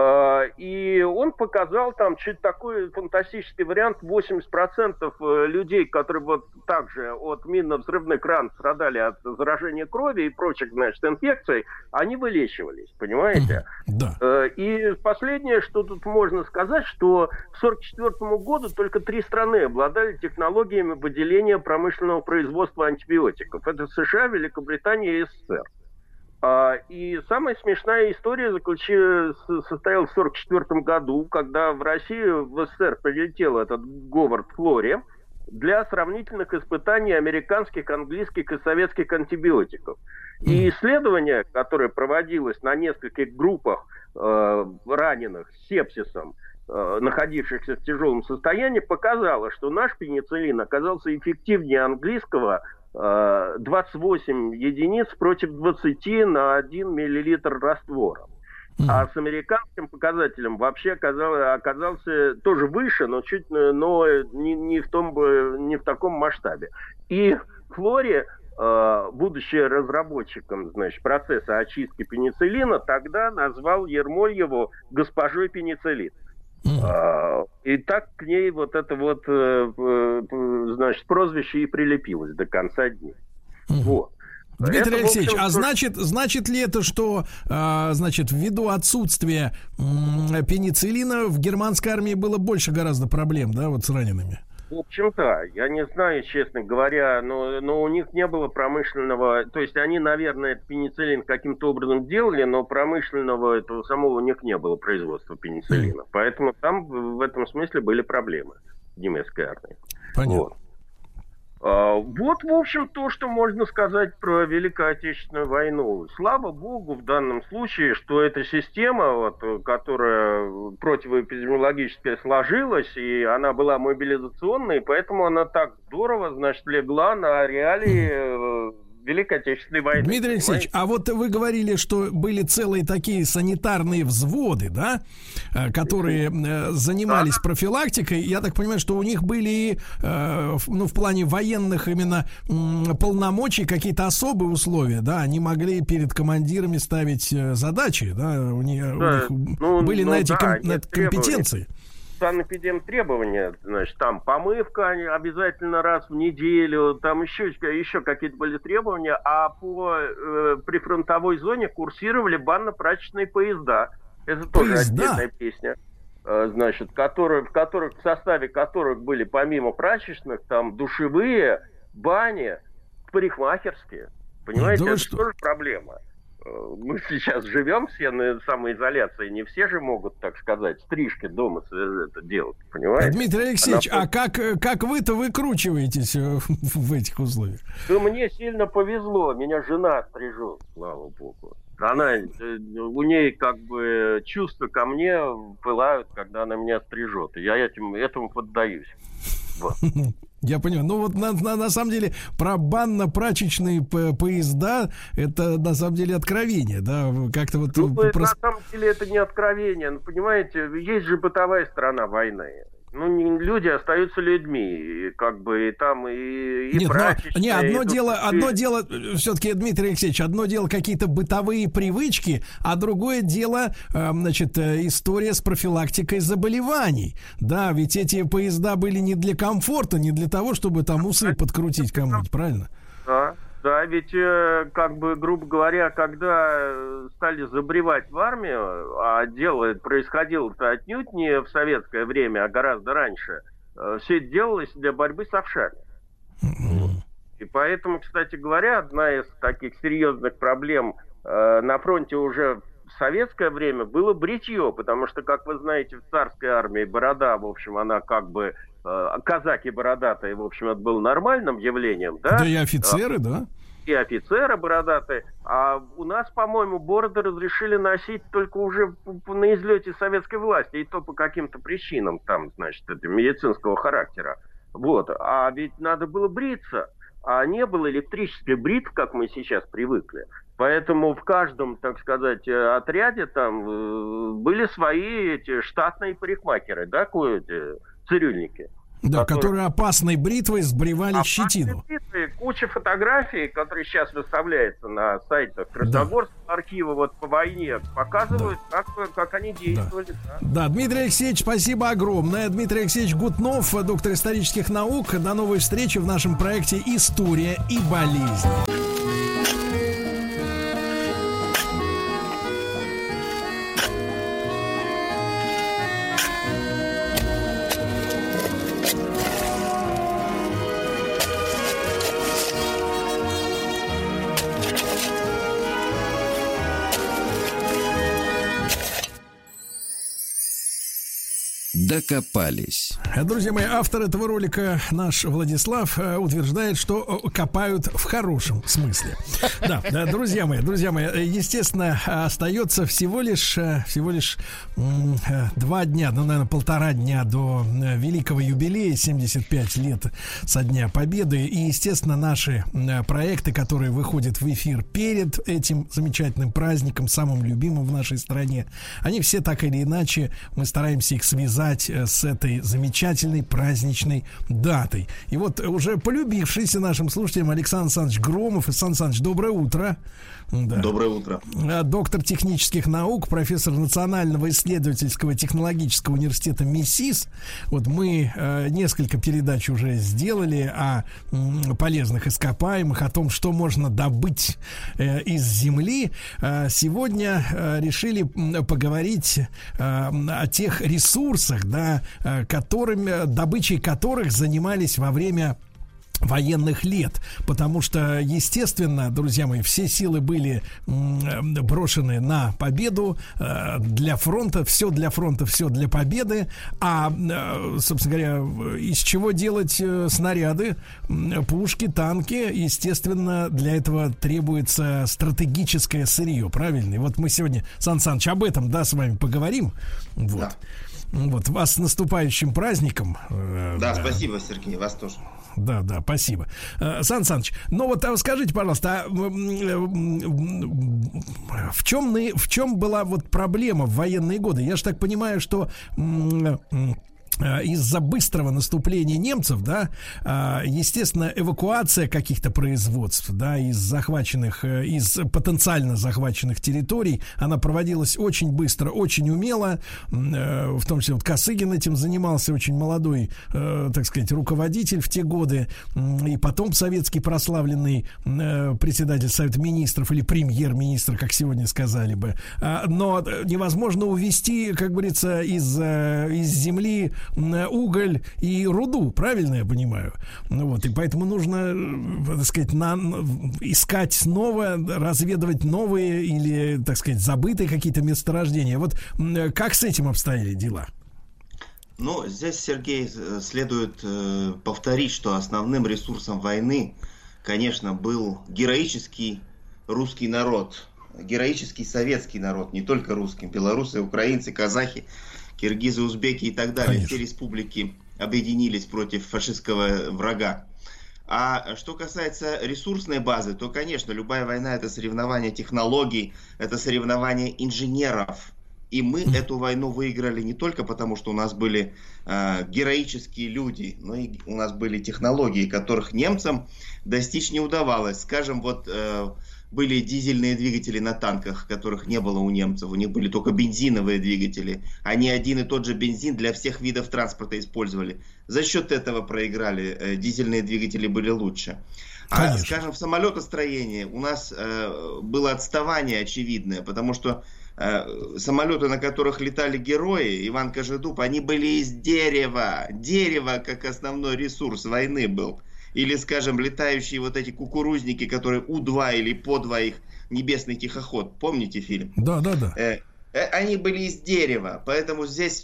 И он показал там чуть такой фантастический вариант. 80% людей, которые вот также от минно-взрывных ран страдали от заражения крови и прочих, значит, инфекций, они вылечивались, понимаете? Да. И последнее, что тут можно сказать, что к 1944 году только 3 страны обладали технологиями выделения промышленного производства антибиотиков. Это США, Великобритания и СССР. И самая смешная история состоялась в 1944 году, когда в Россию, в СССР прилетел этот Говард Флори для сравнительных испытаний американских, английских и советских антибиотиков. И исследование, которое проводилось на нескольких группах раненых с сепсисом, находившихся в тяжелом состоянии, показало, что наш пенициллин оказался эффективнее английского 28 единиц против 20 на 1 миллилитр раствора. А с американским показателем вообще оказался тоже выше, но не в таком масштабе. И Флори, будучи разработчиком, значит, процесса очистки пенициллина, тогда назвал Ермольеву госпожой пенициллин. И так к ней вот это вот, значит, прозвище и прилепилось до конца дней. Вот. Дмитрий Алексеевич, а значит ли это, что, значит, ввиду отсутствия пенициллина в германской армии было больше гораздо проблем, да, вот с ранеными? В общем-то, я не знаю, честно говоря, но у них не было промышленного, то есть они, наверное, этот пенициллин каким-то образом делали, но промышленного этого самого у них не было производства пенициллина. Поэтому там в этом смысле были проблемы в немецкой армии. Понятно. Вот, в общем, то, что можно сказать про Великую Отечественную войну. Слава богу, в данном случае, что эта система, вот, которая противоэпидемиологическая, сложилась, и она была мобилизационной, поэтому она так здорово, значит, легла на реалии Великой Отечественной войны. Дмитрий Алексеевич, а вот вы говорили, что были целые такие санитарные взводы, да, которые занимались профилактикой. Я так понимаю, что у них были, в плане военных именно полномочий какие-то особые условия, да, они могли перед командирами ставить задачи, да, у них были на эти компетенции. Санэпидемтребования, значит, там помывка обязательно раз в неделю, там еще какие-то были требования, а по прифронтовой зоне курсировали банно-прачечные поезда. Это тоже отдельная песня. Значит, в составе которых были помимо прачечных, там душевые, бани, парикмахерские. Понимаете, это тоже проблема. Мы сейчас живем все на самоизоляции, не все же могут, так сказать, стрижки дома это делать, понимаете? Дмитрий Алексеевич, а как вы-то выкручиваетесь в этих условиях? Да мне сильно повезло, меня жена стрижет, слава богу. У ней как бы чувства ко мне пылают, когда она меня стрижет, и я этому поддаюсь. Вот. Я понимаю. Ну вот на самом деле про банно-прачечные поезда это на самом деле откровение, да? Как-то вот. На самом деле это не откровение. Ну, понимаете, есть же бытовая сторона войны. Ну, люди остаются людьми, как бы и там и прачечные. Одно дело, все-таки, Дмитрий Алексеевич, одно дело какие-то бытовые привычки, а другое дело, значит, история с профилактикой заболеваний. Да, ведь эти поезда были не для комфорта, не для того, чтобы там усы подкрутить кому-нибудь, правильно? Да, ведь, как бы, грубо говоря, когда стали забревать в армию, а дело происходило-то отнюдь не в советское время, а гораздо раньше, все это делалось для борьбы с овшами. И поэтому, кстати говоря, одна из таких серьезных проблем на фронте уже в советское время было бритье, потому что, как вы знаете, в царской армии борода, в общем, она как бы... казаки бородатые, в общем, это было нормальным явлением, да? Да и офицеры, да? И офицеры бородатые. А у нас, по-моему, бороды разрешили носить только уже на излете советской власти, и то по каким-то причинам, там, значит, это медицинского характера. Вот. А ведь надо было бриться, а не было электрических бритв, как мы сейчас привыкли. Поэтому в каждом, так сказать, отряде там были свои эти штатные парикмахеры, да, цирюльники. Да, которые опасной бритвой сбривали щетину. Куча фотографий, которые сейчас выставляются на сайтах Красногорского архива вот по войне, показывают, как они действовали. Да, Дмитрий Алексеевич, спасибо огромное. Дмитрий Алексеевич Гутнов, доктор исторических наук. До новой встречи в нашем проекте «История и болезнь». Докопались. Друзья мои, автор этого ролика, наш Владислав, утверждает, что копают в хорошем смысле. Да, друзья мои, естественно, остается всего лишь 2 дня, ну, наверное, 1,5 дня до великого юбилея, 75 лет со Дня Победы. И, естественно, наши проекты, которые выходят в эфир перед этим замечательным праздником, самым любимым в нашей стране, они все так или иначе, мы стараемся их связать совпадать с этой замечательной праздничной датой. И вот уже полюбившийся нашим слушателям Александр Александрович Громов. Александр Александрович, доброе утро. Да. Доброе утро. Доктор технических наук, профессор Национального исследовательского технологического университета МИСИС. Вот мы несколько передач уже сделали о полезных ископаемых, о том, что можно добыть из земли. Сегодня решили поговорить о тех ресурсах, да, добычей которых занимались во время военных лет, потому что, естественно, друзья мои, все силы были брошены на победу для фронта, все для фронта, все для победы, а, собственно говоря, из чего делать снаряды, пушки, танки, естественно, для этого требуется стратегическое сырье, правильно? И вот мы сегодня, Сан Саныч, об этом, да, с вами поговорим, вот. Да. Вот, вас с наступающим праздником. Да, спасибо, Сергей, вас тоже. Да, спасибо. Сан Саныч, ну вот скажите, пожалуйста, в чем была вот проблема в военные годы? Я же так понимаю, что из-за быстрого наступления немцев, да, естественно, эвакуация каких-то производств, да, из потенциально захваченных территорий, она проводилась очень быстро, очень умело, в том числе вот Косыгин этим занимался, очень молодой, так сказать, руководитель в те годы, и потом советский прославленный председатель Совета Министров или премьер-министр, как сегодня сказали бы. Но невозможно увезти, как говорится, из земли уголь и руду, правильно я понимаю? Вот, и поэтому нужно, так сказать, искать снова, разведывать новые или, так сказать, забытые какие-то месторождения. Вот как с этим обстояли дела? Ну, здесь, Сергей, следует повторить, что основным ресурсом войны, конечно, был героический русский народ, героический советский народ, не только русский, белорусы, украинцы, казахи, киргизы, узбеки и так далее. Конечно. Все республики объединились против фашистского врага. А что касается ресурсной базы, то, конечно, любая война — это соревнование технологий, это соревнование инженеров. И мы эту войну выиграли не только потому, что у нас были героические люди, но и у нас были технологии, которых немцам достичь не удавалось. Скажем, вот были дизельные двигатели на танках, которых не было у немцев. У них были только бензиновые двигатели. Они один и тот же бензин для всех видов транспорта использовали. За счет этого проиграли. Дизельные двигатели были лучше. А, скажем, в самолетостроении у нас было отставание очевидное, потому что самолеты, на которых летали герои, Иван Кожедуб, они были из дерева. Дерево как основной ресурс войны был. Или, скажем, летающие вот эти кукурузники, которые У-2 или По-2, их небесный тихоход. Помните фильм? Да. Они были из дерева, поэтому здесь,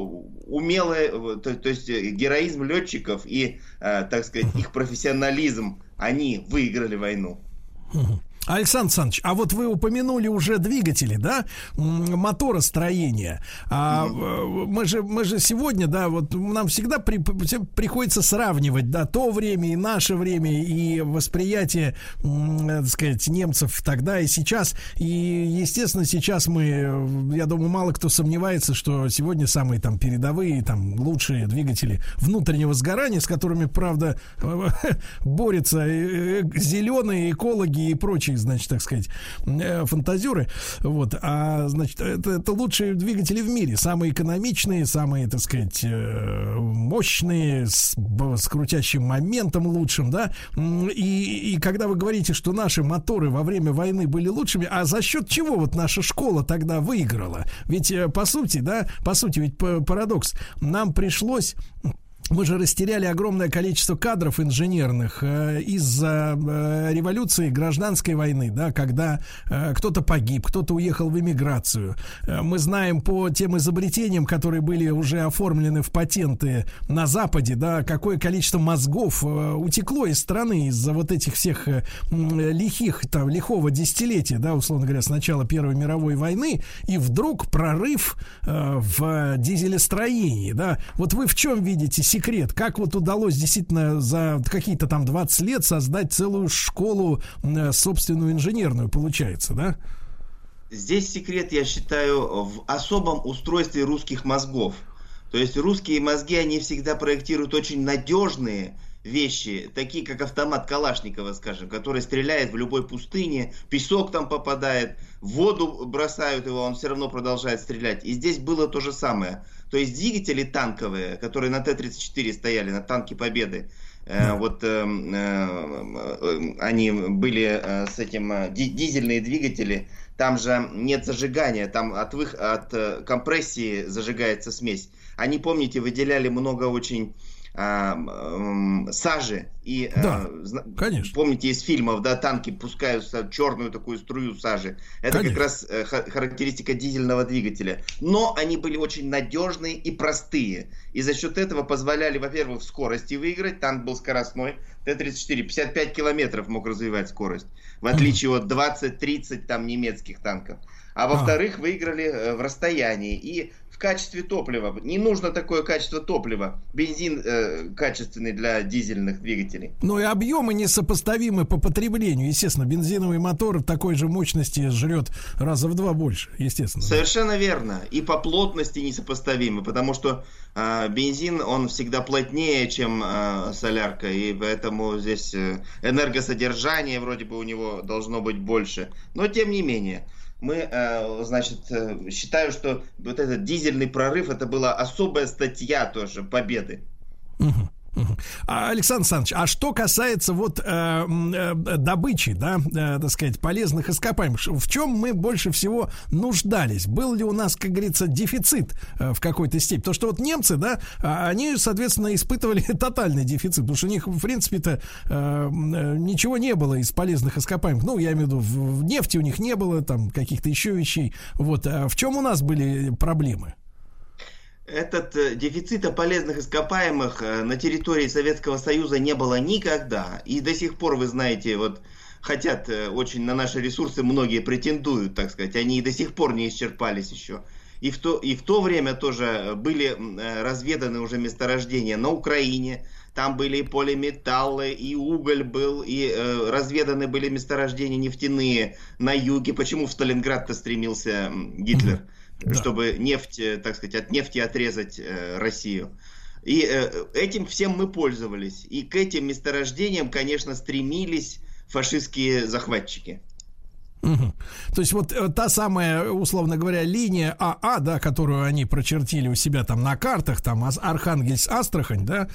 умелое, то есть героизм летчиков и, так сказать, их профессионализм, они выиграли войну. Александр Александрович, а вот вы упомянули уже двигатели, да, моторостроение. Мы же сегодня, да, вот нам всегда приходится сравнивать, да, то время и наше время, и восприятие, так сказать, немцев тогда и сейчас. И, естественно, сейчас я думаю, мало кто сомневается, что сегодня самые там передовые, там лучшие двигатели внутреннего сгорания, с которыми, правда, борются зеленые экологи и прочие, значит, так сказать, фантазеры. Вот. А, значит, это лучшие двигатели в мире. Самые экономичные, самые, так сказать, мощные, с крутящим моментом лучшим, да. И когда вы говорите, что наши моторы во время войны были лучшими, а за счет чего вот наша школа тогда выиграла? Ведь, по сути, ведь парадокс. Нам пришлось... Мы же растеряли огромное количество кадров инженерных из-за революции, гражданской войны, да, когда кто-то погиб, кто-то уехал в эмиграцию. Мы знаем по тем изобретениям, которые были уже оформлены в патенты на Западе, да, какое количество мозгов утекло из страны из-за вот этих всех лихого десятилетия, да, условно говоря, с начала Первой мировой войны, и вдруг прорыв в дизелестроении, да. Вот вы в чем видите секрет? Как вот удалось действительно за какие-то там 20 лет создать целую школу собственную инженерную, получается, да? Здесь секрет, я считаю, в особом устройстве русских мозгов. То есть русские мозги, они всегда проектируют очень надежные вещи, такие как автомат Калашникова, скажем, который стреляет в любой пустыне, песок там попадает, в воду бросают его, он все равно продолжает стрелять. И здесь было то же самое. То есть двигатели танковые, которые на Т-34 стояли, на танке Победы, они были с этим дизельные двигатели, там же нет зажигания, там от компрессии зажигается смесь. Они, помните, выделяли много очень сажи. И конечно. Помните из фильмов, да, танки пускают черную такую струю сажи. Это конечно. Как раз характеристика дизельного двигателя. Но они были очень надежные и простые. И за счет этого позволяли, во-первых, в скорости выиграть. Танк был скоростной. Т-34 55 километров мог развивать скорость. В отличие от 20-30 там немецких танков. А во-вторых, выиграли в расстоянии. И в качестве топлива. Не нужно такое качество топлива. Бензин качественный для дизельных двигателей. Ну и объемы несопоставимы по потреблению. Естественно, бензиновый мотор такой же мощности жрет раза в 2 больше, естественно. Совершенно верно. И по плотности несопоставимы, потому что бензин, он всегда плотнее, чем солярка. И поэтому здесь энергосодержание вроде бы у него должно быть больше. Но тем не менее. Мы, считаю, что вот этот дизельный прорыв, это была особая статья тоже Победы. Александр Александрович, а что касается добычи, да, так сказать, полезных ископаемых, в чем мы больше всего нуждались? Был ли у нас, как говорится, дефицит в какой-то степени? Потому что немцы, да, они, соответственно, испытывали тотальный дефицит, потому что у них, в принципе-то, ничего не было из полезных ископаемых. Ну, я имею в виду, в нефти у них не было, там, каких-то еще вещей. А в чем у нас были проблемы? Этот дефицита полезных ископаемых на территории Советского Союза не было никогда. И до сих пор, вы знаете, хотят очень на наши ресурсы, многие претендуют, так сказать. Они и до сих пор не исчерпались еще. И в то время тоже были разведаны уже месторождения на Украине. Там были и полиметаллы, и уголь был, и разведаны были месторождения нефтяные на юге. Почему в Сталинград-то стремился Гитлер? Чтобы нефть, так сказать, от нефти отрезать Россию. И этим всем мы пользовались. И к этим месторождениям, конечно, стремились фашистские захватчики. То есть та самая, условно говоря, линия АА, да, которую они прочертили у себя там на картах, там Архангельск-Астрахань, да,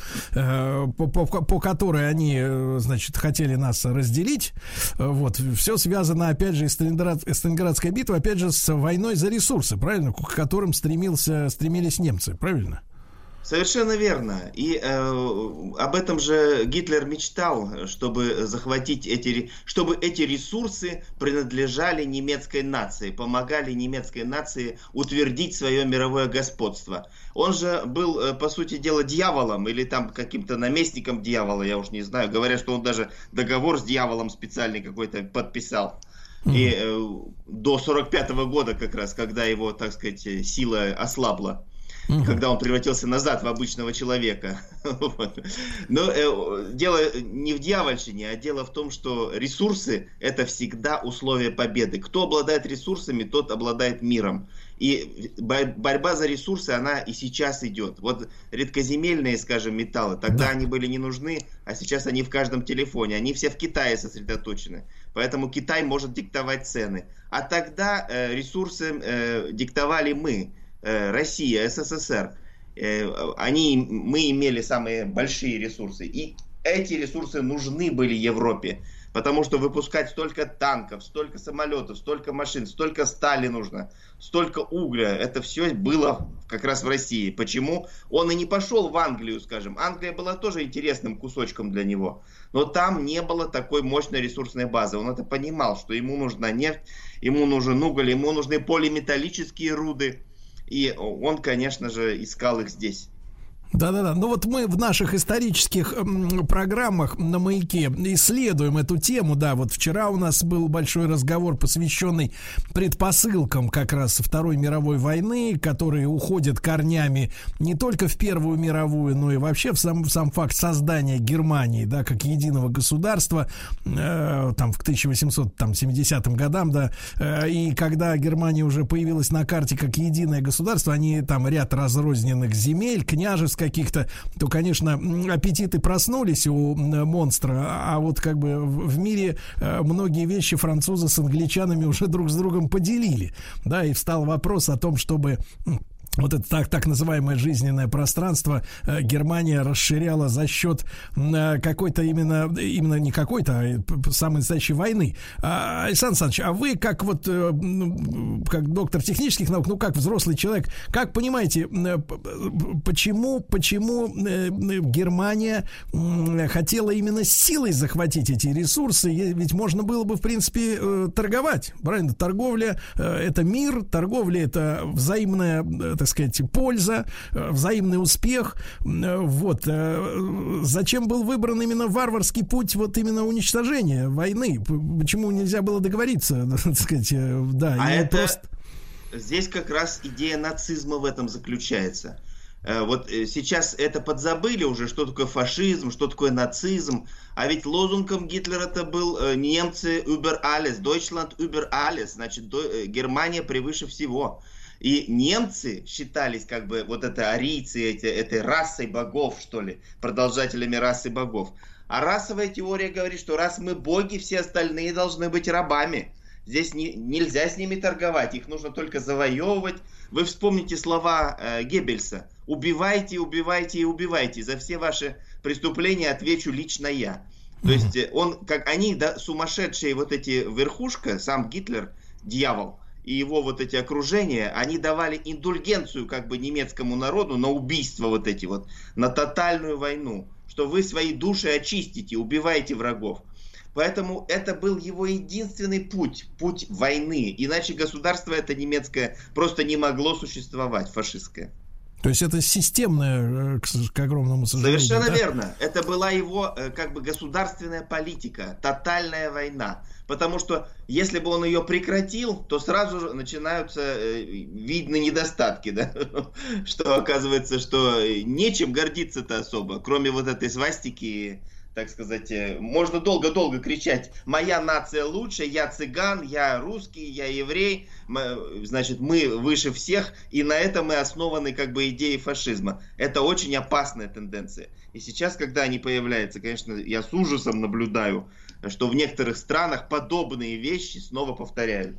по которой они, значит, хотели нас разделить, все связано, опять же, из Сталинградской битвы, опять же, с войной за ресурсы, правильно, к которым стремились немцы, правильно? Совершенно верно. И об этом же Гитлер мечтал, чтобы захватить чтобы эти ресурсы принадлежали немецкой нации, помогали немецкой нации утвердить свое мировое господство. Он же был, по сути дела, дьяволом или там каким-то наместником дьявола, я уж не знаю. Говорят, что он даже договор с дьяволом специальный какой-то подписал. И до 1945 года как раз, когда его, так сказать, сила ослабла. Когда он превратился назад в обычного человека. Но дело не в дьявольщине, а дело в том, что ресурсы — это всегда условие победы. Кто обладает ресурсами, тот обладает миром. И борьба за ресурсы, она и сейчас идет. Редкоземельные, скажем, металлы, тогда они были не нужны, а сейчас они в каждом телефоне. Они все в Китае сосредоточены. Поэтому Китай может диктовать цены. А тогда ресурсы диктовали мы. Россия, СССР, мы имели самые большие ресурсы. И эти ресурсы нужны были Европе. Потому что выпускать столько танков, столько самолетов, столько машин, столько стали нужно, столько угля. Это все было как раз в России. Почему? Он и не пошел в Англию, скажем. Англия была тоже интересным кусочком для него. Но там не было такой мощной ресурсной базы. Он это понимал, что ему нужна нефть, ему нужен уголь, ему нужны полиметаллические руды. И он, конечно же, искал их здесь. Да-да-да. Ну вот мы в наших исторических программах на «Маяке» исследуем эту тему. Да, вот вчера у нас был большой разговор, посвященный предпосылкам как раз Второй мировой войны, которые уходят корнями не только в Первую мировую, но и вообще в сам факт создания Германии, да, как единого государства, там в 1870 годам, да, и когда Германия уже появилась на карте как единое государство, они там ряд разрозненных земель, княжеств каких-то, то, конечно, аппетиты проснулись у монстра, а вот как бы в мире многие вещи французы с англичанами уже друг с другом поделили, да, и встал вопрос о том, чтобы вот это так называемое жизненное пространство Германия расширяла за счет какой-то именно не какой-то, а самой настоящей войны. Александр Александрович, а вы как вот как доктор технических наук, ну как взрослый человек, как понимаете, почему Германия хотела именно силой захватить эти ресурсы? Ведь можно было бы, в принципе, торговать, правильно? Торговля — это мир, торговля — это взаимная, так сказать, польза, взаимный успех. Вот. Зачем был выбран именно варварский путь, вот именно уничтожения войны? Почему нельзя было договориться, так сказать, да? А это просто... Здесь как раз идея нацизма в этом заключается. Вот сейчас это подзабыли уже, что такое фашизм, что такое нацизм. А ведь лозунгом Гитлера-то был «Немцы über alles», «Deutschland über alles», значит, Германия превыше всего. И немцы считались как бы вот это арийцы, этой расой богов, что ли, продолжателями расы богов. А расовая теория говорит, что раз мы боги, все остальные должны быть рабами. Здесь нельзя с ними торговать, их нужно только завоевывать. Вы вспомните слова Геббельса: «Убивайте, убивайте и убивайте, за все ваши преступления отвечу лично я». То есть он, как они, да, сумасшедшие вот эти верхушка, сам Гитлер, дьявол, и его вот эти окружения, они давали индульгенцию как бы немецкому народу на убийства вот эти вот, на тотальную войну, что вы свои души очистите, убиваете врагов. Поэтому это был его единственный путь войны. Иначе государство это немецкое просто не могло существовать, фашистское. То есть это системное, к огромному сожалению. Совершенно да? верно. Это была его как бы государственная политика, тотальная война. Потому что если бы он ее прекратил, то сразу же начинаются видны недостатки, да? Что оказывается, что нечем гордиться-то особо, кроме вот этой свастики. Так сказать, можно долго-долго кричать: моя нация лучше, я цыган, я русский, я еврей, значит, мы выше всех, и на этом мы основаны как бы идеи фашизма. Это очень опасная тенденция. И сейчас, когда они появляются, конечно, я с ужасом наблюдаю, что в некоторых странах подобные вещи снова повторяют.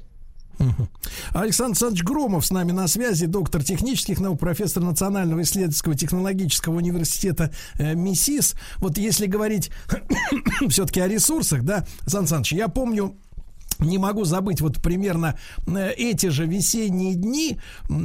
Александр Александрович Громов с нами на связи, доктор технических наук, профессор Национального исследовательского технологического университета МИСИС. Вот если говорить все-таки о ресурсах, да, Александр Александрович, я помню, не могу забыть вот примерно эти же весенние дни,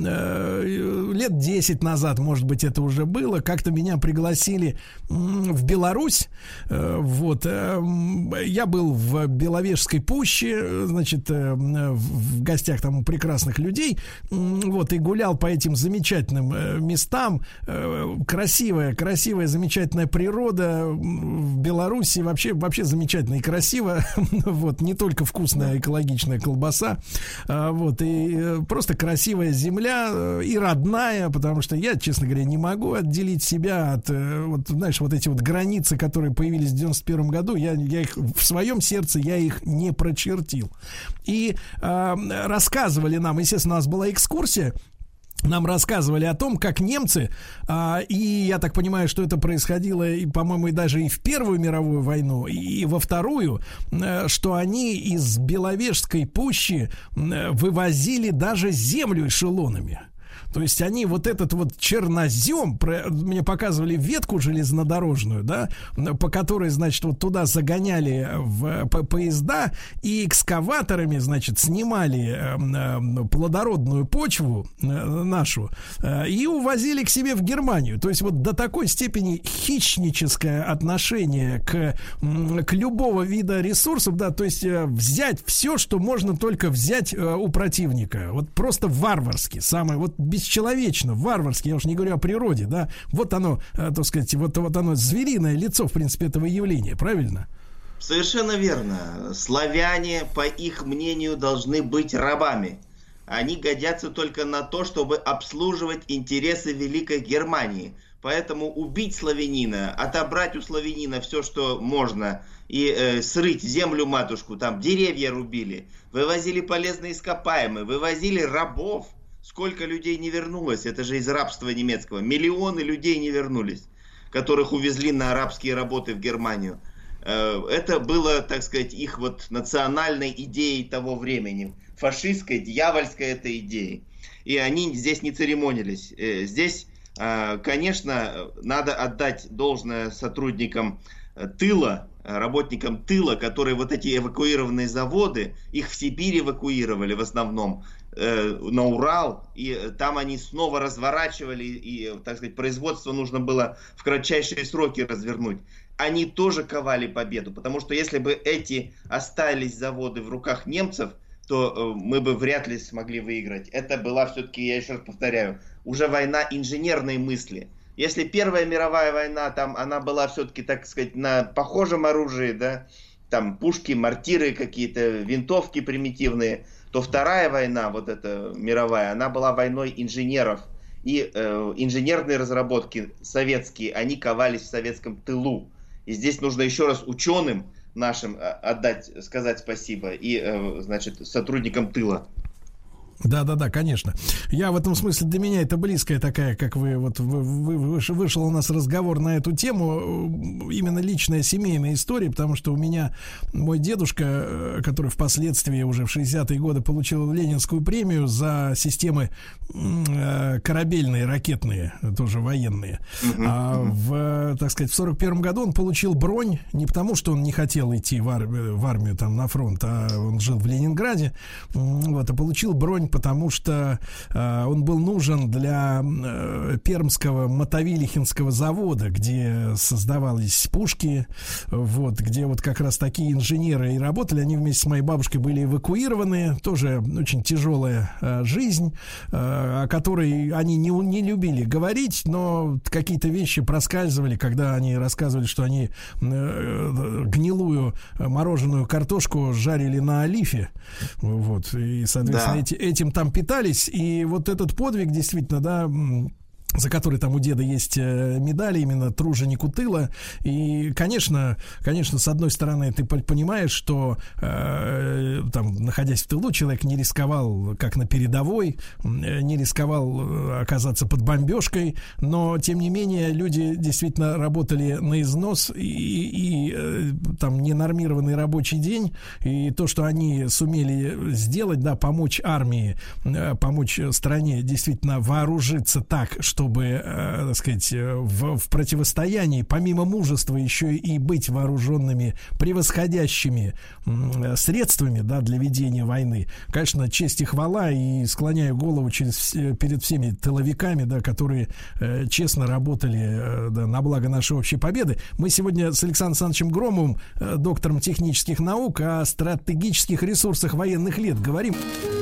лет 10 назад, может быть, это уже было, как-то меня пригласили в Беларусь, вот, я был в Беловежской пуще, значит, в гостях там у прекрасных людей, вот, и гулял по этим замечательным местам, красивая, замечательная природа в Беларуси, вообще замечательно и красиво, вот, не только вкусно, экологичная колбаса, вот, и просто красивая земля и родная, потому что я, честно говоря, не могу отделить себя от, вот, знаешь, вот эти вот границы, которые появились в 91 году, я их в своем сердце, я их не прочертил. И рассказывали нам, естественно, у нас была экскурсия, нам рассказывали о том, как немцы, и я так понимаю, что это происходило, и, по-моему, и даже и в Первую мировую войну, и во Вторую, что они из Беловежской пущи вывозили даже землю эшелонами. То есть они вот этот вот чернозем, мне показывали ветку железнодорожную, да, по которой, значит, вот туда загоняли поезда и экскаваторами, значит, снимали плодородную почву нашу и увозили к себе в Германию. То есть вот до такой степени хищническое отношение к любого вида ресурсов, да, то есть взять все, что можно только взять у противника. Вот просто варварски. Самое вот бесчеловечно, варварски, я уж не говорю о природе, да, вот оно, так сказать, вот оно звериное лицо, в принципе, этого явления, правильно? Совершенно верно. Славяне, по их мнению, должны быть рабами. Они годятся только на то, чтобы обслуживать интересы Великой Германии. Поэтому убить славянина, отобрать у славянина все, что можно, и срыть землю матушку, там деревья рубили, вывозили полезные ископаемые, вывозили рабов. Сколько людей не вернулось, это же из рабства немецкого. Миллионы людей не вернулись, которых увезли на рабские работы в Германию. Это было, так сказать, их вот национальной идеей того времени. Фашистской, дьявольской этой идеей. И они здесь не церемонились. Здесь, конечно, надо отдать должное сотрудникам тыла, работникам тыла, которые вот эти эвакуированные заводы, их в Сибирь эвакуировали в основном, на Урал, и там они снова разворачивали, и, так сказать, производство нужно было в кратчайшие сроки развернуть. Они тоже ковали победу, потому что если бы эти остались заводы в руках немцев, то мы бы вряд ли смогли выиграть. Это была все-таки, я еще раз повторяю, уже война инженерной мысли. Если Первая мировая война, там она была все-таки, так сказать, на похожем оружии, да, там пушки, мортиры какие-то, винтовки примитивные, то Вторая война, вот эта мировая, она была войной инженеров. И инженерные разработки советские, они ковались в советском тылу. И здесь нужно еще раз ученым нашим сказать спасибо и, значит, сотрудникам тыла. Да, конечно. Я в этом смысле, для меня это близкая такая, как вышел у нас разговор на эту тему, именно личная семейная история, потому что у меня мой дедушка, который впоследствии уже в 60-е годы получил Ленинскую премию за системы корабельные, ракетные, тоже военные. Так сказать, в 41-м году он получил бронь не потому, что он не хотел идти в армию там на фронт, а он жил в Ленинграде, вот, а получил бронь, потому что он был нужен для Пермского мотовилихинского завода, где создавались пушки, вот, где вот как раз такие инженеры и работали. Они вместе с моей бабушкой были эвакуированы. Тоже очень тяжелая жизнь, о которой они не любили говорить, но какие-то вещи проскальзывали, когда они рассказывали, что они гнилую мороженую картошку жарили на олифе, вот, и, соответственно, этим там питались, и вот этот подвиг действительно, да, за который там у деда есть медали, именно труженику тыла. И, конечно, с одной стороны, ты понимаешь, что там, находясь в тылу, человек не рисковал, как на передовой, не рисковал оказаться под бомбежкой, но, тем не менее, люди действительно работали на износ, и там ненормированный рабочий день, и то, что они сумели сделать, да, помочь армии, помочь стране действительно вооружиться так, чтобы, так сказать, в противостоянии, помимо мужества, еще и быть вооруженными превосходящими средствами, да, для ведения войны. Конечно, честь и хвала, и склоняю голову перед всеми тыловиками, да, которые честно работали, да, на благо нашей общей победы. Мы сегодня с Александром Александровичем Громовым, доктором технических наук, о стратегических ресурсах военных лет говорим.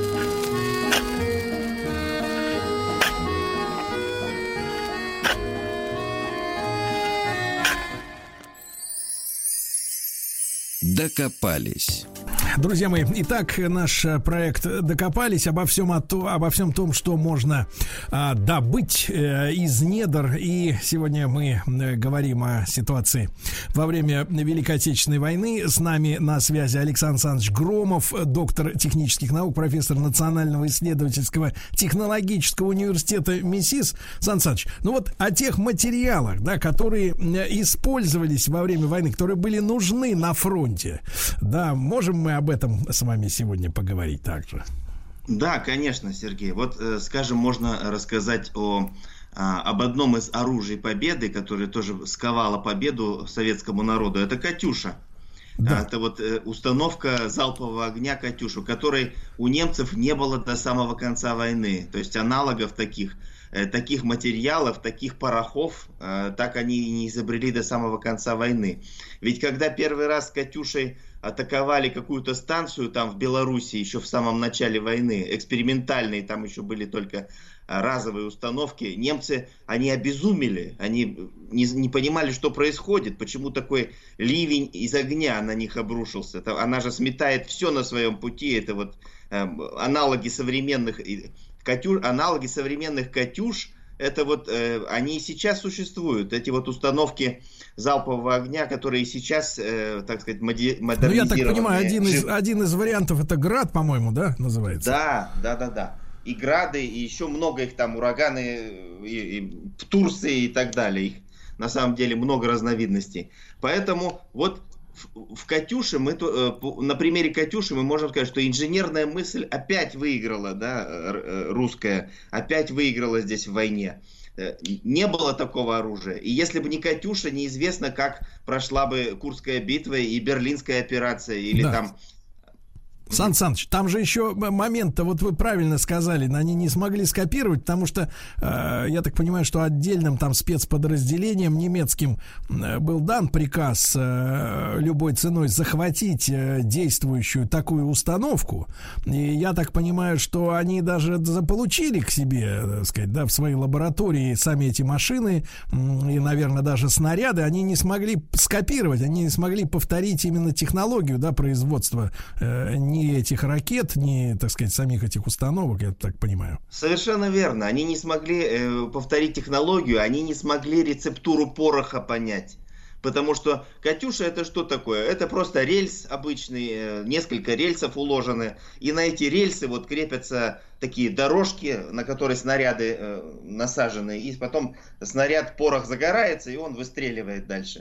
Докопались. Друзья мои, итак, наш проект «Докопались» обо всем том, что можно добыть из недр. И сегодня мы говорим о ситуации во время Великой Отечественной войны. С нами на связи Александр Александрович Громов, доктор технических наук, профессор Национального исследовательского технологического университета МИСИС. Александр Александрович, ну вот о тех материалах, да, которые использовались во время войны, которые были нужны на фронте, да, можем мы об этом с вами сегодня поговорить также? Да, конечно, Сергей. Вот, скажем, можно рассказать об одном из оружий победы, которое тоже сковало победу советскому народу. Это «Катюша». Да. Это вот установка залпового огня «Катюша», которой у немцев не было до самого конца войны. То есть аналогов таких таких материалов, таких порохов, так они и не изобрели до самого конца войны. Ведь когда первый раз с «Катюшей» атаковали какую-то станцию там в Беларуси еще в самом начале войны, экспериментальные, там еще были только разовые установки, немцы, они обезумели, они не понимали, что происходит, почему такой ливень из огня на них обрушился. Она же сметает все на своем пути, это вот аналоги современных «Катюш», это вот они и сейчас существуют, эти вот установки залпового огня, которые сейчас, так сказать, модернизированы. Ну, я так понимаю, один из вариантов это «Град», по-моему, да, называется? Да. И «Грады», и еще много их там, ураганы и в Турции и так далее. Их на самом деле много разновидностей. Поэтому вот в «Катюше» на примере «Катюши» мы можем сказать, что инженерная мысль опять выиграла, да, русская, опять выиграла здесь в войне. Не было такого оружия. И если бы не «Катюша», неизвестно, как прошла бы Курская битва и Берлинская операция, или там... Сан Саныч, там же еще момент-то, вот вы правильно сказали, они не смогли скопировать, потому что, я так понимаю, что отдельным там спецподразделением немецким был дан приказ любой ценой захватить действующую такую установку. И я так понимаю, что они даже заполучили к себе, так сказать, да, в своей лаборатории сами эти машины и, наверное, даже снаряды. Они не смогли скопировать, они не смогли повторить именно технологию, да, производства ни этих ракет, ни, так сказать, самих этих установок, я так понимаю. Совершенно верно. Они не смогли повторить технологию, они не смогли рецептуру пороха понять. Потому что «Катюша» это что такое? Это просто рельс обычный, несколько рельсов уложены, и на эти рельсы вот крепятся такие дорожки, на которые снаряды насажены, и потом порох загорается, и он выстреливает дальше.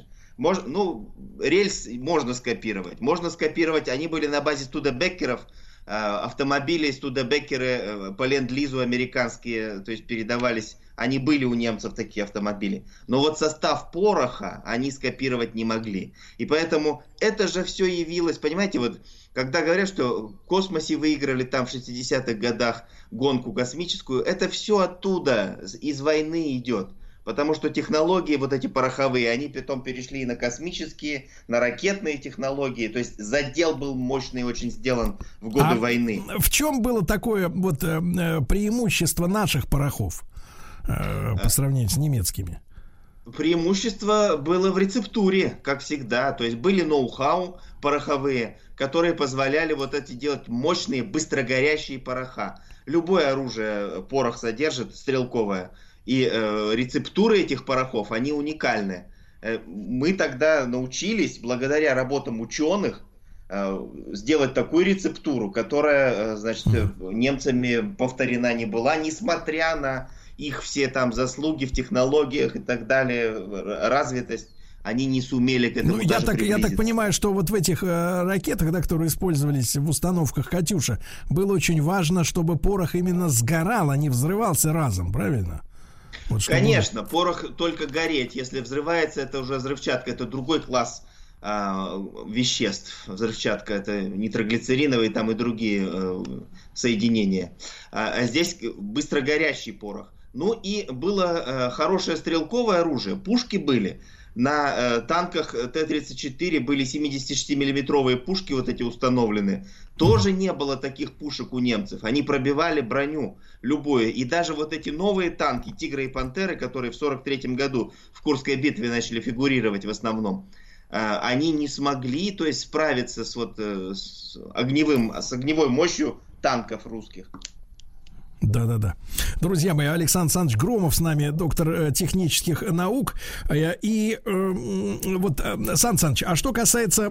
Рельс можно скопировать, они были на базе Студебеккеров, автомобили Студебеккеры по ленд-лизу американские, то есть передавались, они были у немцев такие автомобили, но вот состав пороха они скопировать не могли, и поэтому это же все явилось, понимаете, вот когда говорят, что в космосе выиграли там в 60-х годах гонку космическую, это все оттуда, из войны идет. Потому что технологии вот эти пороховые, они потом перешли и на космические, на ракетные технологии. То есть задел был мощный очень сделан в годы войны. В чем было такое вот преимущество наших порохов по сравнению с немецкими? Преимущество было в рецептуре, как всегда. То есть были ноу-хау пороховые, которые позволяли вот эти делать мощные, быстрогорящие пороха. Любое оружие порох содержит, стрелковое. И рецептуры этих порохов, они уникальны. Мы тогда научились, благодаря работам ученых, сделать такую рецептуру, которая, значит, немцами повторена не была, несмотря на их все там заслуги в технологиях и так далее, развитость. Они не сумели к этому даже приблизиться. Я так понимаю, что вот в этих ракетах, да, которые использовались в установках «Катюша», было очень важно, чтобы порох именно сгорал, а не взрывался разом, правильно? Вот конечно, порох только гореть. Если взрывается, это уже взрывчатка, это другой класс веществ. Взрывчатка — это нитроглицериновые там и другие соединения. А здесь быстрогорящий порох. Ну и было хорошее стрелковое оружие. Пушки были. На танках Т-34 были 76-миллиметровые пушки вот эти установлены. Тоже не было таких пушек у немцев. Они пробивали броню любую. И даже вот эти новые танки, «Тигры» и «Пантеры», которые в 1943 году в Курской битве начали фигурировать в основном, они не смогли, то есть, справиться с огневой мощью танков русских. Да. Друзья мои, Александр Александрович Громов с нами, доктор технических наук. И вот, Сан Саныч, а что касается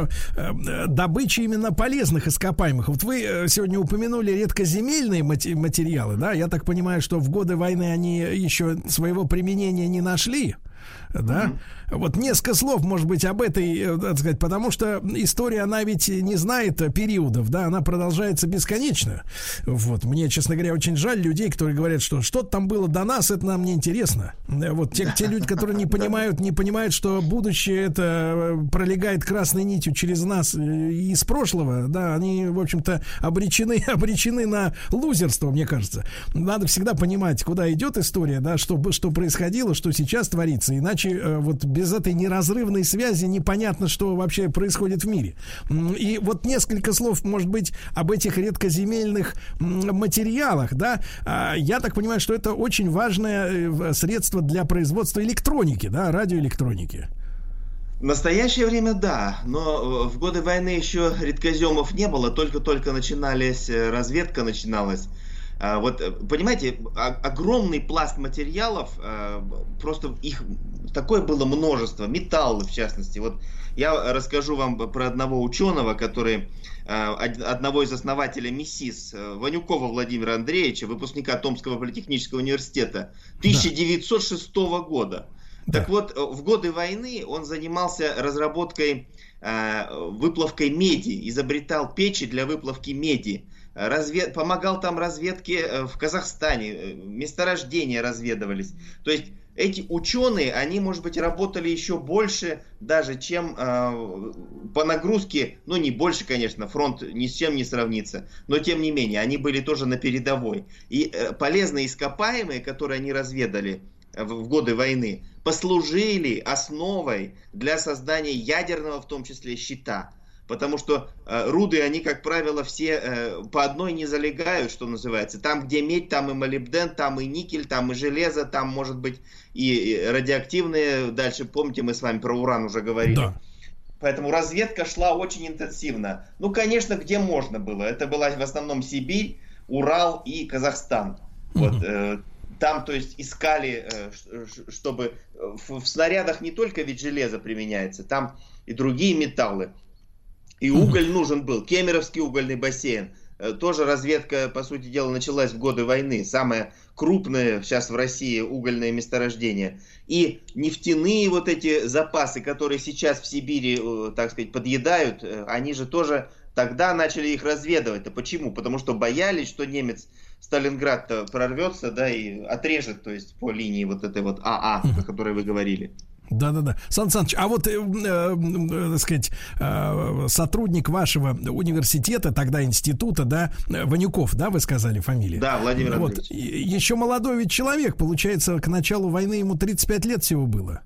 добычи именно полезных ископаемых, вот вы сегодня упомянули редкоземельные материалы, да? Я так понимаю, что в годы войны они еще своего применения не нашли. да? Вот несколько слов, может быть, об этой, так сказать, потому что история, она ведь не знает периодов, да, она продолжается бесконечно. Вот, мне, честно говоря, очень жаль людей, которые говорят, что что-то там было до нас, это нам не интересно. Вот, те люди, которые не понимают, что будущее это пролегает красной нитью через нас из прошлого, да, они, в общем-то, обречены на лузерство, мне кажется. Надо всегда понимать, куда идет история, да, что происходило, что сейчас творится, иначе вот без этой неразрывной связи непонятно, что вообще происходит в мире. И вот несколько слов, может быть, об этих редкоземельных материалах, да. Я так понимаю, что это очень важное средство для производства электроники, да, радиоэлектроники. В настоящее время да, но в годы войны еще редкоземов не было, только-только разведка начиналась. Вот, понимаете, огромный пласт материалов, просто их такое было множество, металлы в частности. Вот я расскажу вам про одного ученого, который, одного из основателей МИСИС, Ванюкова Владимира Андреевича, выпускника Томского политехнического университета, 1906 года. Да. Так вот, в годы войны он занимался разработкой, выплавкой меди, изобретал печи для выплавки меди. Помогал там разведке в Казахстане, месторождения разведывались. То есть эти ученые, они, может быть, работали еще больше даже, чем по нагрузке, ну не больше, конечно, фронт ни с чем не сравнится, но тем не менее, они были тоже на передовой. И полезные ископаемые, которые они разведали в годы войны, послужили основой для создания ядерного, в том числе, щита. Потому что руды, они, как правило, все по одной не залегают, что называется. Там, где медь, там и молибден, там и никель, там и железо, там, может быть, и радиоактивные. Дальше, помните, мы с вами про уран уже говорили. Да. Поэтому разведка шла очень интенсивно. Ну, конечно, где можно было. Это была в основном Сибирь, Урал и Казахстан. Вот, там, то есть, искали, чтобы в снарядах не только ведь железо применяется, там и другие металлы. И уголь нужен был. Кемеровский угольный бассейн. Тоже разведка, по сути дела, началась в годы войны. Самое крупное сейчас в России угольное месторождение. И нефтяные вот эти запасы, которые сейчас в Сибири, так сказать, подъедают, они же тоже тогда начали их разведывать. А почему? Потому что боялись, что немец Сталинград прорвется, да, и отрежет, то есть по линии вот этой вот АА, о которой вы говорили. Да. Сан Саныч, а вот, так сказать, сотрудник вашего университета, тогда института, да, Ванюков, да, вы сказали фамилию? Да, Владимир Андреевич. Вот, еще молодой ведь человек, получается, к началу войны ему 35 лет всего было.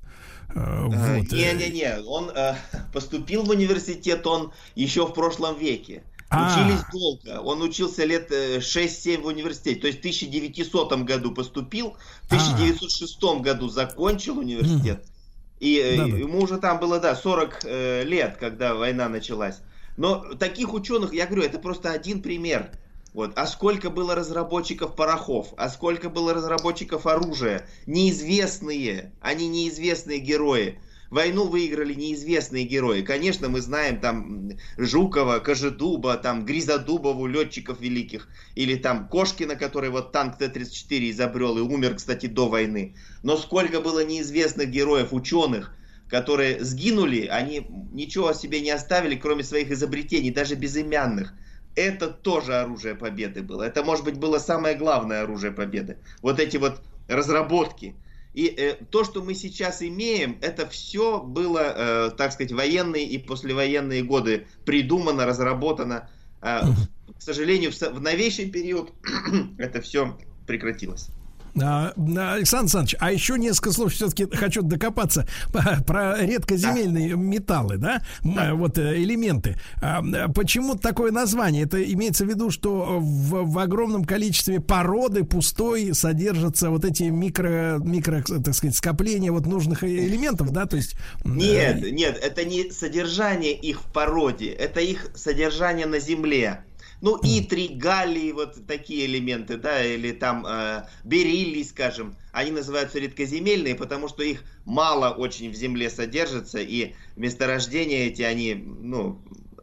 Вот. Не, он поступил в университет, он еще в прошлом веке. Учились долго. Он учился лет 6-7 в университете. То есть в 1900 году поступил, в 1906 году закончил университет. И ему уже там было, 40 лет, когда война началась. Но таких ученых, я говорю, это просто один пример. Вот. А сколько было разработчиков порохов, а сколько было разработчиков оружия. Неизвестные, они неизвестные герои. Войну выиграли неизвестные герои. Конечно, мы знаем там Жукова, Кожедуба, там Гризодубову, летчиков великих. Или там Кошкина, который вот танк Т-34 изобрел и умер, кстати, до войны. Но сколько было неизвестных героев, ученых, которые сгинули, они ничего о себе не оставили, кроме своих изобретений, даже безымянных. Это тоже оружие победы было. Это, может быть, было самое главное оружие победы. Вот эти вот разработки. И то, что мы сейчас имеем, это все было, так сказать, военные и послевоенные годы придумано, разработано. К сожалению, в новейший период это все прекратилось. Александр Александрович, а еще несколько слов все-таки хочу докопаться про редкоземельные металлы, да? Вот элементы. Почему такое название? Это имеется в виду, что в огромном количестве породы пустой содержатся вот эти микро, так сказать, скопления вот нужных элементов, да? То есть... Нет, это не содержание их в породе, это их содержание на земле. Ну, итрий, галлий, вот такие элементы, да, или там бериллий, скажем, они называются редкоземельные, потому что их мало очень в земле содержится, и месторождения эти, они,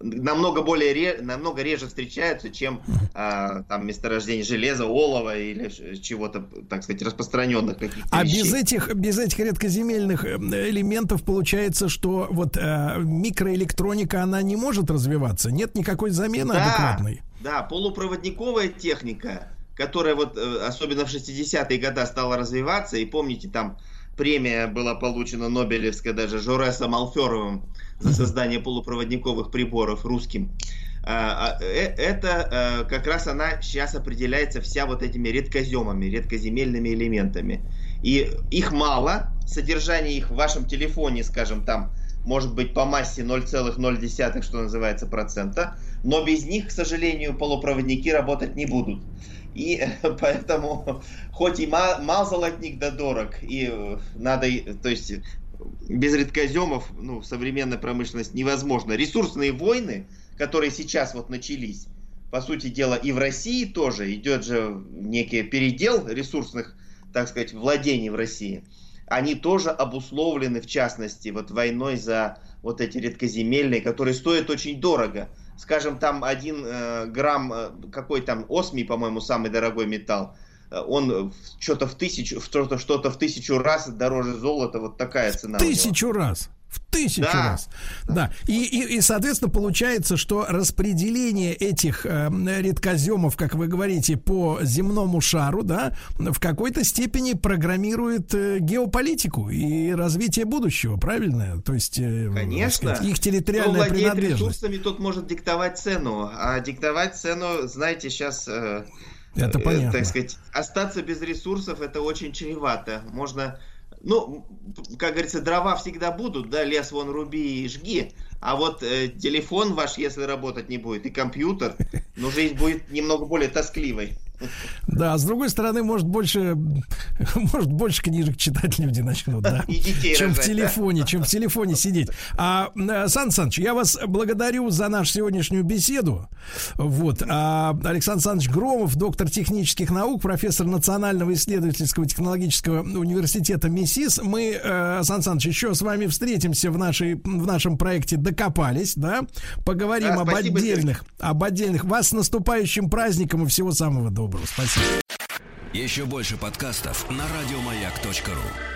намного реже встречаются, чем там месторождение железа, олова или чего-то, так сказать, распространенных каких-то вещей. Без этих редкоземельных элементов получается, что вот микроэлектроника, она не может развиваться? Нет никакой замены адекватной? Да, полупроводниковая техника, которая вот особенно в 60-е годы стала развиваться, и помните, там премия была получена Нобелевская даже Жоресом Алферовым за создание полупроводниковых приборов русским. Это как раз она сейчас определяется вся вот этими редкоземами, редкоземельными элементами. И их мало, содержание их в вашем телефоне, скажем, там может быть по массе 0,0, что называется, процента, но без них, к сожалению, полупроводники работать не будут. И поэтому, хоть и мал золотник да дорог, и надо, то есть без редкоземов, в современной промышленности невозможно. Ресурсные войны, которые сейчас вот начались, по сути дела, и в России тоже идет же некий передел ресурсных, так сказать, владений в России. Они тоже обусловлены, в частности, вот войной за вот эти редкоземельные, которые стоят очень дорого. Скажем, там 1 грамм, какой там осмий, по-моему, самый дорогой металл, он что-то в 1000 раз дороже золота, вот такая цена. 1000 раз. В 1000 раз. Да. И, соответственно, получается, что распределение этих редкоземов, как вы говорите, по земному шару, да, в какой-то степени программирует геополитику и развитие будущего, правильно? То есть, конечно, сказать, их территориальная принадлежность. Кто владеет ресурсами, тот может диктовать цену. А диктовать цену, знаете, сейчас... это понятно. Так сказать, остаться без ресурсов — это очень чревато. Можно... как говорится, дрова всегда будут, да, лес вон руби и жги, а вот телефон ваш, если работать не будет, и компьютер, жизнь будет немного более тоскливой. Да, с другой стороны, может больше книжек читать люди начнут, да, чем в телефоне сидеть. Сан Саныч, я вас благодарю за нашу сегодняшнюю беседу. Вот. Александр Александрович Громов, доктор технических наук, профессор Национального исследовательского технологического университета МИСИС. Мы, Сан Саныч, еще с вами встретимся в нашем проекте «Докопались», да, поговорим об отдельных. Вас с наступающим праздником и всего самого доброго. Спасибо. Еще больше подкастов на радиомаяк.ру.